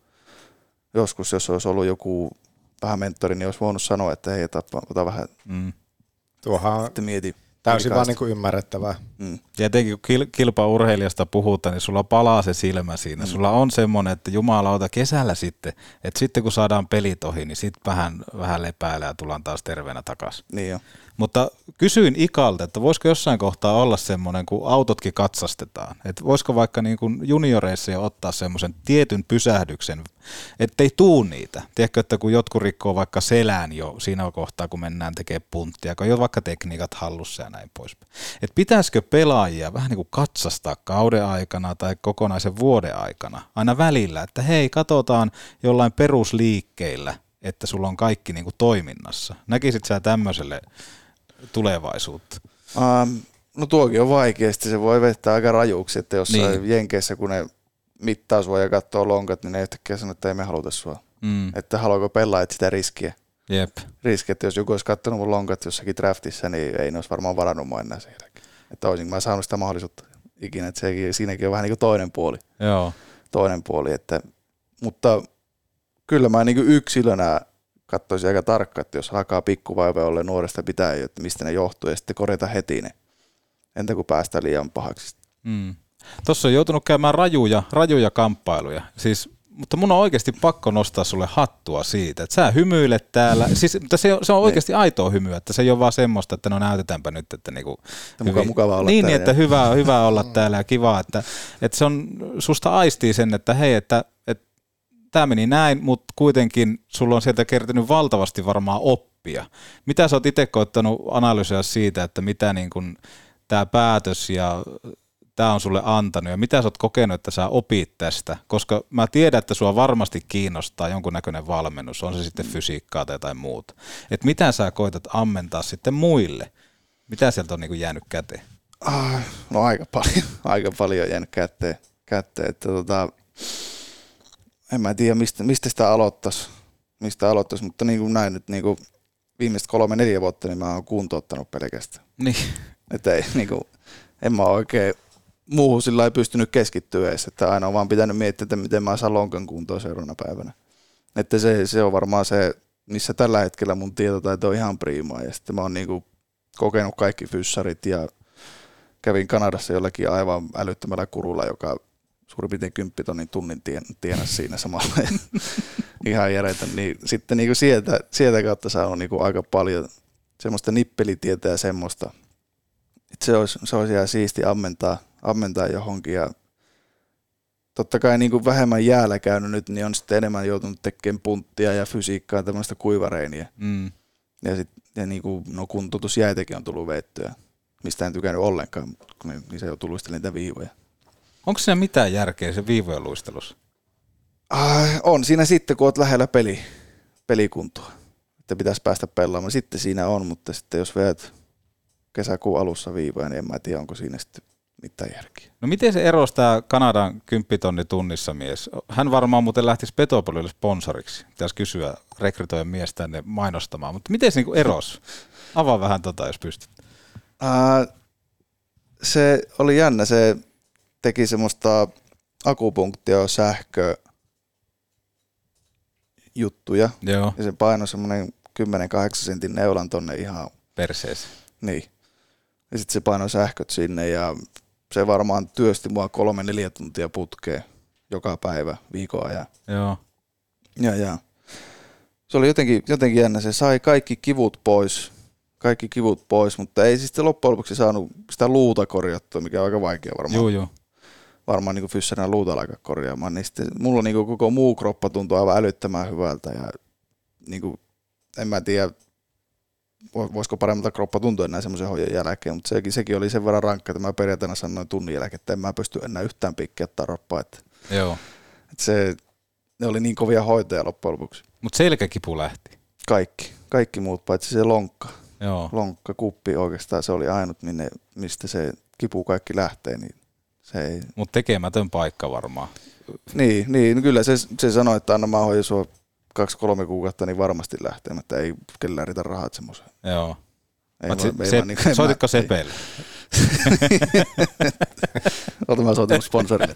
joskus jos olisi ollut joku vähän mentori, niin olisi voinut sanoa, että hei, ota, ota vähän, mm. Tuohan sitten mieti. Täysin vaan niin kuin ymmärrettävää. Mm. Ja etenkin kun kilpaurheilijasta puhutaan, niin sulla palaa se silmä siinä. Mm. Sulla on semmoinen, että jumalauta kesällä sitten, että sitten kun saadaan pelit ohi, niin sitten vähän, vähän lepäilee ja tullaan taas terveenä takaisin. Niin jo. Mutta kysyin Ikalta, että voisiko jossain kohtaa olla semmoinen, kun autotkin katsastetaan. Että voisiko vaikka niin kuin junioreissa jo ottaa semmoisen tietyn pysähdyksen, ettei tuu niitä. Tiedätkö, että kun jotkut rikkoo vaikka selään jo siinä kohtaa, kun mennään tekemään punttia, kun on jo vaikka tekniikat hallussa ja näin poispäin. Että pitäisikö pelaajia vähän niin kuin katsastaa kauden aikana tai kokonaisen vuoden aikana aina välillä, että hei, katsotaan jollain perusliikkeillä, että sulla on kaikki niin kuin toiminnassa. Näkisit sä tämmöiselle tulevaisuutta? Um, no tuokin on vaikeasti, se voi vettää aika rajuksi, että jossain niin. Jenkeissä, kun ne mittaa sua ja katsoo lonkat, niin ne yhtäkkiä sanoo, että ei me haluta sua. Mm. Että haluaako pelaajat sitä riskiä. Jep. Riski, että jos joku olisi katsonut mun lonkat jossakin draftissa, niin ei ne olisi varmaan varannut mua enää sen jälkeen. Että olisin mä saanut sitä mahdollisuutta ikinä, että sekin, siinäkin on vähän niin kuin toinen puoli. Joo. Toinen puoli, että, mutta kyllä mä niin kuin yksilönä katsoisin aika tarkkaan, että jos alkaa pikkuvaive olla nuoresta pitää, että mistä ne johtuu, ja sitten korjata heti ne. Entä kun päästään liian pahaksi? Mm. Tuossa on joutunut käymään rajuja, rajuja kamppailuja. Siis, mutta mun on oikeasti pakko nostaa sulle hattua siitä, että sä hymyilet täällä. Siis, mutta se, on, se on oikeasti aitoa hymyä, että se ei ole vaan semmoista, että no näytetäänpä nyt, että niinku, muka, mukava olla niin, täällä. Niin, että hyvä, hyvä olla täällä ja kiva, että, että se on, susta aistii sen, että hei, että, että tämä meni näin, mutta kuitenkin sulla on sieltä kertynyt valtavasti varmaan oppia. Mitä sä oot itse koittanut analysoida siitä, että mitä niin kun tämä päätös ja tämä on sulle antanut ja mitä sä oot kokenut, että sä opit tästä? Koska mä tiedän, että sua varmasti kiinnostaa jonkunnäköinen valmennus, on se sitten fysiikkaa tai jotain muuta. Että mitä sä koitat ammentaa sitten muille? Mitä sieltä on niin kun jäänyt käteen? Ah, no aika paljon, aika paljon jäänyt käteen. käteen että tota... En mä tiedä, mistä, mistä sitä aloittaisi, mistä aloittaisi, mutta niin kuin näin nyt niin kuin viimeiset kolme, neljä vuotta, niin mä oon kuntouttanut pelkästään. Niin. Että ei, niin kuin, en mä oikein muuhun sillä ei pystynyt keskittyä edes, että aina on vaan pitänyt miettiä, että miten mä saan lonkan kuntoon seuraavana päivänä. Että se, se on varmaan se, missä tällä hetkellä mun tietotaito on ihan priimaa, ja sitten mä oon niin kuin kokenut kaikki fyssarit ja kävin Kanadassa jollakin aivan älyttömällä kurulla, joka suurin piirtein kymppitonnin tunnin tien, tienasi siinä samalla. Ihan järjetön. Niin, sitten niin kuin sieltä, sieltä kautta saanut niin kuin aika paljon semmoista nippelitietä ja semmoista. Että se olisi, se olisi ihan siisti ammentaa, ammentaa johonkin. Ja totta kai niin kuin vähemmän jäällä käynyt nyt, niin on sitten enemmän joutunut tekemään punttia ja fysiikkaa ja tämmöistä kuivareiniä. Mm. Ja, sit, ja niinku, no kuntoutusjäitäkin on tullut veettyä, mistä en tykännyt ollenkaan, kun niin se joutuu luistelemaan niitä viivoja. Onko siinä mitään järkeä se viivojen luistelussa? Ah, on siinä sitten, kun olet lähellä peli, pelikuntoa, että pitäisi päästä pelaamaan. Sitten siinä on, mutta sitten jos veet kesäkuun alussa viivoja, niin en mä tiedä, onko siinä sitten mitään järkeä. No miten se erosi tämä Kanadan kymppitonni tunnissa mies? Hän varmaan muuten lähtisi Petopolille sponsoriksi. Pitäisi kysyä rekrytoijan mies tänne mainostamaan, mutta miten se niinku erosi? Avaa vähän tota, jos pystyt. Uh, se oli jännä, se teki semmoista akupunktio sähkö juttuja. Joo. Ja se painoi semmoinen kymmenen kahdeksan sentin neulan tonne ihan perseeseen. Niin. Ja sitten se painoi sähköt sinne ja se varmaan työsti mua kolme neljä tuntia putkeen joka päivä viikon ajan. Joo. Ja, ja. Se oli jotenkin, jotenkin jännä, se sai kaikki kivut pois, kaikki kivut pois, mutta ei siis loppujen lopuksi saanut sitä luuta korjattua, mikä on aika vaikea varmaan. Joo, joo. Varmaan niin fyssäränä luuta alkaa korjaamaan, niin sitten mulla niin kuin koko muu kroppa tuntui aivan älyttömän hyvältä ja niin kuin, en mä tiedä, voisiko paremmalta kroppa tuntua enää semmoisen hoidon jälkeen, mutta sekin, sekin oli sen verran rankka, että mä periaatteessa sanoin tunnin jälkeen, että en mä pysty enää yhtään pikkiä tarppaa. Että, Joo. että se, ne oli niin kovia hoitoja loppujen lopuksi. Mutta selkäkipu lähti? Kaikki, kaikki muut, paitsi se lonkka. Joo. Lonkka, kuppi oikeastaan, se oli ainut, minne, mistä se kipu kaikki lähtee, niin se ei... Mutta tekemätön paikka varmaan. Niin, niin kyllä se, se sanoi, että anna mä hoidon sua kaksi kolme kuukautta, niin varmasti lähtee, mutta ei kellään riitä rahat semmoiseen. Joo. Ei vaan, se, se, niin, soititko Sepeille? Ota mä soitin sponsorille.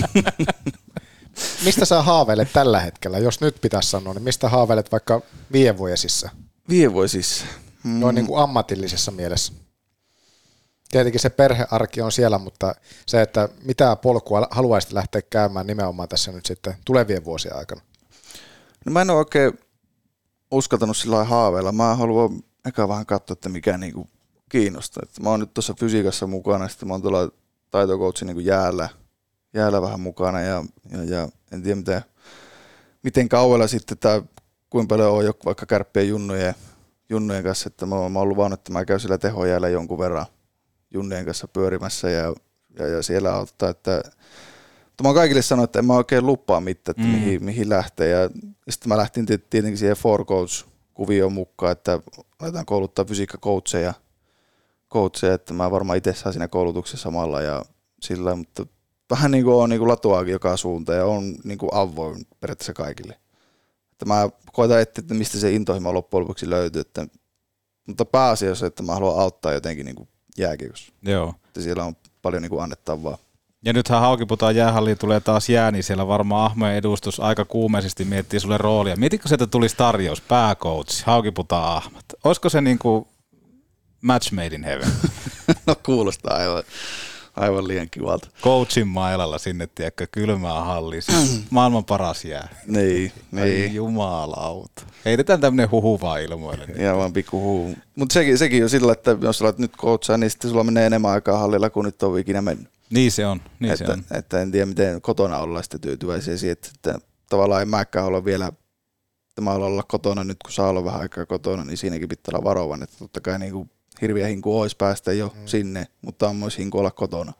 Mistä sä haaveilet tällä hetkellä? Jos nyt pitäisi sanoa, niin mistä haaveilet vaikka viiden vuoden sisään? Viiden vuoden sisään? Mm. Noin niin kuin ammatillisessa mielessä. Tietenkin se perhearki on siellä, mutta se, että mitä polkua haluaisit lähteä käymään nimenomaan tässä nyt sitten tulevien vuosien aikana? No mä en ole oikein uskaltanut sillä lailla haaveilla. Mä haluan eka vähän katsoa, että mikä niinku kiinnostaa. Että mä oon nyt tuossa fysiikassa mukana, sitten mä oon tuolla taitokoutsin niinku jäällä, jäällä vähän mukana ja, ja, ja en tiedä miten, miten kauella sitten tai kuinka paljon on jo vaikka Kärppien junnujen, junnujen kanssa, että mä oon, mä oon luvannut, että mä käyn sillä tehojäällä jonkun verran junnujen kanssa pyörimässä ja, ja, ja siellä auttaa, että mä oon kaikille sanonut, että en mä oikein lupaa mitään, että mm. mihin, mihin lähtee. Ja sitten mä lähtin tietenkin siihen four coach-kuvioon mukaan, että aletaan kouluttaa fysiikkakoutseja, coacheja, että mä varmaan itse saan siinä koulutuksessa samalla ja sillä, mutta vähän niin kuin on niin kuin latuaakin joka suuntaan ja on niin kuin avoin periaatteessa kaikille. Että mä koitan etsiä, että mistä se intohimo loppujen lopuksi löytyy, että, mutta pääasiassa, että mä haluan auttaa jotenkin niin kuin jääkiekossa. Joo. Että siellä on paljon niin kuin annettavaa. Ja nythän Haukiputaan jäähalliin tulee taas jää, niin siellä varmaan Ahmojen edustus aika kuumeisesti miettii sulle roolia. Mietitkö sieltä tulisi tarjous, pääcoach, Haukiputaan Ahmat? Olisiko se niin kuin match made in heaven? No kuulostaa aivan, aivan liian kivalta. Coachin mailalla sinne, tiedätkö, kylmää halliin. Siis maailman paras jää. Niin, niin. Ai jumalauta. Heitetään tämmönen huhu vaan ilmoille. Ihan vaan pikku huhu. Mutta sekin, sekin on sillä, että jos olet nyt coachaa, niin sitten sulla menee enemmän aikaa hallilla kuin nyt on ikinä mennyt. Niin se on, niin että, se on. Että en tiedä, miten kotona ollaan sitten tyytyväisiä siihen, että, että tavallaan en mäkään olla vielä, että mä haluan olla kotona nyt, kun saa olla vähän aikaa kotona, niin siinäkin pitää olla varovan, että totta kai niin kuin hirviä hinku olisi päästä jo hmm. sinne, mutta on myös hinku olla kotona.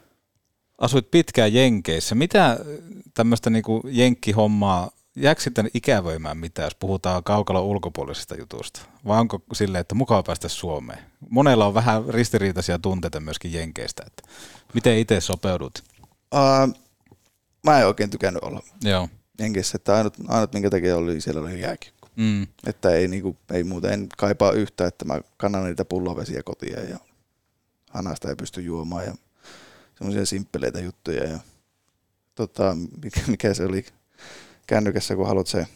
Asuit pitkään Jenkeissä. Mitä tämmöistä niinku jenkkihommaa, jääkö sitten ikävöimään mitään, jos puhutaan kaukalon ulkopuolisesta jutusta? Vai onko silleen, että mukava päästä Suomeen? Monella on vähän ristiriitaisia tunteita myöskin Jenkeistä. Että miten itse sopeudut? Uh, mä en oikein tykännyt olla Joo. Jenkeissä, että ainut, ainut minkä takia oli, siellä oli jääkiekko. Mm. Että ei, niinku, ei muuten, en kaipaa yhtään, että mä kannan niitä pullovesiä kotiin ja hanasta ei pysty juomaan ja semmoisia simppeleitä juttuja. Ja, tota, mikä, mikä se oli kännykässä, kun haluat se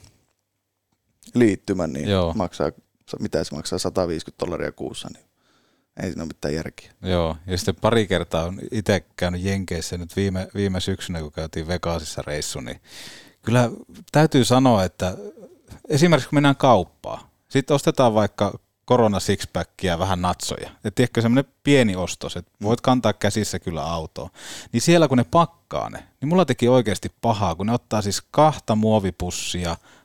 liittymän, niin Joo. maksaa, mitä se maksaa, sata viisikymmentä dollaria kuussa, niin ei siinä ole mitään järkeä. Joo, ja sitten pari kertaa on itse käynyt Jenkeissä nyt viime, viime syksynä, kun käytiin Vegasissa reissu, niin kyllä täytyy sanoa, että esimerkiksi kun mennään kauppaan, sitten ostetaan vaikka korona sixpackia ja vähän natsoja. Ja tiedätkö, semmoinen pieni ostos, että voit kantaa käsissä kyllä autoon. Niin siellä kun ne pakkaa ne, niin mulla teki oikeasti pahaa, kun ne ottaa siis kahta muovipussia,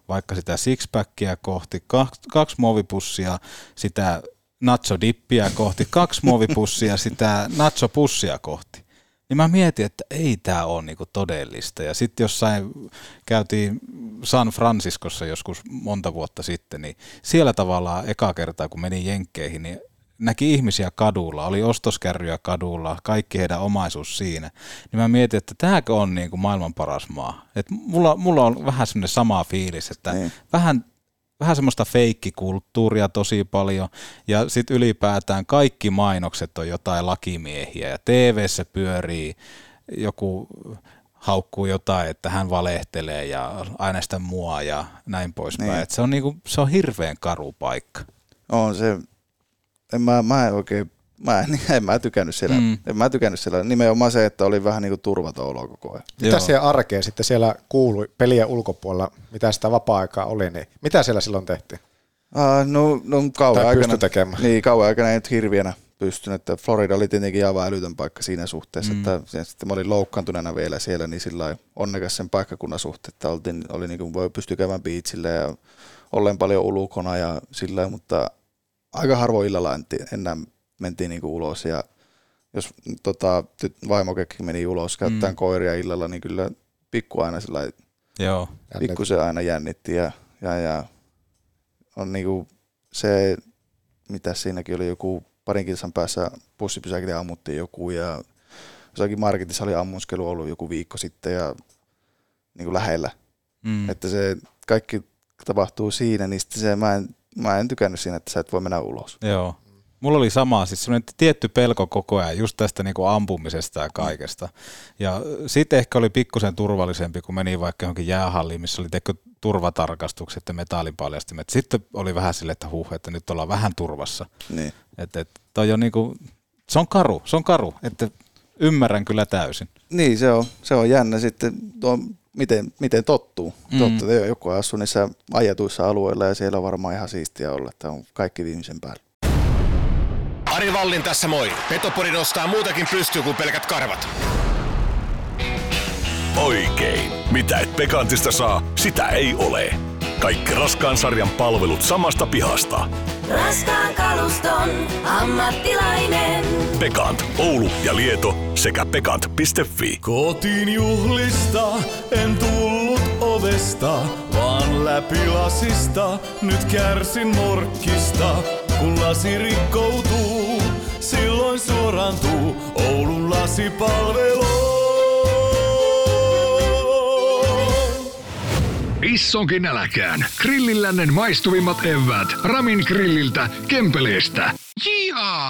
vaikka sitä sixpackia kohti, kaksi, kaksi muovipussia, sitä nacho-dippiä kohti, kaksi muovipussia, sitä nacho-pussia kohti. Niin mä mietin, että ei tää ole niinku todellista. Ja sitten jossain käytiin San Franciscossa joskus monta vuotta sitten, niin siellä tavallaan eka kertaa, kun menin Jenkkeihin, niin näki ihmisiä kadulla, oli ostoskärryjä kadulla, kaikki heidän omaisuus siinä. Niin mä mietin, että tämäkö on niinku maailman paras maa. Et mulla, mulla on vähän semmoinen sama fiilis, että niin. vähän, vähän semmoista feikkikulttuuria tosi paljon. Ja sitten ylipäätään kaikki mainokset on jotain lakimiehiä ja T V:ssä pyörii joku haukkuu jotain, että hän valehtelee ja aina sitä mua ja näin poispäin. Niin. Et se on niinku, se on hirveän karu paikka. On se. En mä, mä en oikein, mä en, en mä tykännyt siellä, mm. en mä tykännyt siellä, nimenomaan se, että oli vähän niin kuin turvaton olo koko ajan. Mitä siellä arkeen sitten siellä kuului pelien ulkopuolella, mitä sitä vapaa-aikaa oli, niin mitä siellä silloin tehtiin? Uh, no, no kauan aikana, tekemään. Niin, kauan aikana ei nyt hirviänä pystynyt, että Florida oli tietenkin aivan älytön paikka siinä suhteessa, mm. että sitten mä olin loukkaantuneena vielä siellä, niin sillä lailla onnekas sen paikkakunnan suhteen, että oltiin, oli niin kuin voi pystyä käymään biitsille ja olleen paljon ulkona ja sillä lailla, mutta aika harvoin illalla enää mentiin niinku ulos ja jos tota, vaimokekin meni ulos käyttämään mm. koiria illalla, niin kyllä pikku aina sillä pikku se aina jännitti ja, ja, ja on niinku se, mitä siinäkin oli joku parin kilsan päässä bussipysäkille ammuttiin joku ja jossakin marketissa oli ammuskelu ollut joku viikko sitten ja niinku lähellä, mm. että se kaikki tapahtuu siinä, niin sitten se mä en Mä en tykännyt siinä, että sä et voi mennä ulos. Joo. Mulla oli sama, siis semmoinen tietty pelko koko ajan just tästä niinku ampumisesta ja kaikesta. Ja sitten ehkä oli pikkusen turvallisempi, kun meni vaikka johonkin jäähalliin, missä oli tehty turvatarkastukset ja metallinpaljastimet. Sitten oli vähän silleen, että huh, että nyt ollaan vähän turvassa. Niin. Että et, toi on niinku, se on karu, se on karu, että ymmärrän kyllä täysin. Niin, se on, se on jännä sitten tuo, miten, miten tottuu. Mm. Tottuu, joku asuu niissä ajatuissa alueilla ja siellä on varmaan ihan siistiä olla, että on kaikki viimeisen päällä. Ari Vallin tässä moi. Petopori nostaa muutakin pystyy kuin pelkät karvat. Oikein. Mitä et Pekantista saa, sitä ei ole. Kaikki raskaan sarjan palvelut samasta pihasta. Raskaan kaluston ammattilainen. Pekant, Oulu ja Lieto sekä pekant piste fi. Kotiin juhlista en tullut ovesta, vaan läpi lasista. Nyt kärsin morkkista, kun lasi rikkoutuu. Silloin suoraantuu Oulun lasipalvelu. Issonkin äläkään. Grillillännen maistuvimmat eväät. Ramin grilliltä, Kempeleestä. Jihaa!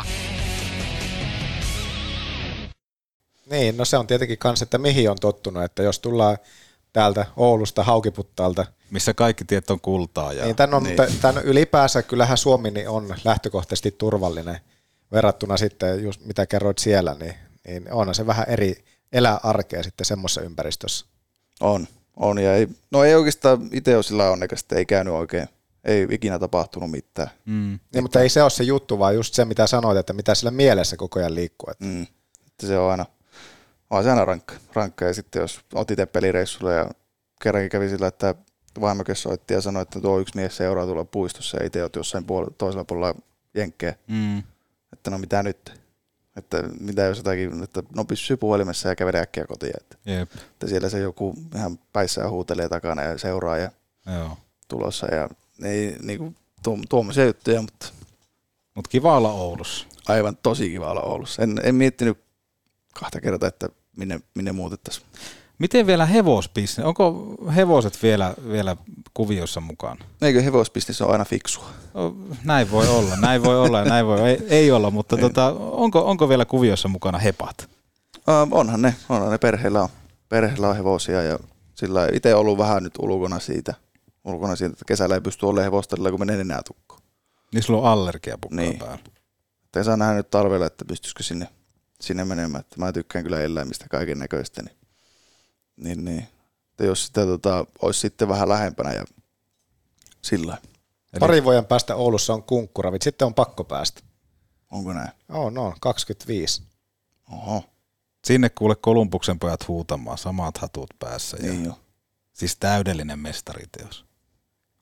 Niin, no se on tietenkin kans, että mihin on tottunut, että jos tullaan täältä Oulusta, Haukiputtaalta. Missä kaikki tiet on kultaa. Ja... Niin, tän on, niin. Tän ylipäänsä kyllähän Suomi niin on lähtökohtaisesti turvallinen verrattuna sitten, just mitä kerroit siellä, niin, niin onhan se vähän eri elää arkea sitten semmoisessa ympäristössä. On. On ja ei, no ei oikeastaan itse ole sillä onnekas, että ei käynyt oikein, ei ikinä tapahtunut mitään. Mm. Niin, mutta ei se ole se juttu, vaan just se mitä sanoit, että mitä sillä mielessä koko ajan liikkuu. Että. Mm. Että se on aina, on se aina rankka, rankka ja sitten jos otit itse pelireissulle ja kerrankin kävi sillä, että vaimoke soitti ja sanoi, että tuo yksi mies seuraa tuolla puistossa ja itse olet jossain puolella, toisella puolella jenkkejä, mm. että no mitä nyt? Että mitä jos jotakin, että no pysyy puhelimessa ja kävelee äkkiä kotiin. Että, että siellä se joku ihan päissään huutelee takana ja seuraa ja Joo. tulossa. Ja ei niinku tuommoisia juttuja, mutta... Mutta kiva olla Oulussa. Aivan tosi kiva olla Oulussa. En, en miettinyt kahta kertaa, että minne, minne muutettaisiin. Miten vielä hevosbisnes? Onko hevoset vielä, vielä kuviossa mukana? Eikö hevosbisnes ole aina fiksua? No, näin voi olla, näin voi olla ja näin voi ei, ei olla, mutta tota, onko, onko vielä kuviossa mukana hepat? Uh, onhan ne, onhan ne perheellä on, perheellä on hevosia ja sillä itse ollut vähän nyt ulkona siitä, ulkona siitä, että kesällä ei pysty olemaan hevostella, kun menee enää tukkoon. Niin sulla on allergia pukkaa niin. päällä. Ei saa nähdä nyt talvella, että pystyisikö sinne, sinne menemään. Että mä tykkään kyllä eläimistä kaiken näköistä. Niin, niin, niin. Että jos sitä tota, olisi sitten vähän lähempänä ja sillä Eli... Pari vuoden päästä Oulussa on kunkkuravit, sitten on pakko päästä. Onko näin? Oo, no, kaksikymmentäviisi. Oho. Sinne kuule Kolumbuksen pojat huutamaan, samat hatut päässä. Niin ja... jo. Siis täydellinen mestariteos.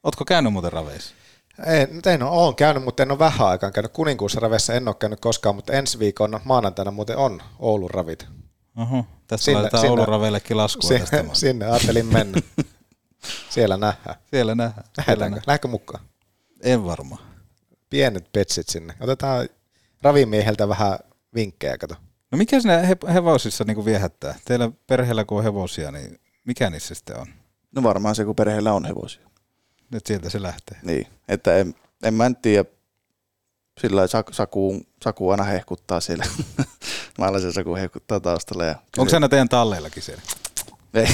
Ootko käynyt muuten raveissa? Ei, en ole, olen käynyt, mutta en ole vähän aikaan käynyt. Kuninkuusravessa en ole käynyt koskaan, mutta ensi viikon maanantaina muuten on Oulun ravit. Oho, tässä sinne, laitetaan sinne, Oulun raveillekin laskua sinne, tästä. Sinne ajattelin mennä. Siellä nähdään. Siellä nähdään. Lähdetäänkö? Lähdekö mukaan? En varmaan. Pienet petsit sinne. Otetaan ravimieheltä vähän vinkkejä, kato. No mikä siinä he- hevosissa niinku viehättää? Teillä perheellä kun on hevosia, niin mikä niissä sitten on? No varmaan se, kun perheellä on hevosia. Nyt sieltä se lähtee. Niin, että en, en mä en tiedä, sillä lailla Saku, Saku aina hehkuttaa siellä. Maalaisen Saku hehkuttaa taustalla. Ja onko se aina teidän talleillakin siellä? Ei.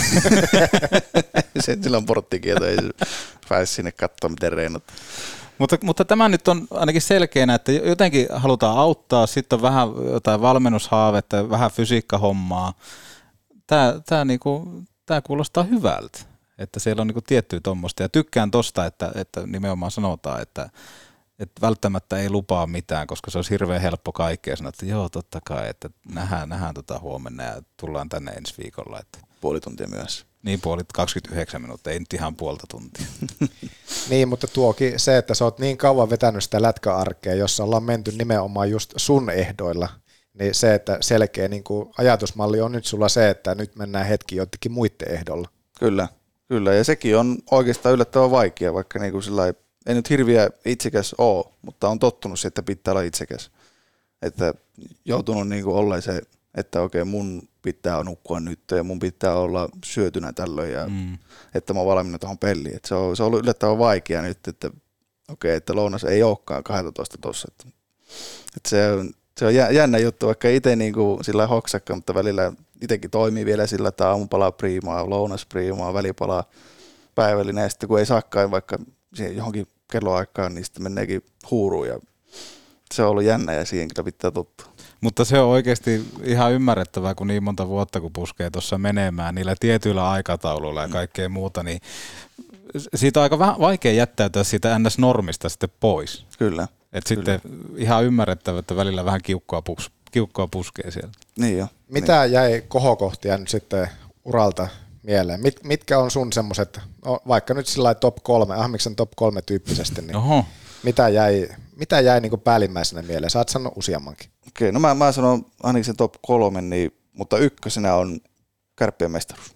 se, sillä on porttikieto, ei pääse sinne katsoa, miten reenat. Mutta, mutta tämä nyt on ainakin selkeänä, että jotenkin halutaan auttaa, sitten on vähän jotain valmennushaavetta, vähän fysiikkahommaa. Tämä, tämä, niinku, tämä kuulostaa hyvältä, että siellä on niinku tiettyä tuommoista. Ja tykkään tosta, että, että nimenomaan sanotaan, että, että välttämättä ei lupaa mitään, koska se olisi hirveän helppo kaikkea sanoa, että joo, totta kai, että nähdään, nähdään tota huomenna ja tullaan tänne ensi viikolla. Että puoli tuntia myös. Niin, puoli kaksikymmentäyhdeksän minuuttia, ei nyt ihan puolta tuntia. Niin, mutta tuokin se, että sä oot niin kauan vetänyt sitä lätkäarkea, jossa ollaan menty nimenomaan just sun ehdoilla, niin se, että selkeä niin kuin ajatusmalli on nyt sulla se, että nyt mennään hetki jotenkin muiden ehdolla. Kyllä, kyllä, ja sekin on oikeastaan yllättävän vaikea, vaikka niin kuin sillai, ei nyt hirviä itsekäs ole, mutta on tottunut siihen, että pitää olla itsekäs. Että joutunut niin kuin olleen se, että okei, mun pitää nukkua nyt ja mun pitää olla syötynä tällöin ja mm. että mä oon valmiina tuohon peliin. Et se, on, se on ollut yllättävän vaikea nyt, että okei, että lounas ei olekaan kaksitoista tuossa. Että, että se, on, se on jännä juttu, vaikka itse niin kuin sillä hoksakka, mutta välillä itsekin toimii vielä sillä, että aamupalaa priimaa, lounas priimaa, välipalaa päivällinen ja sitten kun ei saakaan vaikka johonkin kelloaikaan, niin sitten meneekin huuruun ja se on ollut jännä ja siihen kyllä pitää tottua. Mutta se on oikeasti ihan ymmärrettävää, kun niin monta vuotta kun puskee tuossa menemään niillä tietyillä aikatauluilla ja kaikkea muuta, niin siitä on aika vähän vaikea jättäytyä siitä N S-normista sitten pois. Kyllä. Että sitten ihan ymmärrettävää, että välillä vähän kiukkoa, pus, kiukkoa puskee siellä. Niin jo. Mitä niin. jäi kohokohtia nyt sitten uralta mieleen? Mit, mitkä on sun semmoiset, vaikka nyt sillä top kolme, Ahmiksen top kolme tyyppisesti, niin Oho. mitä jäi, mitä jäi niin kuin päällimmäisenä mieleen? Saat sanoa useammankin. Okei, no mä, mä sanon ainakin sen top kolme, niin, mutta ykkösenä on Kärppien mestaruus.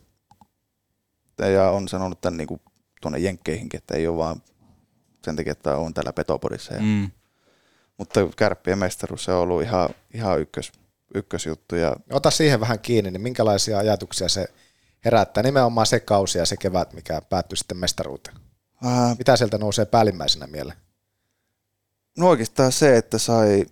Ja on sanonut tämän niin kuin tuonne jenkkeihinkin, että ei ole vaan sen takia, että on täällä Petopodissa. Ja, mm. Mutta Kärppien mestaruus se on ollut ihan, ihan ykkös, ykkösjuttu. Ja ota siihen vähän kiinni, niin minkälaisia ajatuksia se herättää? Nimenomaan se kausi ja se kevät, mikä päättyi sitten mestaruuteen. Äh, Mitä sieltä nousee päällimmäisenä mieleen? No oikeastaan se, että sai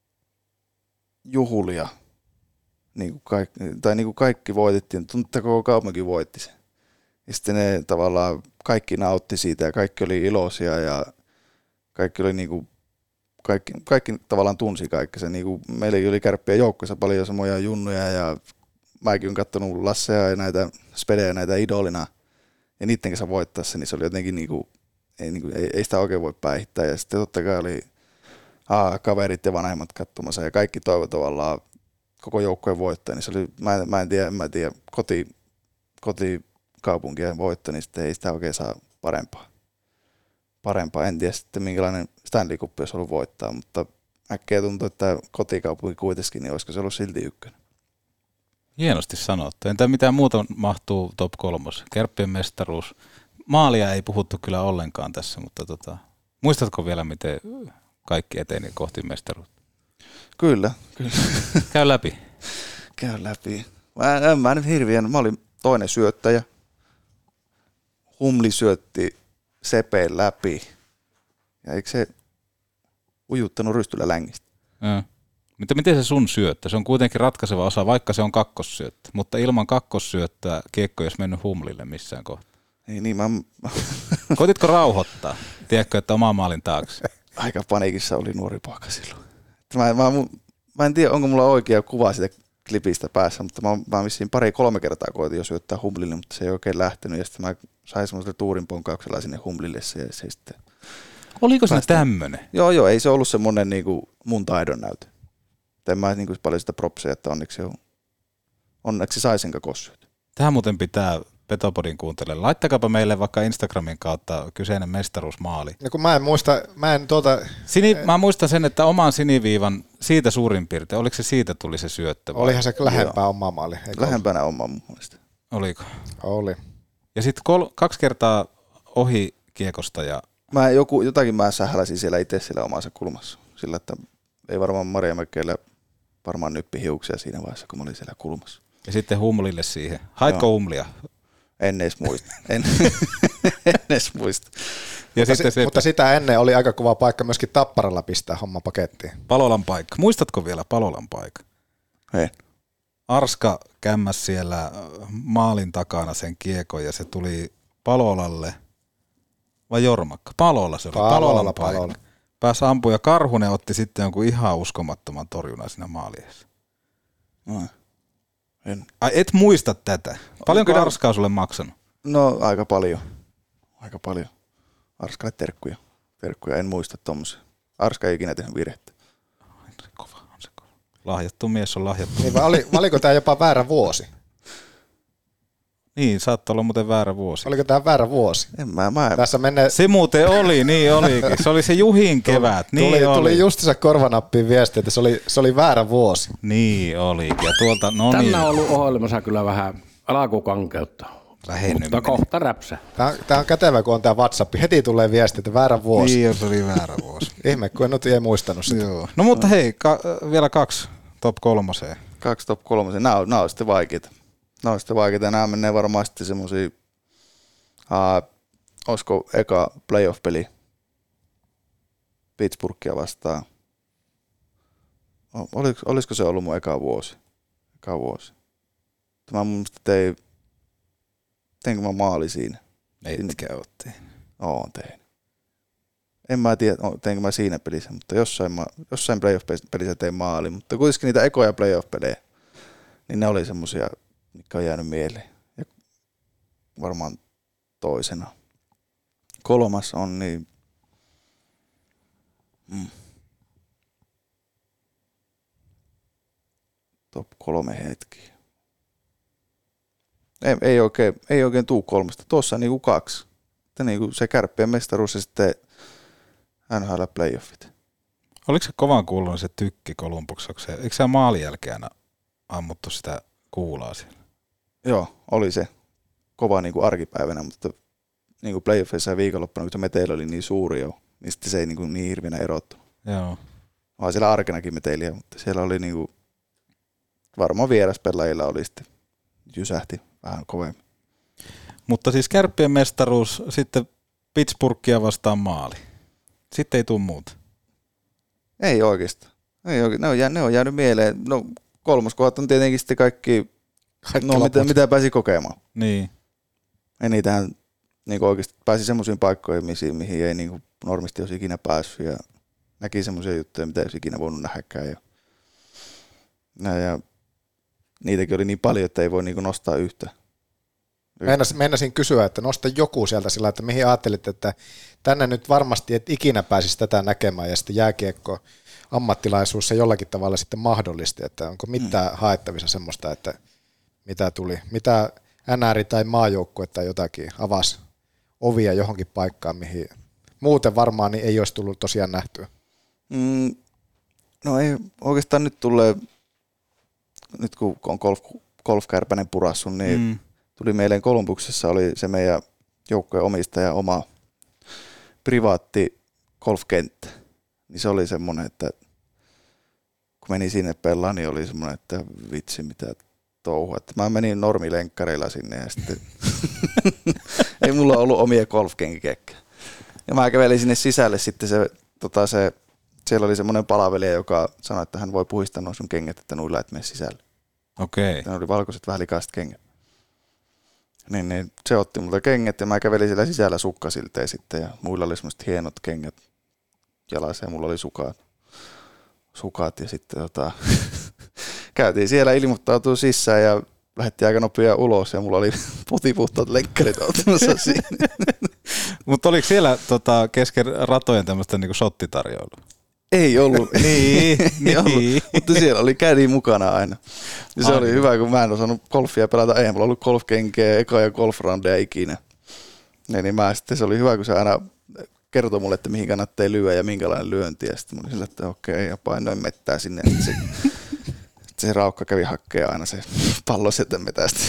juhlia, niin kuin kaikki, tai niin kuin kaikki voitettiin, tuntuu, että koko kaupunki voitti sen. Ja sitten ne tavallaan kaikki nautti siitä ja kaikki oli iloisia ja kaikki oli niin kuin, kaikki, kaikki tavallaan tunsi kaikki sen. Niin kuin meillä oli Kärppien joukkoissa paljon samoja junnuja ja mäkin olen katsonut Lasseja ja näitä spedejä näitä idolina ja niiden kanssa voittaa sen, niin se oli jotenkin niin kuin, ei, niin kuin, ei, ei sitä oikein voi päihittää. Ja sitten totta kai oli aa, kaverit ja vanhemmat katsomassa ja kaikki toivoi tavallaan koko joukkojen voittaa, niin se oli, mä en, mä en tiedä, mä en tiedä, koti, kotikaupunkien voitto, niin sitten ei sitä oikein saa parempaa. Parempaa, en tiedä sitten minkälainen Stanley Cup olisi ollut voittaa, mutta äkkiä tuntuu, että kotikaupunki kuitenkin, niin olisiko se ollut silti ykkönen. Hienosti sanottu. Entä mitä muuta mahtuu top kolmos? Kärppien mestaruus. Maalia ei puhuttu kyllä ollenkaan tässä, mutta tota, muistatko vielä, miten kaikki eteni kohti mestaruutta? Kyllä, kyllä. Käy läpi. Käy läpi. Mä en, mä en hirviän, mä olin toinen syöttäjä. Humli syötti Sepeen läpi. Ja eikö se ujuttanut Rystylä längistä? Ja. Mutta miten se sun syöttö? Se on kuitenkin ratkaiseva osa, vaikka se on kakkossyöttö. Mutta ilman kakkossyöttöä kiekko ei olisi mennyt Humlille missään kohtaa. Ei niin, mä... Koititko rauhoittaa? Tiedätkö, että oma maalin taakse? Aika paniikissa oli nuori poika silloin. Mä, mä, mä en tiedä, onko mulla oikea kuva siitä klipistä päässä, mutta mä, mä vissiin pari-kolme kertaa koitin jo syöttää Humlille, mutta se ei oikein lähtenyt. Ja sitten mä sain semmoisella tuurinponkauksella sinne Humlille se, ja se sitten... Oliko se tämmönen? Joo, joo, ei se ollut semmoinen niin kuin mun taidon näytö. En mä niin paljon sitä propseja, että onneksi, onneksi sai sen kakossyötä. Tähän muuten pitää Petopodin kuuntelijoille. Laittakaapa meille vaikka Instagramin kautta kyseinen mestaruusmaali. No kun mä en muista, mä en tuota... Sini, mä muistan sen, että oman siniviivan siitä suurin piirtein, oliko se siitä tuli se syöttö? Vai? Olihan se lähempää omaa maali. Lähempänä omaa mun mielestä. Oliko? Oli. Ja sitten kol- kaksi kertaa ohi kiekosta ja... Mä joku, jotakin mä sähläsin siellä itse siellä omassa kulmassa. Sillä, että ei varmaan Maria Mäkeillä varmaan nyppi hiuksia siinä vaiheessa, kun mä olin siellä kulmassa. Ja sitten humlille siihen. Haitko Joo. humlia? En edes muista. En, en edes muista. Ja mutta, sitten si- se... mutta sitä ennen oli aika kova paikka myöskin Tapparalla pistää homma pakettiin. Palolan paikka. Muistatko vielä Palolan paikka? Ei. Arska kämmäs siellä maalin takana sen kiekon ja se tuli Palolalle. Vai Jormakka? Palola se oli. Palola, Palolan paikka. Palola. Pääsi ampumaan ja Karhunen otti sitten jonkun ihan uskomattoman torjunnan siinä maaliessa. No. En. Ai et muista tätä. Paljonko Kyllä. Arska on sulle maksanut? No aika paljon. Aika paljon. Arskalle terkkuja. Terkkuja, en muista tommosia. Arska ei ikinä tehnyt virhettä. Lahjattu mies on lahjattu. Niin, vai oli, oliko tämä jopa väärä vuosi? Niin, saattoi olla muuten väärä vuosi. Oliko tämä väärä vuosi? En mä, mä en. Tässä menee... Se muuten oli, niin olikin. Se oli se Juhin kevät. Niin tuli, oli. tuli justiinsa korvanappiin viesti, että se oli, se oli väärä vuosi. Niin olikin. Ja tuolta, no Tänään niin. on ollut ohjelmassa kyllä vähän alkukankeutta. Vähennyminen. Mutta kohta räpsä. Tämä, tämä on kätevä, kun on tämä WhatsApp. Heti tulee viesti, että väärä vuosi. Niin, se oli väärä vuosi. Ihme, kun en nyt ei muistanut sitä. Joo. No mutta hei, ka- vielä kaksi top kolmoseen. Kaksi top kolmoseen. Nämä on, nämä on sitten vaikeita. Nämä on sitten vaikeita. Nämä menee varmaan sitten semmosia, uh, olisiko eka playoff-peli Pittsburghia vastaan. Oliko, olisiko se ollut mun eka vuosi? Eka vuosi. Tämä mun mielestä tein, teinkö mä maali siinä? Etkä oo tehnyt. Oon tein. En mä tiedä, teinkö mä siinä pelissä, mutta jossain, mä, jossain playoff-pelissä tein maali. Mutta kuitenkin niitä ekoja playoff-pelejä, niin ne oli semmosia, mitkä on jäänyt mieleen. Ja varmaan toisena. Kolmas on niin... Mm. Top kolme hetki. Ei, ei, oikein, ei oikein tuu kolmesta. Tuossa on niinku kaksi. Niinku se Kärppien mestaruus ja sitten N H L playoffit. Oliko se kovan kuulunut se tykki Kolumbuksessa? Eikö se maalin jälkeen ammuttu sitä kuulaa siellä? Joo, oli se kova niinku arkipäivänä, mutta niinku playoffissa ja viikonloppuna, kun se meteillä oli niin suuri jo, niin sitten se ei niinku niin hirveänä erottunut. Joo. Vaan siellä arkenakin meteiliä, mutta siellä oli niinku, varmaan vieraspelaajilla oli sitten, jysähti vähän kovemmin. Mutta siis Kärppien mestaruus, sitten Pittsburghia vastaan maali. Sitten ei tule muuta. Ei oikeastaan. Ei oikeastaan. Ne, on jäänyt, ne on jäänyt mieleen. No kolmoskohdat on tietenkin sitten kaikki, kaikki no, mitä, mitä pääsi kokemaan. Niin. Ja niitähän niin oikeasti pääsi semmoisiin paikkoihin, mihin, mihin ei niin normisti olisi ikinä päässyt. Ja näki semmoisia juttuja, mitä ei olisi ikinä voinut nähdäkään. Ja, ja, ja niitäkin oli niin paljon, että ei voi niin nostaa yhtä. Meinasin, meinasin kysyä, että nosta joku sieltä sillä, että mihin ajattelit, että tänne nyt varmasti et ikinä pääsisi tätä näkemään ja sitten jääkiekko ammattilaisuus se jollakin tavalla sitten mahdollisti, että onko mitään mm. haettavissa semmoista, että mitä tuli, mitä N R tai maajoukkue tai jotakin avasi ovia johonkin paikkaan, mihin muuten varmaan niin ei olisi tullut tosiaan nähtyä. Mm, no ei oikeastaan nyt tulee, nyt kun on golf, golfkärpänen purassu, niin mm. tuli mieleen Kolumbuksessa oli se meidän joukkojen omistaja oma privaatti golfkenttä. Niin se oli semmoinen, että kun meni sinne pelaan, niin oli semmoinen, että vitsi mitä touhua. Että mä menin normilenkkareilla sinne ja sitten ei mulla ollut omia golfkenkiäkään. Ja mä kävelin sinne sisälle sitten se, tota se, siellä oli semmoinen palvelija, joka sanoi, että hän voi puhistaa nuo sun kengät, että nuilla et mene sisälle. Okei. Ne oli valkoiset vähän likaiset kengät. Niin, niin se otti multa kengät ja mä kävelin siellä sisällä sukkasilteen sitten ja muilla oli semmoiset hienot kengät jalassa ja mulla oli sukat, sukat ja sitten tota, käytiin siellä ilmoittautua sisään ja lähdettiin aika nopea ulos ja mulla oli putipuhtaat lenkkarit ottamassa siinä. Mutta oliko siellä tota, kesken ratojen tämmöistä niinku shottitarjoilua? Ei ollut. niin, niin ollut. Mutta siellä oli kädi mukana aina. Ja se Ai. oli hyvä, kun mä en osannut golfia pelata. Eihän mulla ollut golfkenkeä, eka ja golfrandeja ikinä. Ja niin mä sitten se oli hyvä, kun se aina kertoi mulle, että mihin kannattaa lyödä ja minkälainen lyönti. Ja sitten mä olin sillä, että okei, ja painoin mettää sinne. Ja se, se raukka kävi hakkeen aina se pallo sieltä metästä.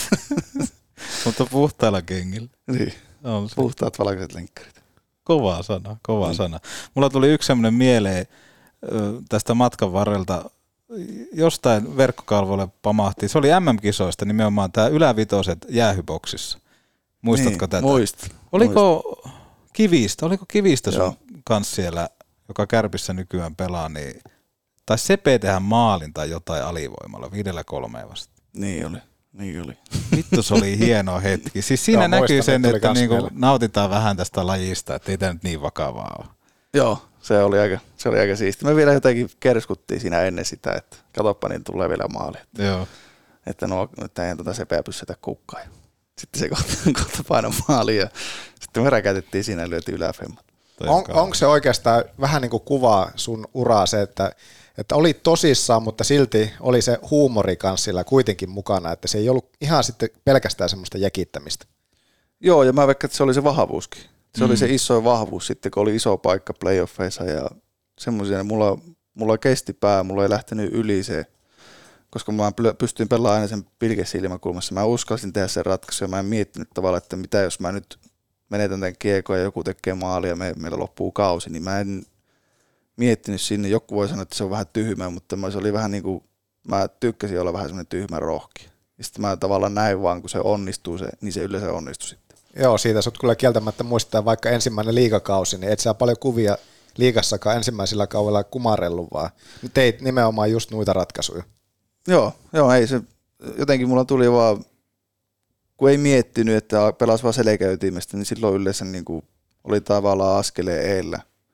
Mutta puhtailla kengillä. Niin, puhtaat valkoiset lenkkarit. Kova sana, kova niin. sana. Mulla tuli yksi semmoinen mieleen tästä matkan varrelta. Jostain verkkokalvoille pamahti. Se oli M M-kisoista nimenomaan tämä ylävitoset jäähyboksissa. Muistatko niin, tätä? Muistan. Oliko Kivistä, oliko Kivistä sun kanssa siellä, joka Kärpissä nykyään pelaa, niin taisi Sepe tehdä maalin tai jotain alivoimalla, viidellä kolmeen vasta. Niin oli, niin oli. Vittu, se oli hieno hetki. Siis siinä Joo, näkyy muistan, sen, että niinku nautitaan vähän tästä lajista, että ei tämä nyt niin vakavaa ole. Joo, se oli aika, se oli aika siisti. Me vielä jotenkin kerskuttiin siinä ennen sitä, että katsoppa, niin tulee vielä maali. Että, Joo. että no, että ei tuota Sepeä pyssytä kukkaan. Sitten se kohta, kohta painoi maaliin ja sitten me räkätettiin siinä ja lyötiin yläfemmat. On, onko se oikeastaan vähän niin kuin kuvaa sun uraa se, että, että oli tosissaan, mutta silti oli se huumori kanssa sillä kuitenkin mukana, että se ei ollut ihan sitten pelkästään semmoista jäkittämistä. Joo, ja mä veikkaan, että se oli se vahvuuskin. Se mm. oli se iso vahvuus sitten, kun oli iso paikka playoffeissa ja semmoisia, mulla, mulla kesti pää, mulla ei lähtenyt yli se, koska mä pystyin pelaamaan aina sen pilkesilmäkulmassa. Mä uskalsin tehdä sen ratkaisun ja mä en miettinyt tavallaan, että mitä jos mä nyt menetän tämän kiekon ja joku tekee maalia ja me, meillä loppuu kausi, niin mä en miettinyt sinne. Joku voi sanoa, että se on vähän tyhmä, mutta se oli vähän niin kuin, mä tykkäsin olla vähän semmoinen tyhmä rohki. Ja sitten mä tavallaan näin vaan, kun se onnistuu, se, niin se yleensä onnistui sitten. Joo, siitä sut kyllä kieltämättä muistaa vaikka ensimmäinen liigakausi, niin et sä paljon kuvia liigassakaan ensimmäisellä kaudella kumarellut, vaan teit nimenomaan just noita ratkaisuja. Joo, joo, ei se, jotenkin mulla tuli vaan, kun ei miettinyt, että pelasi vaan selkäytimestä, niin silloin yleensä niin kuin oli tavallaan askeleen eellä.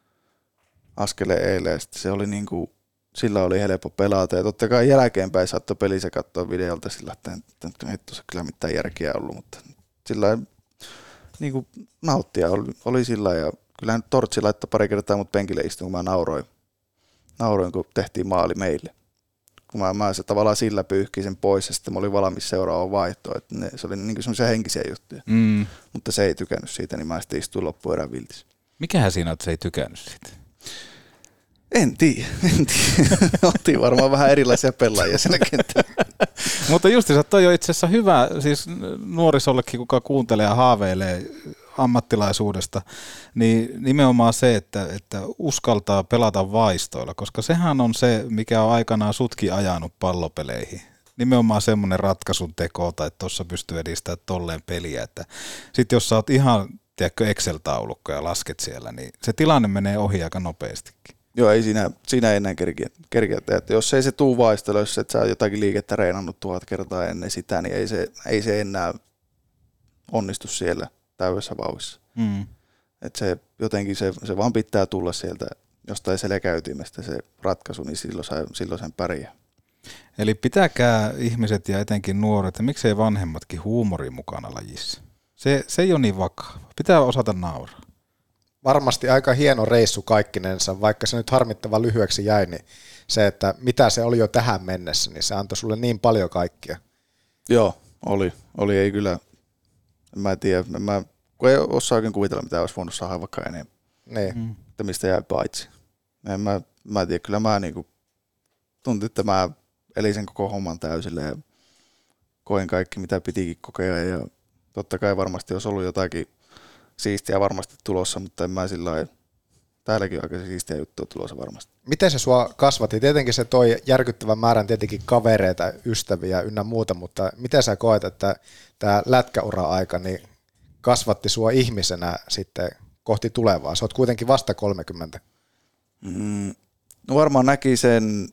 Askeleen eellä ja sitten se oli niin kuin, sillä oli helppo pelata ja totta kai jälkeenpäin saattoi pelissä katsoa videolta sillä, että ei tuossa kyllä mitään järkeä ollut, mutta sillä niin kuin nauttia oli, oli sillä ja kyllähän Tortsi laittoi pari kertaa mut penkille istuun, kun mä nauroin, nauroin kun tehtiin maali meille. Kun mä, mä se tavallaan sillä pyyhkin sen pois ja sitten mä olin valmis seuraavaan vaihtoon. Että ne, se oli niin semmoisia henkisiä juttuja. Mm. Mutta se ei tykännyt siitä, niin mä sitten istuin loppuerän viltis. Mikähän siinä on, että se ei tykännyt siitä? En tiedä, en tiedä. Oltiin varmaan vähän erilaisia pelaajia siinä kentällä. Mutta justiinsa toi on itse asiassa hyvä, siis nuorisollekin, kuka kuuntelee ja haaveilee ammattilaisuudesta, niin nimenomaan se, että, että uskaltaa pelata vaistoilla, koska sehän on se, mikä on aikanaan sutkin ajanut pallopeleihin. Nimenomaan semmoinen ratkaisun teko, tai että tuossa pystyy edistämään tolleen peliä, että sitten jos sä oot ihan, tiedätkö, Excel-taulukko ja lasket siellä, niin se tilanne menee ohi aika nopeastikin. Joo, ei siinä, siinä ei enää kerkiä, kerkiä tehdä. Jos ei se tuu vaistoilla, jos et sä jotakin liikettä reenannut tuhat kertaa ennen sitä, niin ei se, ei se enää onnistu siellä täydessä vauhissa. Mm. Että se jotenkin se, se vaan pitää tulla sieltä jostain selkäytimestä se ratkaisu, niin silloin, silloin sen pärjää. Eli pitäkää ihmiset ja etenkin nuoret, ja miksei vanhemmatkin huumorin mukana lajissa. Se, se ei ole niin vakava. Pitää osata nauraa. Varmasti aika hieno reissu kaikkinensa, vaikka se nyt harmittavan lyhyeksi jäi, niin se, että mitä se oli jo tähän mennessä, niin se antoi sulle niin paljon kaikkia. Joo, oli. Oli, ei kyllä. En mä tiedä. En mä, kun ei osaa oikein kuvitella, mitä olisi voinut saada vaikka enemmän. Niin. Mm. Että mistä jäi paitsi. En mä, mä tiedä, kyllä mä niinku, tuntin, että mä elin sen koko homman täysillä ja koin kaikki, mitä pitikin kokea. Ja totta kai varmasti olisi ollut jotakin siistiä varmasti tulossa, mutta en mä sillä lailla, täälläkin on aika siistiä juttua tulossa varmasti. Miten se sua kasvatti? Tietenkin se toi järkyttävän määrän tietenkin kavereita, ystäviä ynnä muuta, mutta miten sä koet, että tämä lätkäura-aika niin kasvatti sua ihmisenä sitten kohti tulevaa? Sä oot kuitenkin vasta kolmekymmentä. Mm, no varmaan näki sen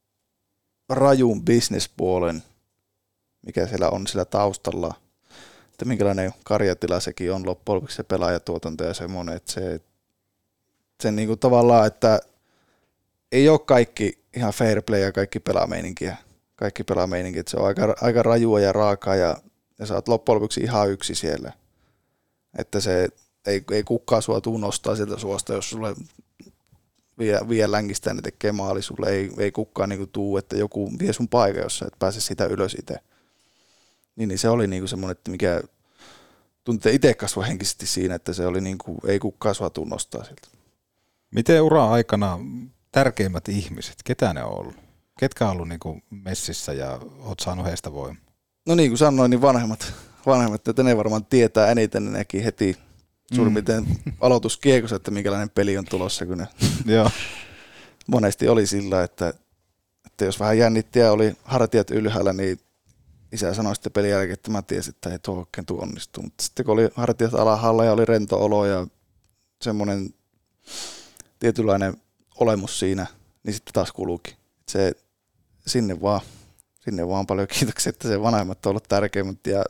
rajun bisnespuolen, mikä siellä on sillä taustalla, että minkälainen karjatila sekin on loppujen lopuksi se pelaajatuotanto ja semmoinen, että se, se niin kuin tavallaan, että ei ole kaikki ihan fair play ja kaikki pelaameininkiä, kaikki pelaameininkiä, että se on aika, aika rajua ja raakaa ja, ja sä oot loppujen lopuksi ihan yksi siellä, että se ei, ei kukaan sua tuu nostaa sieltä suosta, jos sulle vie, vie längistään, ne tekee maali sulle, ei, ei kukaan niinku tuu, että joku vie sun paikan, jos sä et pääse sitä ylös itse. Niin, niin se oli niinku semmoinen, että mikä tuntee itse kasvoi henkisesti siinä, että se oli niinku, ei kukaan sua tunnustaa siltä. Miten ura aikana tärkeimmät ihmiset, ketä ne on ollut? Ketkä on ollut niinku messissä ja oot saanut heistä voimaa? No niin kuin sanoin, niin vanhemmat, vanhemmat että ne varmaan tietää eniten, ne näki heti suurin piirtein mm. aloituskiekossa, että minkälainen peli on tulossa, kun ne Joo. monesti oli sillä, että, että jos vähän jännitti ja oli hartiat ylhäällä, niin isä sanoi sitten pelin jälkeen, että mä tiesin, että ei tuo oikein tuu onnistuu. Mutta sitten kun oli hartiat alhaalla ja oli rento olo ja semmoinen tietynlainen olemus siinä, niin sitten taas kulukin. Se, sinne vaan, sinne vaan paljon kiitoksia, että se vanhemmat on ollut tärkeimmät ja,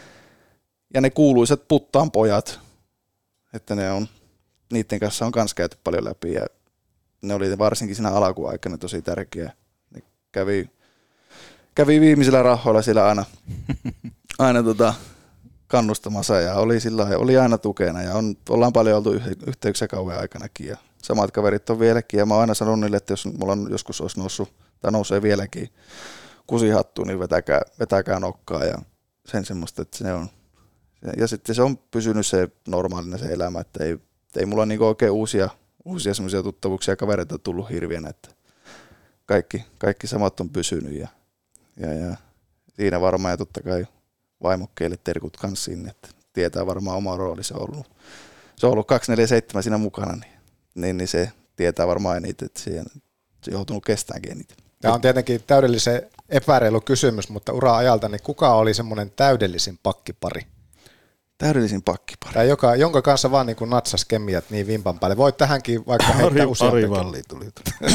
ja ne kuuluisat puttaan pojat, että ne on, niiden kanssa on kans käyty paljon läpi ja ne oli varsinkin siinä alkuaikana tosi tärkeä. Ne kävi, kävi viimeisillä rahoilla siellä aina, aina tota kannustamassa ja oli, sillä, oli aina tukena ja on, ollaan paljon oltu yhteyksiä kauan aikanakin ja samat kaverit on vieläkin ja mä oon aina sanonut niille, että jos mulla on joskus olisi noussut tai nousee vieläkin kusihattuun, niin vetäkää, vetäkää nokkaa ja sen semmoista, että se on. Ja sitten se on pysynyt se normaalina se elämä, että ei, ei mulla niinku oikein uusia, uusia semmoisia tuttavuuksia ja kavereita tullut hirveänä, että kaikki, kaikki samat on pysynyt ja, ja, ja siinä varmaan ja totta kai vaimokkeille terkut kanssa sinne, että tietää varmaan oma rooli se on ollut. Se on ollut kaksikymmentäneljä seitsemän siinä mukana, niin, niin, niin se tietää varmaan eniten, että se, se on joutunut kestäänkin eniten. Tämä on tietenkin täydellisen epäreilu kysymys, mutta ura-ajalta, niin kuka oli semmoinen täydellisin pakkipari? Täydellisin pakkipari. Tai joka, jonka kanssa vaan niin kuin natsas kemiat niin vimpan päälle. Voit tähänkin vaikka heittää useampikin. Ari Valli tuli.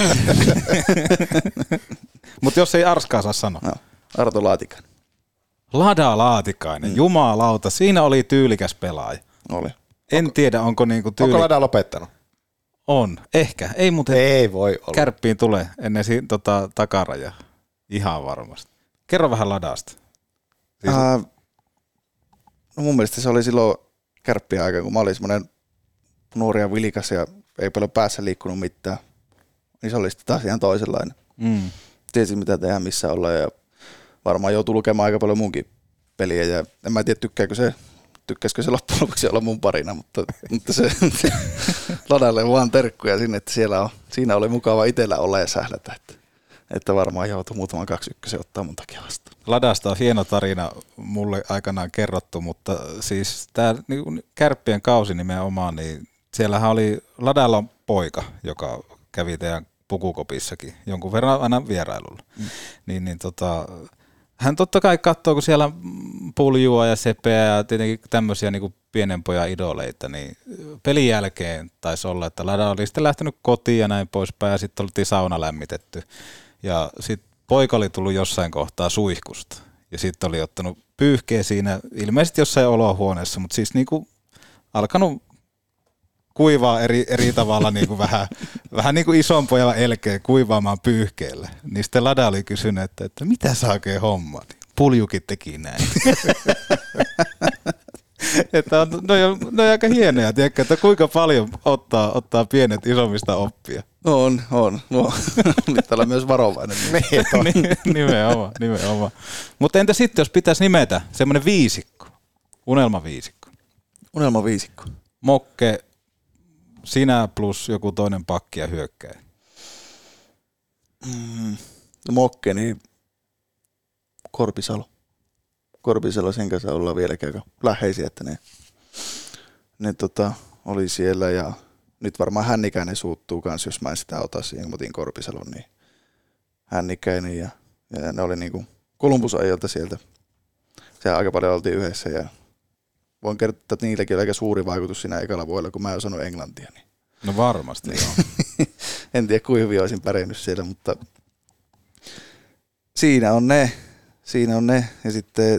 Mutta jos ei Arskaa saa sanoa. No, Arto Laatikainen. Lada Laatikainen, mm. jumalauta. Siinä oli tyylikäs pelaaja. Oli. En onko, tiedä, onko niinku tyyli... Onko Lada lopettanut? On, ehkä. Ei muuten ei voi olla. Kärppiin tulee ennen si- tota, takarajaa. Ihan varmasti. Kerro vähän Ladasta. Siis... Uh, no mun mielestä se oli silloin Kärppien aika, kun mä olin semmoinen nuori ja vilikas ja ei paljon päässä liikkunut mitään. Niin se oli sitten taas ihan toisenlainen. Mm. Tiesin mitä tehdään, missä olla ja varmaan joutui lukemaan aika paljon munkin peliä. Ja en mä tiedä tykkääkö se, tykkäisikö se loppujen lopuksi olla mun parina, mutta, mutta se Ladalle vaan terkkuja sinne, että siellä on, siinä oli mukava itsellä olla ja sählätä. Että, että varmaan joutui muutaman kaksi ykkösen ottaa mun takia vastaan. Ladasta on hieno tarina mulle aikanaan kerrottu, mutta siis tämä Kärppien kausi nimenomaan, niin siellähän oli Ladalla on poika, joka kävi teidän pukukopissakin jonkun verran aina vierailulla. Mm. Niin, niin tota, hän totta kai katsoo, kun siellä Puljua ja Sepeä ja tietenkin tämmöisiä niin kuin pienen pojan idoleita, niin pelin jälkeen taisi olla, että Lada oli sitten lähtenyt kotiin ja näin poispäin ja sitten oltiin sauna lämmitetty. Ja sitten poika oli tullut jossain kohtaa suihkusta ja sitten oli ottanut pyyhkeä siinä, ilmeisesti jossain olohuoneessa, mutta siis niin kuin alkanut kuivaa eri, eri tavalla niin kuin vähän, vähän niin kuin ison pojan elkeä kuivaamaan pyyhkeelle. Niin sitten Lada oli kysynyt, että, että mitä sä oikein homma? Puljukin teki näin. Että on, no, no aika hienoja, tiedätkö, että kuinka paljon ottaa, ottaa pienet isommista oppia. No on, on. No. Nyt olla myös varovainen. nimenomaan, nimenomaan. Mutta entä sitten, jos pitäisi nimetä semmoinen viisikko, unelmaviisikko? Unelmaviisikko. Mokke, sinä plus joku toinen pakki ja hyökkäjä. Mm, no Mokke, niin Korpisalo. Korpisalo, sen kanssa ollaan vieläkin aika läheisiä, että ne, ne tota, oli siellä ja nyt varmaan Hännikäinen suuttuu kanssa, jos mä en sitä ota siihen, kun otin Korpisalon, niin Hännikäinen ja, ja ne oli niinku Columbus-ajalta sieltä. Siellä aika paljon oltiin yhdessä ja voin kertoa, että niilläkin oli aika suuri vaikutus siinä ekalla vuodella, kun mä en osannut englantia. Niin. No varmasti, joo. En tiedä, kuinka hyvin olisin pärjännyt siellä, mutta siinä on ne. Siinä on ne. Ja sitten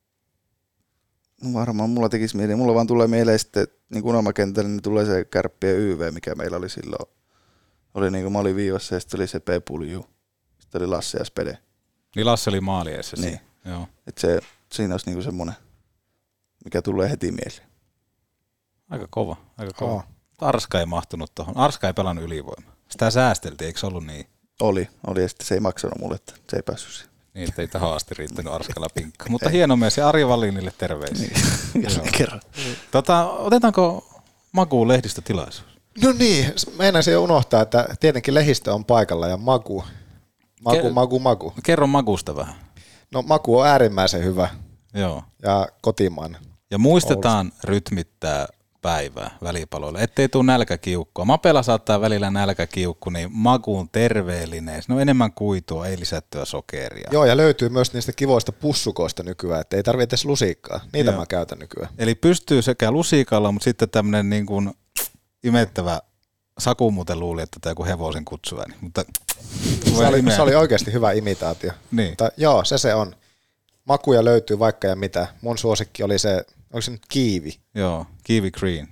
no varmaan mulla tekisi mieleen. Mulla vaan tulee mieleen sitten, niin kuin unelmakentällä, niin tulee se Kärppien Y V, mikä meillä oli silloin. Oli niin kuin mä olin viivassa ja sitten oli se P-pulju. Sitten oli Lasse ja Spede. Niin Lasse oli maaliessa. Niin. Joo. Että se, siinä olisi niin kuin semmoinen, mikä tulee heti mieleen. Aika kova, aika kova. Oh. Arska ei mahtunut tuohon. Arska ei pelannut ylivoimaa. Sitä säästeltiin, eikö se ollut niin? Oli, oli ja sitten se ei maksanut mulle, että se ei päässyt siihen. Niin, että ei tähän asti riittänyt Arskala Pinkka. Mutta hieno mies ja Ari Wallinille terveisiä. Niin, jälleen kerran. Tota, otetaanko Makuun lehdistötilaisuus? No niin, meinasin jo unohtaa, että tietenkin lehdistö on paikalla ja Maku, Maku, Ke- Maku, Maku. Kerro Makusta vähän. No Maku on äärimmäisen hyvä. Joo. Ja kotimainen. Ja muistetaan Oulusta rytmittää päivää välipaloilla, ettei tule nälkäkiukkua. Mapella saattaa välillä nälkäkiukku, niin Makuun terveellinen. Se on enemmän kuitua, ei lisättyä sokeria. Joo, ja löytyy myös niistä kivoista pussukoista nykyään, että ei tarvitse edes lusikkaa. Niitä Joo. mä käytän nykyään. Eli pystyy sekä lusikalla, mutta sitten tämmöinen niin kuin imettävä Saku muuten luuli, että tämä joku hevosen kutsuväni. Mutta se, oli, se oli oikeasti hyvä imitaatio. Niin. Mutta joo, se se on. Makuja löytyy vaikka ja mitä. Mun suosikki oli se, onko se nyt kiivi? Joo, kiivi green.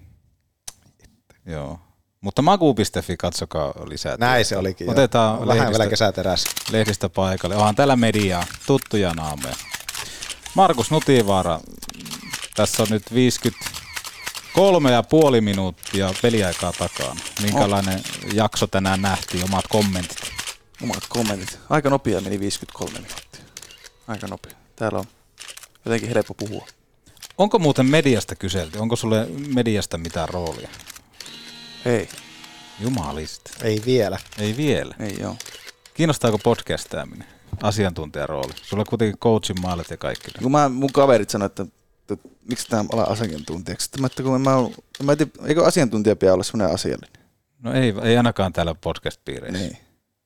Joo. Mutta maku piste fi, katsokaa lisää. Näin se olikin. Otetaan vähän vielä kesäteräs. Lehdistä paikalle. Onhan täällä mediaa, tuttuja naameja. Markus Nutivaara, tässä on nyt viisikymmentäkolme ja puoli minuuttia peliaikaa takana. Minkälainen oh. jakso tänään nähtiin? Omat kommentit. Omat kommentit. Aika nopea meni viisikymmentäkolme minuuttia. Aika nopea. Täällä on jotenkin helppo puhua. Onko muuten mediasta kyselty? Onko sulle mediasta mitään roolia? Ei. Jumalista. Ei vielä. Ei vielä? Ei joo. Kiinnostaako podcastaaminen? Asiantuntijarooli. Sulla on kuitenkin coachin maalit ja kaikki. Kun mä, mun kaverit sanoi, että, että, että miksi tämä ala asiantuntijaksi. Sitten mä, että kun mä, mä tiedä, eikö asiantuntija pidä olla sellainen asiallinen? No ei, ei ainakaan täällä podcast-piireissä. Niin.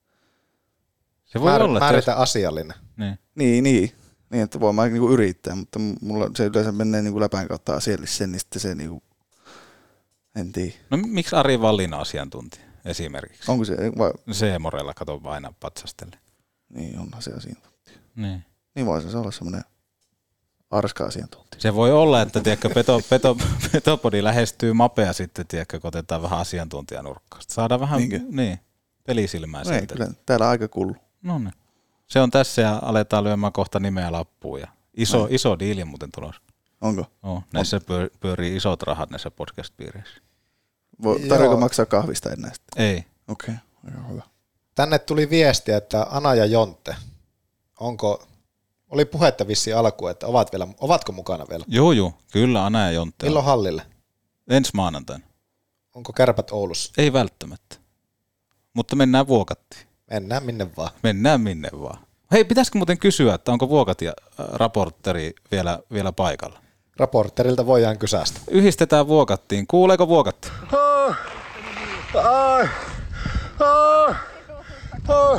Se voi Määr, olla. Määritä jos... asiallinen. Niin. Niin, niin. Niin, että voi mä niinku yrittää, mutta mulla se yleensä menee niinku läpän kautta asiallisen, niin sitten se niinku, en tiedä. No miksi Ari Wallin asiantuntija esimerkiksi? Onko se? Vai... C-morella kato aina patsastelle. Niin, onhan se asiantuntija. Niin. Niin voisi se olla semmoinen arska asiantuntija. Se voi olla, että tiedätkö, peto, peto, Petopodi lähestyy mapea sitten, tiedätkö, kun otetaan vähän asiantuntijanurkkaa. Saadaan vähän niin, pelisilmää no sieltä. Ei, täällä aika kullu. No niin. Se on tässä ja aletaan lyömään kohta nimeä lappuun. Ja iso, no. iso diili muuten tulossa. Onko? Oh, näissä on. pyörii isot rahat näissä podcast-piireissä. Tarviiko maksaa kahvista ennen sitä? Ei. Okei, okay. Hyvä. Tänne tuli viestiä, että Ana ja Jontte, onko, oli puhetta vissiin alkuun, että ovat vielä, ovatko mukana vielä? Joo, joo, kyllä Ana ja Jontte. Milloin hallille? Ensi maanantaina. Onko Kärpät Oulussa? Ei välttämättä, mutta mennään Vuokattiin. Mennään minne vaan. Mennään minne vaan. Hei, pitäisikö muuten kysyä, että onko Vuokat ja raportteri vielä, vielä paikalla? Raportterilta voidaan kysästä. Yhdistetään Vuokattiin. Kuuleeko Vuokatti? Oh, oh, oh, oh,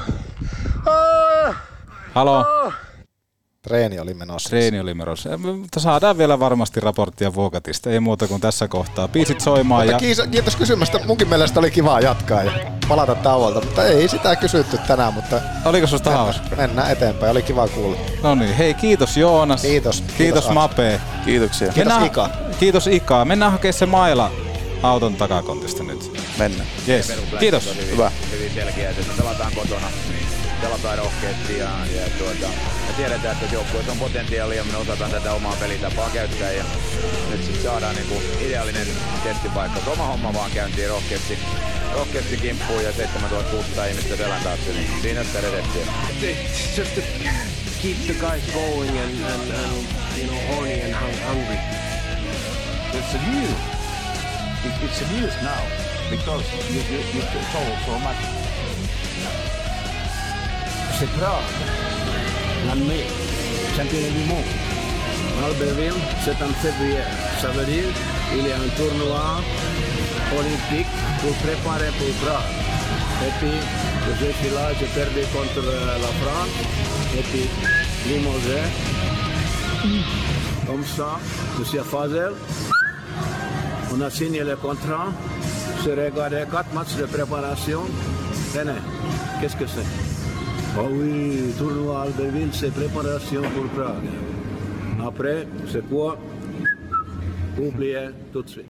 oh, Halo? Oh. Treeni oli menossa. Treeni oli menossa. Mutta saadaan vielä varmasti raporttia Vuokatista. Ei muuta kuin tässä kohtaa. Biisit soimaan. Mutta ja... Kiitos kysymästä. Munkin mielestä oli kiva jatkaa ja palata tauolta. Mutta ei sitä kysytty tänään. Mutta oliko susta hauska? Mennään eteenpäin. Oli kiva kuulla. No niin. Hei, kiitos Joonas. Kiitos. Kiitos, kiitos Mape. Kiitoksia. Kiitos Mennään... Ika. Kiitos Ika. Mennään hakemaan se maila auton takakontista nyt. Mennään. Yes. Kiitos. Hyvin, hyvä. Hyvin selkeä, että me pelataan kotona. Pelataan rohkeasti ja, ja tuota, me tiedetään, että joukkueessa on potentiaalia ja me osataan tätä omaa pelitapaa käyttää ja nyt sitten saadaan niinku ideaalinen testipaikka. Oma homma vaan käyntiin rohkeasti, rohkeasti kimppuun ja seitsemäntuhatta kuusisataa ihmistä selän taakse, niin siinä sitä redettiin. It's just to keep the guys going and, and, and you know, horny and hungry. It's a news. It, it's a news now because you, you, you told so much. C'est Prague, l'année, championnat du monde. Albertville, c'est en février. Ça veut dire qu'il y a un tournoi olympique pour préparer pour Prague. Et puis, je suis là, j'ai perdu contre la France. Et puis, limogé. Comme ça, monsieur Fazel, on a signé le contrat. Je regardais quatre matchs de préparation. Tenez, qu'est-ce que c'est? Oh oui, tournoi Albertville, c'est préparation pour Prague. Après, c'est quoi? Oubliez tout de suite.